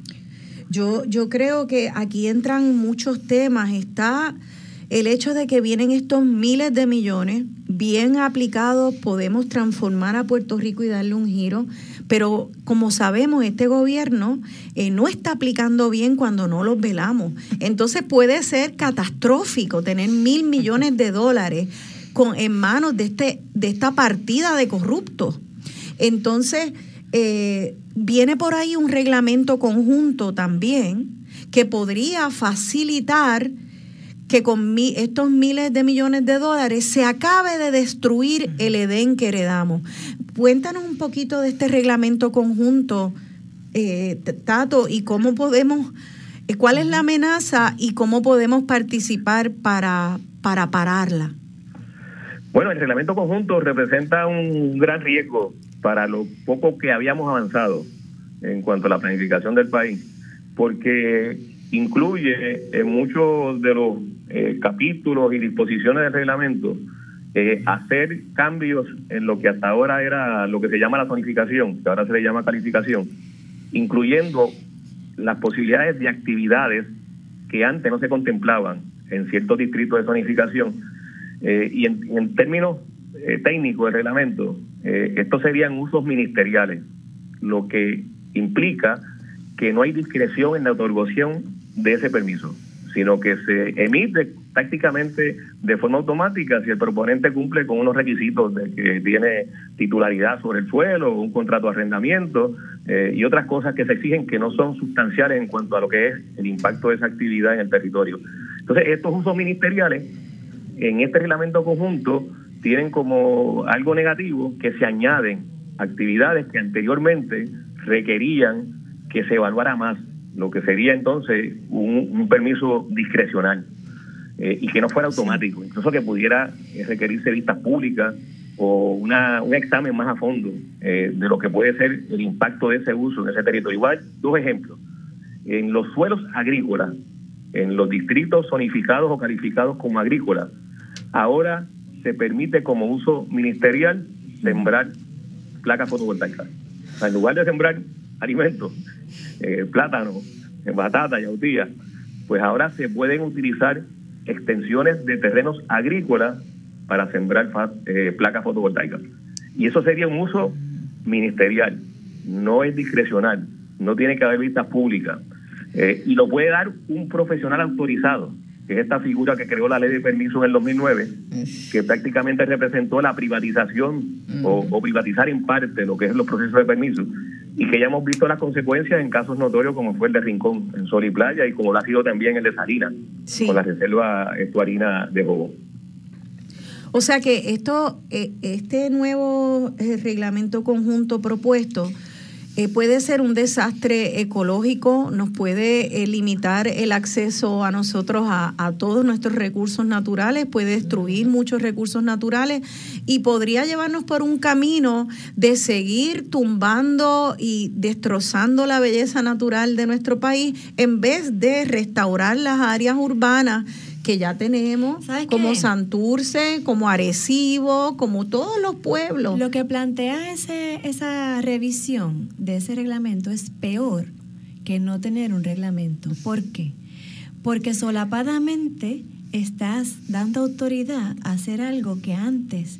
Yo, yo creo que aquí entran muchos temas. Está el hecho de que vienen estos miles de millones, bien aplicados, podemos transformar a Puerto Rico y darle un giro, pero como sabemos, este gobierno eh, no está aplicando bien cuando no los velamos. Entonces puede ser catastrófico tener mil millones de dólares con, en manos de, este, de esta partida de corruptos. Entonces, eh, viene por ahí un reglamento conjunto también que podría facilitar que con mi, estos miles de millones de dólares se acabe de destruir el Edén que heredamos. Cuéntanos un poquito de este reglamento conjunto, eh, Tato, y cómo podemos, eh, cuál es la amenaza y cómo podemos participar para, para pararla. Bueno, el reglamento conjunto representa un gran riesgo para lo poco que habíamos avanzado en cuanto a la planificación del país, porque incluye en muchos de los eh, capítulos y disposiciones del reglamento eh, hacer cambios en lo que hasta ahora era lo que se llama la zonificación, que ahora se le llama calificación, incluyendo las posibilidades de actividades que antes no se contemplaban en ciertos distritos de zonificación. Eh, y en, en términos eh, técnicos del reglamento, eh, estos serían usos ministeriales, lo que implica que no hay discreción en la otorgación de ese permiso, sino que se emite prácticamente de forma automática si el proponente cumple con unos requisitos de que tiene titularidad sobre el suelo, un contrato de arrendamiento eh, y otras cosas que se exigen que no son sustanciales en cuanto a lo que es el impacto de esa actividad en el territorio. Entonces, estos usos ministeriales en este reglamento conjunto tienen como algo negativo que se añaden actividades que anteriormente requerían que se evaluara más, lo que sería entonces un, un permiso discrecional eh, y que no fuera automático, sí. Incluso que pudiera eh, requerirse vistas públicas o una, un examen más a fondo eh, de lo que puede ser el impacto de ese uso en ese territorio. Igual, dos ejemplos. En los suelos agrícolas, en los distritos zonificados o calificados como agrícolas, ahora se permite como uso ministerial sembrar placas fotovoltaicas. O sea, en lugar de sembrar alimentos, eh, plátano, batata, yautía, pues ahora se pueden utilizar extensiones de terrenos agrícolas para sembrar eh, placas fotovoltaicas. Y eso sería un uso ministerial, no es discrecional, no tiene que haber vistas públicas. Eh, y lo puede dar un profesional autorizado, que es esta figura que creó la ley de permiso en el dos mil nueve, que prácticamente representó la privatización uh-huh. o, o privatizar en parte lo que es los procesos de permiso, y que ya hemos visto las consecuencias en casos notorios como fue el de Rincón, en Sol y Playa, y como lo ha sido también el de Salinas, sí. con la reserva estuarina de Jobón. O sea que esto, este nuevo reglamento conjunto propuesto Eh, puede ser un desastre ecológico, nos puede eh, limitar el acceso a nosotros a, a todos nuestros recursos naturales, puede destruir muchos recursos naturales y podría llevarnos por un camino de seguir tumbando y destrozando la belleza natural de nuestro país en vez de restaurar las áreas urbanas que ya tenemos, como Santurce, como Arecibo, como todos los pueblos. Lo que plantea ese, esa revisión de ese reglamento es peor que no tener un reglamento. ¿Por qué? Porque solapadamente estás dando autoridad a hacer algo que antes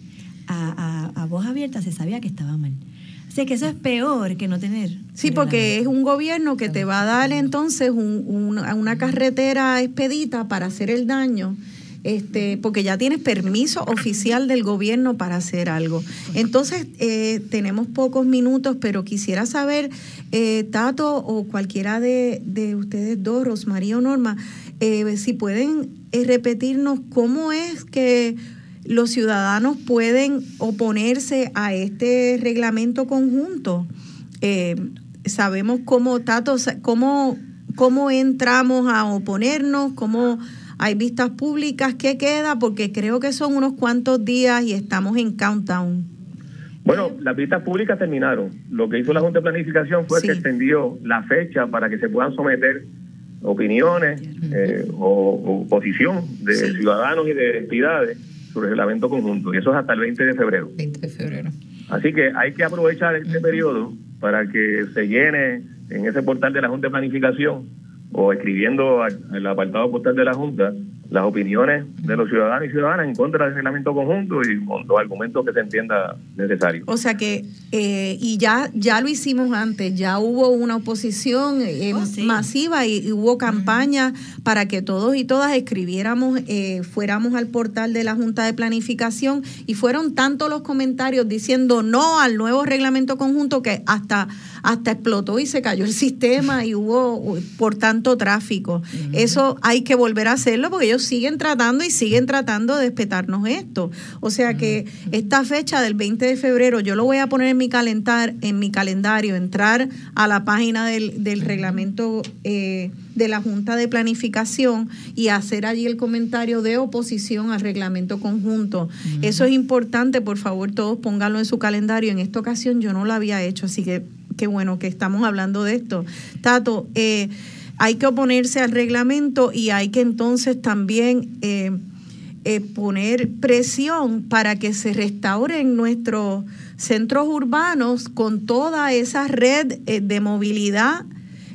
a, a, a voz abierta se sabía que estaba mal. Así que eso es peor que no tener. Sí, porque es un gobierno que te va a dar entonces un, un, una carretera expedita para hacer el daño, este, porque ya tienes permiso oficial del gobierno para hacer algo. Entonces, eh, tenemos pocos minutos, pero quisiera saber, eh, Tato o cualquiera de, de ustedes dos, Rosmarie o Norma, eh, si pueden eh, repetirnos cómo es que los ciudadanos pueden oponerse a este reglamento conjunto. Eh, sabemos cómo, Tato, cómo, cómo entramos a oponernos, cómo hay vistas públicas, qué queda, porque creo que son unos cuantos días y estamos en countdown. Bueno, las vistas públicas terminaron. Lo que hizo la Junta de Planificación fue sí. que extendió la fecha para que se puedan someter opiniones eh, o, o posición de sí. ciudadanos y de entidades sobre el reglamento conjunto, y eso es hasta el veinte de febrero. veinte de febrero. Así que hay que aprovechar este uh-huh. periodo para que se llene en ese portal de la Junta de Planificación o escribiendo en el apartado postal de la Junta las opiniones de los ciudadanos y ciudadanas en contra del reglamento conjunto y con los argumentos que se entienda necesarios. O sea que, eh, y ya ya lo hicimos antes, ya hubo una oposición eh, oh, sí. masiva y, y hubo campaña uh-huh. para que todos y todas escribiéramos, eh, fuéramos al portal de la Junta de Planificación, y fueron tantos los comentarios diciendo no al nuevo reglamento conjunto que hasta, hasta explotó y se cayó el sistema y hubo por tanto tráfico. Uh-huh. Eso hay que volver a hacerlo porque ellos siguen tratando y siguen tratando de despetarnos esto. O sea que esta fecha del veinte de febrero yo lo voy a poner en mi calentar, en mi calendario, entrar a la página del, del reglamento eh, de la Junta de Planificación y hacer allí el comentario de oposición al reglamento conjunto. Uh-huh. Eso es importante, por favor, todos pónganlo en su calendario. En esta ocasión yo no lo había hecho, así que qué bueno que estamos hablando de esto. Tato, eh, hay que oponerse al reglamento y hay que entonces también eh, eh, poner presión para que se restauren nuestros centros urbanos con toda esa red eh, de movilidad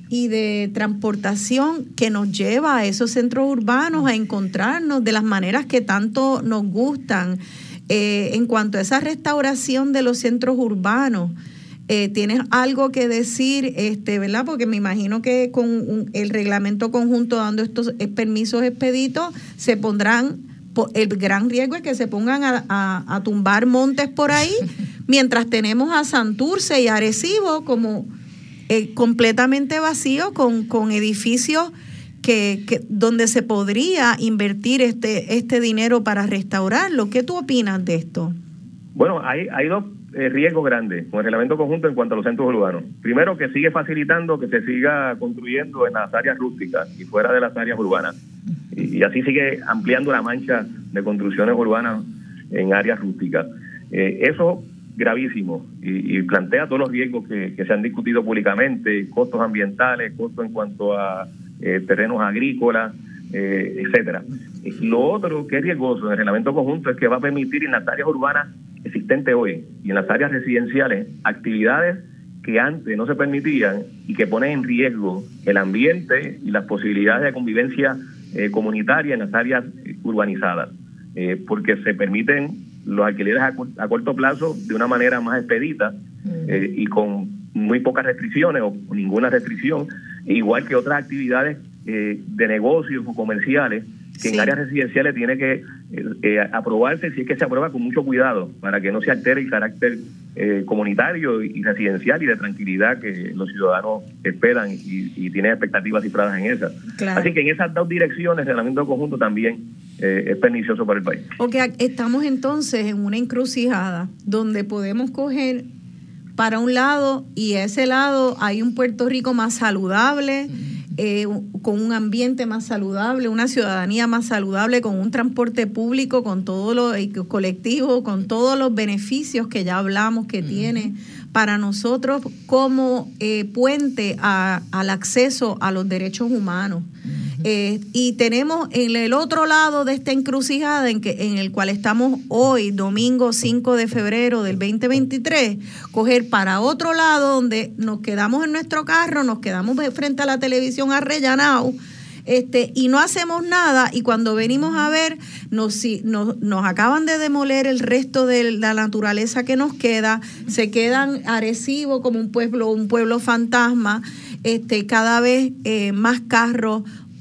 y de transportación que nos lleva a esos centros urbanos a encontrarnos de las maneras que tanto nos gustan. Eh, en cuanto a esa restauración de los centros urbanos, eh, ¿tienes algo que decir, este, verdad? Porque me imagino que con un, el reglamento conjunto dando estos eh, permisos expeditos se pondrán, el gran riesgo es que se pongan a, a, a tumbar montes por ahí, mientras tenemos a Santurce y Arecibo como eh, completamente vacíos con, con edificios Que, que donde se podría invertir este este dinero para restaurarlo. ¿Qué tú opinas de esto? Bueno, hay, hay dos eh, riesgos grandes con el reglamento conjunto en cuanto a los centros urbanos. Primero, que sigue facilitando que se siga construyendo en las áreas rústicas y fuera de las áreas urbanas. Y, y así sigue ampliando la mancha de construcciones urbanas en áreas rústicas. Eh, eso gravísimo y, y plantea todos los riesgos que, que se han discutido públicamente, costos ambientales, costos en cuanto a Eh, terrenos agrícolas, eh, etcétera. Lo otro que es riesgoso en el reglamento conjunto es que va a permitir en las áreas urbanas existentes hoy y en las áreas residenciales actividades que antes no se permitían y que ponen en riesgo el ambiente y las posibilidades de convivencia eh, comunitaria en las áreas urbanizadas, eh, porque se permiten los alquileres a, a corto plazo de una manera más expedita eh, y con muy pocas restricciones o ninguna restricción, igual que otras actividades eh, de negocios o comerciales que sí. En áreas residenciales tiene que eh, eh, aprobarse, si es que se aprueba con mucho cuidado, para que no se altere el carácter eh, comunitario y residencial y de tranquilidad que los ciudadanos esperan y, y tienen expectativas cifradas en esas. Claro. Así que en esas dos direcciones el reglamento conjunto también eh, es pernicioso para el país. Ok, estamos entonces en una encrucijada donde podemos coger para un lado y a ese lado hay un Puerto Rico más saludable, eh, con un ambiente más saludable, una ciudadanía más saludable, con un transporte público, con todo lo eh, colectivo, con todos los beneficios que ya hablamos que uh-huh. tiene para nosotros como eh, puente a, al acceso a los derechos humanos. Uh-huh. Eh, y tenemos en el otro lado de esta encrucijada en, que, en el cual estamos hoy, domingo cinco de febrero del veinte veintitrés, coger para otro lado donde nos quedamos en nuestro carro, nos quedamos frente a la televisión arrellanados, este, y no hacemos nada, y cuando venimos a ver, nos, nos, nos acaban de demoler el resto de la naturaleza que nos queda, se quedan Arecibo como un pueblo, un pueblo fantasma, este, cada vez eh, más carros,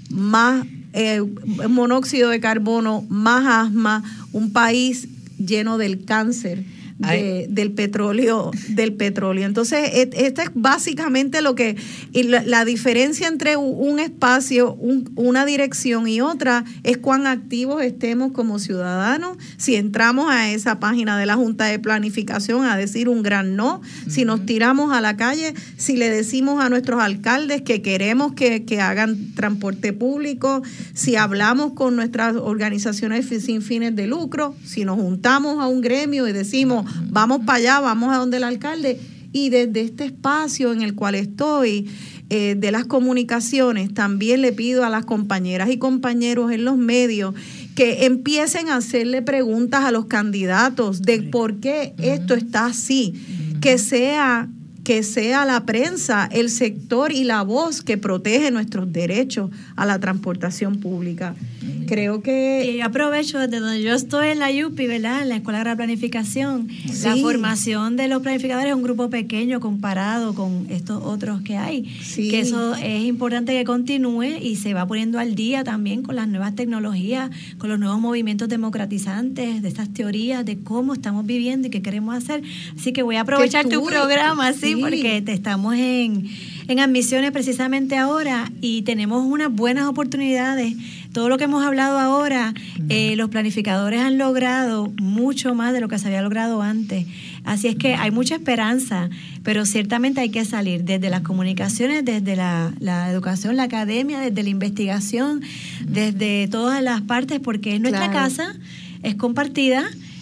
más eh, monóxido de carbono, más asma, un país lleno del cáncer. De, del petróleo del petróleo. Entonces, esta es básicamente lo que y la, la diferencia entre un espacio, un, una dirección y otra es cuán activos estemos como ciudadanos. Si entramos a esa página de la Junta de Planificación a decir un gran no, uh-huh. si nos tiramos a la calle, si le decimos a nuestros alcaldes que queremos que, que hagan transporte público, si hablamos con nuestras organizaciones sin fines de lucro, si nos juntamos a un gremio y decimos vamos para allá, vamos a donde el alcalde, y desde este espacio en el cual estoy, eh, de las comunicaciones, también le pido a las compañeras y compañeros en los medios que empiecen a hacerle preguntas a los candidatos de por qué esto está así, que sea que sea la prensa, el sector y la voz que protege nuestros derechos a la transportación pública. Creo que... Y aprovecho desde donde yo estoy en la U P I, ¿verdad? En la Escuela de Planificación. Sí. La formación de los planificadores es un grupo pequeño comparado con estos otros que hay. Sí. Que eso es importante que continúe y se va poniendo al día también con las nuevas tecnologías, con los nuevos movimientos democratizantes, de estas teorías de cómo estamos viviendo y qué queremos hacer. Así que voy a aprovechar tu programa, sí, sí. porque te estamos en, en admisiones precisamente ahora y tenemos unas buenas oportunidades. Todo lo que hemos hablado ahora, eh, los planificadores han logrado mucho más de lo que se había logrado antes. Así es que hay mucha esperanza, pero ciertamente hay que salir desde las comunicaciones, desde la, la educación, la academia, desde la investigación, desde todas las partes, porque es nuestra claro. casa, es compartida.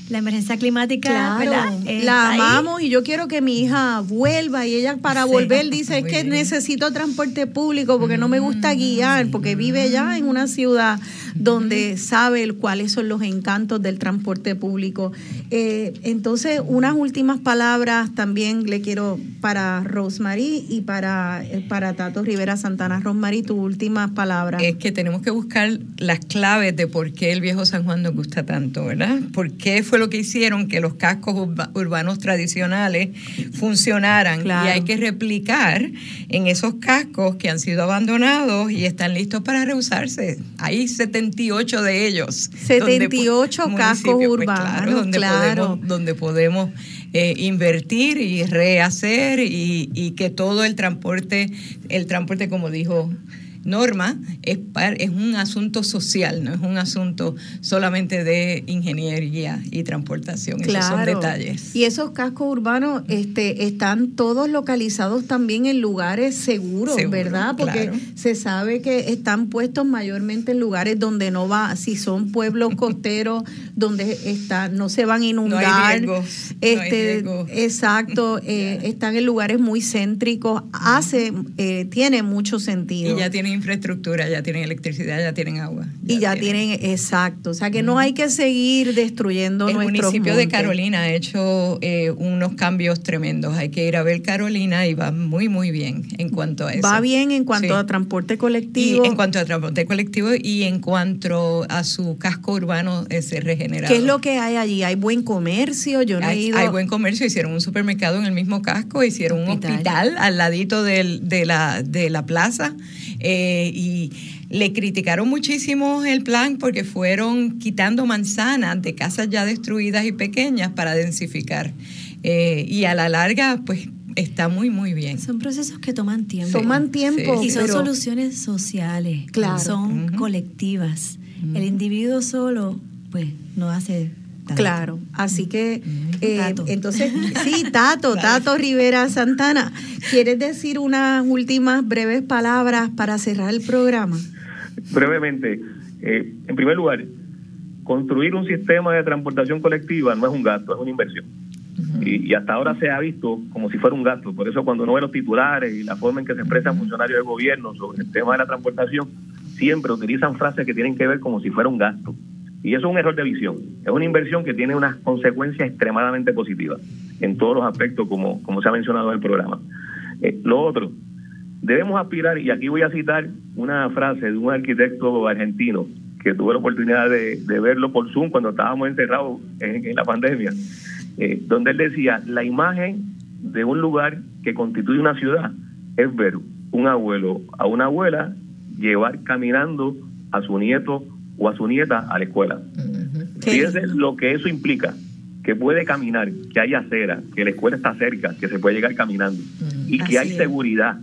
la emergencia climática, Claro, ¿verdad? Eh, la ahí. amamos y yo quiero que mi hija vuelva y ella para Sí, volver dice, es muy que bien. necesito transporte público porque no me gusta guiar, porque vive ya en una ciudad donde sabe el- cuáles son los encantos del transporte público. Eh, entonces, unas últimas palabras también le quiero para Rosemary y para, eh, para Tato Rivera Santana. Rosemary, tus últimas palabras. Es que tenemos que buscar las claves de por qué el viejo San Juan nos gusta tanto, ¿verdad? ¿Por qué fue lo que hicieron que los cascos urba- urbanos tradicionales funcionaran? Claro. Y hay que replicar en esos cascos que han sido abandonados y están listos para reusarse. Hay setenta y ocho de ellos. setenta y ocho donde po- cascos municipios, pues, urbanos, claro, donde claro. podemos, donde podemos eh, invertir y rehacer y, y que todo el transporte, el transporte, como dijo Norma, es, par- es un asunto social, no es un asunto solamente de ingeniería y transportación. Esos son detalles. Y esos cascos urbanos este, están todos localizados también en lugares seguros, Seguro, ¿verdad? Porque claro. se sabe que están puestos mayormente en lugares donde no va, si son pueblos costeros, donde está, no se van a inundar. No hay riesgos, no hay este, riesgos. Exacto, eh, están en lugares muy céntricos, hace, eh, tiene mucho sentido. Y ya tienen infraestructura, ya tienen electricidad, ya tienen agua. Y ya tienen, exacto, o sea que no hay que seguir destruyendo El nuestros municipio de montes. Carolina ha hecho eh, unos cambios tremendos. Hay que ir a ver Carolina y va muy, muy bien en cuanto a eso. Va bien en cuanto Sí. a transporte colectivo. Y en cuanto a transporte colectivo y en cuanto a su casco urbano ese regenerado. ¿Qué es lo que hay allí? ¿Hay buen comercio? Yo no he Hay, ido. hay buen comercio, hicieron un supermercado en el mismo casco, hicieron un Hospital. hospital al ladito del- de, la, de la plaza eh, y le criticaron muchísimo el plan porque fueron quitando manzanas de casas ya destruidas y pequeñas para densificar. Eh, y a la larga, pues está muy, muy bien. Son procesos que toman tiempo. Toman tiempo, Y son pero- soluciones sociales, Claro. son Ujú. colectivas. El individuo solo, pues, no hace tanto. Claro, así que eh, Tato. entonces, sí, Tato, Tato Rivera Santana, ¿quieres decir unas últimas breves palabras para cerrar el programa? Brevemente, eh, en primer lugar, construir un sistema de transportación colectiva no es un gasto, es una inversión. Y, y hasta ahora se ha visto como si fuera un gasto. Por eso cuando uno ve los titulares y la forma en que se expresan funcionarios del gobierno sobre el tema de la transportación, siempre utilizan frases que tienen que ver como si fuera un gasto. Y eso es un error de visión. Es una inversión que tiene unas consecuencias extremadamente positivas en todos los aspectos, como, como se ha mencionado en el programa. Eh, lo otro, debemos aspirar, y aquí voy a citar una frase de un arquitecto argentino que tuve la oportunidad de, de verlo por Zoom cuando estábamos encerrados en, en la pandemia, eh, donde él decía, la imagen de un lugar que constituye una ciudad es ver un abuelo a una abuela llevar caminando a su nieto o a su nieta a la escuela. Fíjense lo que eso implica, que puede caminar, que hay acera, que la escuela está cerca, que se puede llegar caminando y que Así hay es. seguridad.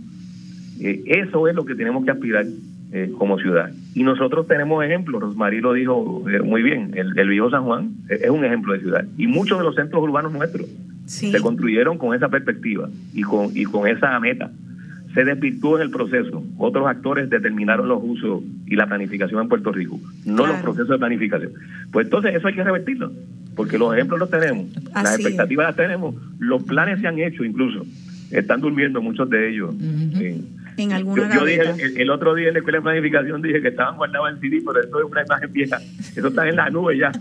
Eh, eso es lo que tenemos que aspirar eh, como ciudad. Y nosotros tenemos ejemplos, Rosmarie lo dijo eh, muy bien, el, el viejo San Juan eh, es un ejemplo de ciudad. Y muchos de los centros urbanos nuestros Sí. se construyeron con esa perspectiva y con, y con esa meta. Se desvirtuó en el proceso. Otros actores determinaron los usos y la planificación en Puerto Rico, no Claro. los procesos de planificación. Pues entonces eso hay que revertirlo, porque los ejemplos los tenemos, las Así es. expectativas las tenemos, los planes se han hecho incluso. Están durmiendo muchos de ellos. Sí. En alguna Yo, yo dije, gaveta. el, el otro día en la escuela de planificación dije que estaban guardados en C D, pero eso es una imagen vieja. Eso está en la nube ya.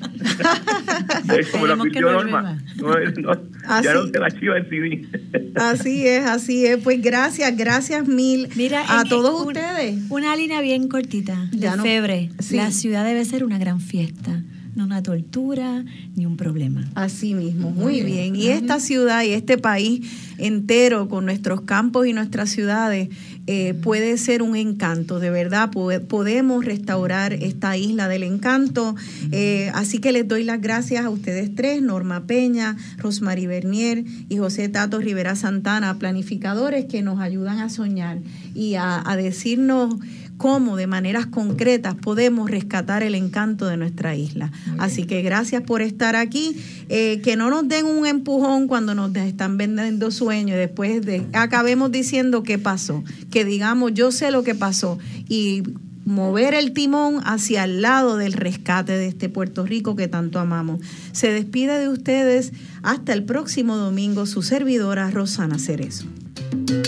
Es como lo Esperemos que advirtió no Norma. No, es- no, Ah, ya sí. no se la archiva en C D. Así es, así es. Pues gracias, gracias mil Mira, a en- todos un- ustedes. Una línea bien cortita, Ya de no- febre. sí. La ciudad debe ser una gran fiesta, no una tortura ni un problema. Así mismo, muy bien. Y esta ciudad y este país entero, con nuestros campos y nuestras ciudades, eh, puede ser un encanto, de verdad. Pode- podemos restaurar esta isla del encanto. Eh, así que les doy las gracias a ustedes tres, Norma Peña, Rosemary Bernier y José Tato Rivera Santana, planificadores que nos ayudan a soñar y a, a decirnos cómo de maneras concretas podemos rescatar el encanto de nuestra isla. Así que gracias por estar aquí. Eh, que no nos den un empujón cuando nos están vendiendo sueños y después de, acabemos diciendo qué pasó. Que digamos, yo sé lo que pasó y mover el timón hacia el lado del rescate de este Puerto Rico que tanto amamos. Se despide de ustedes hasta el próximo domingo su servidora Rosana Cerezo.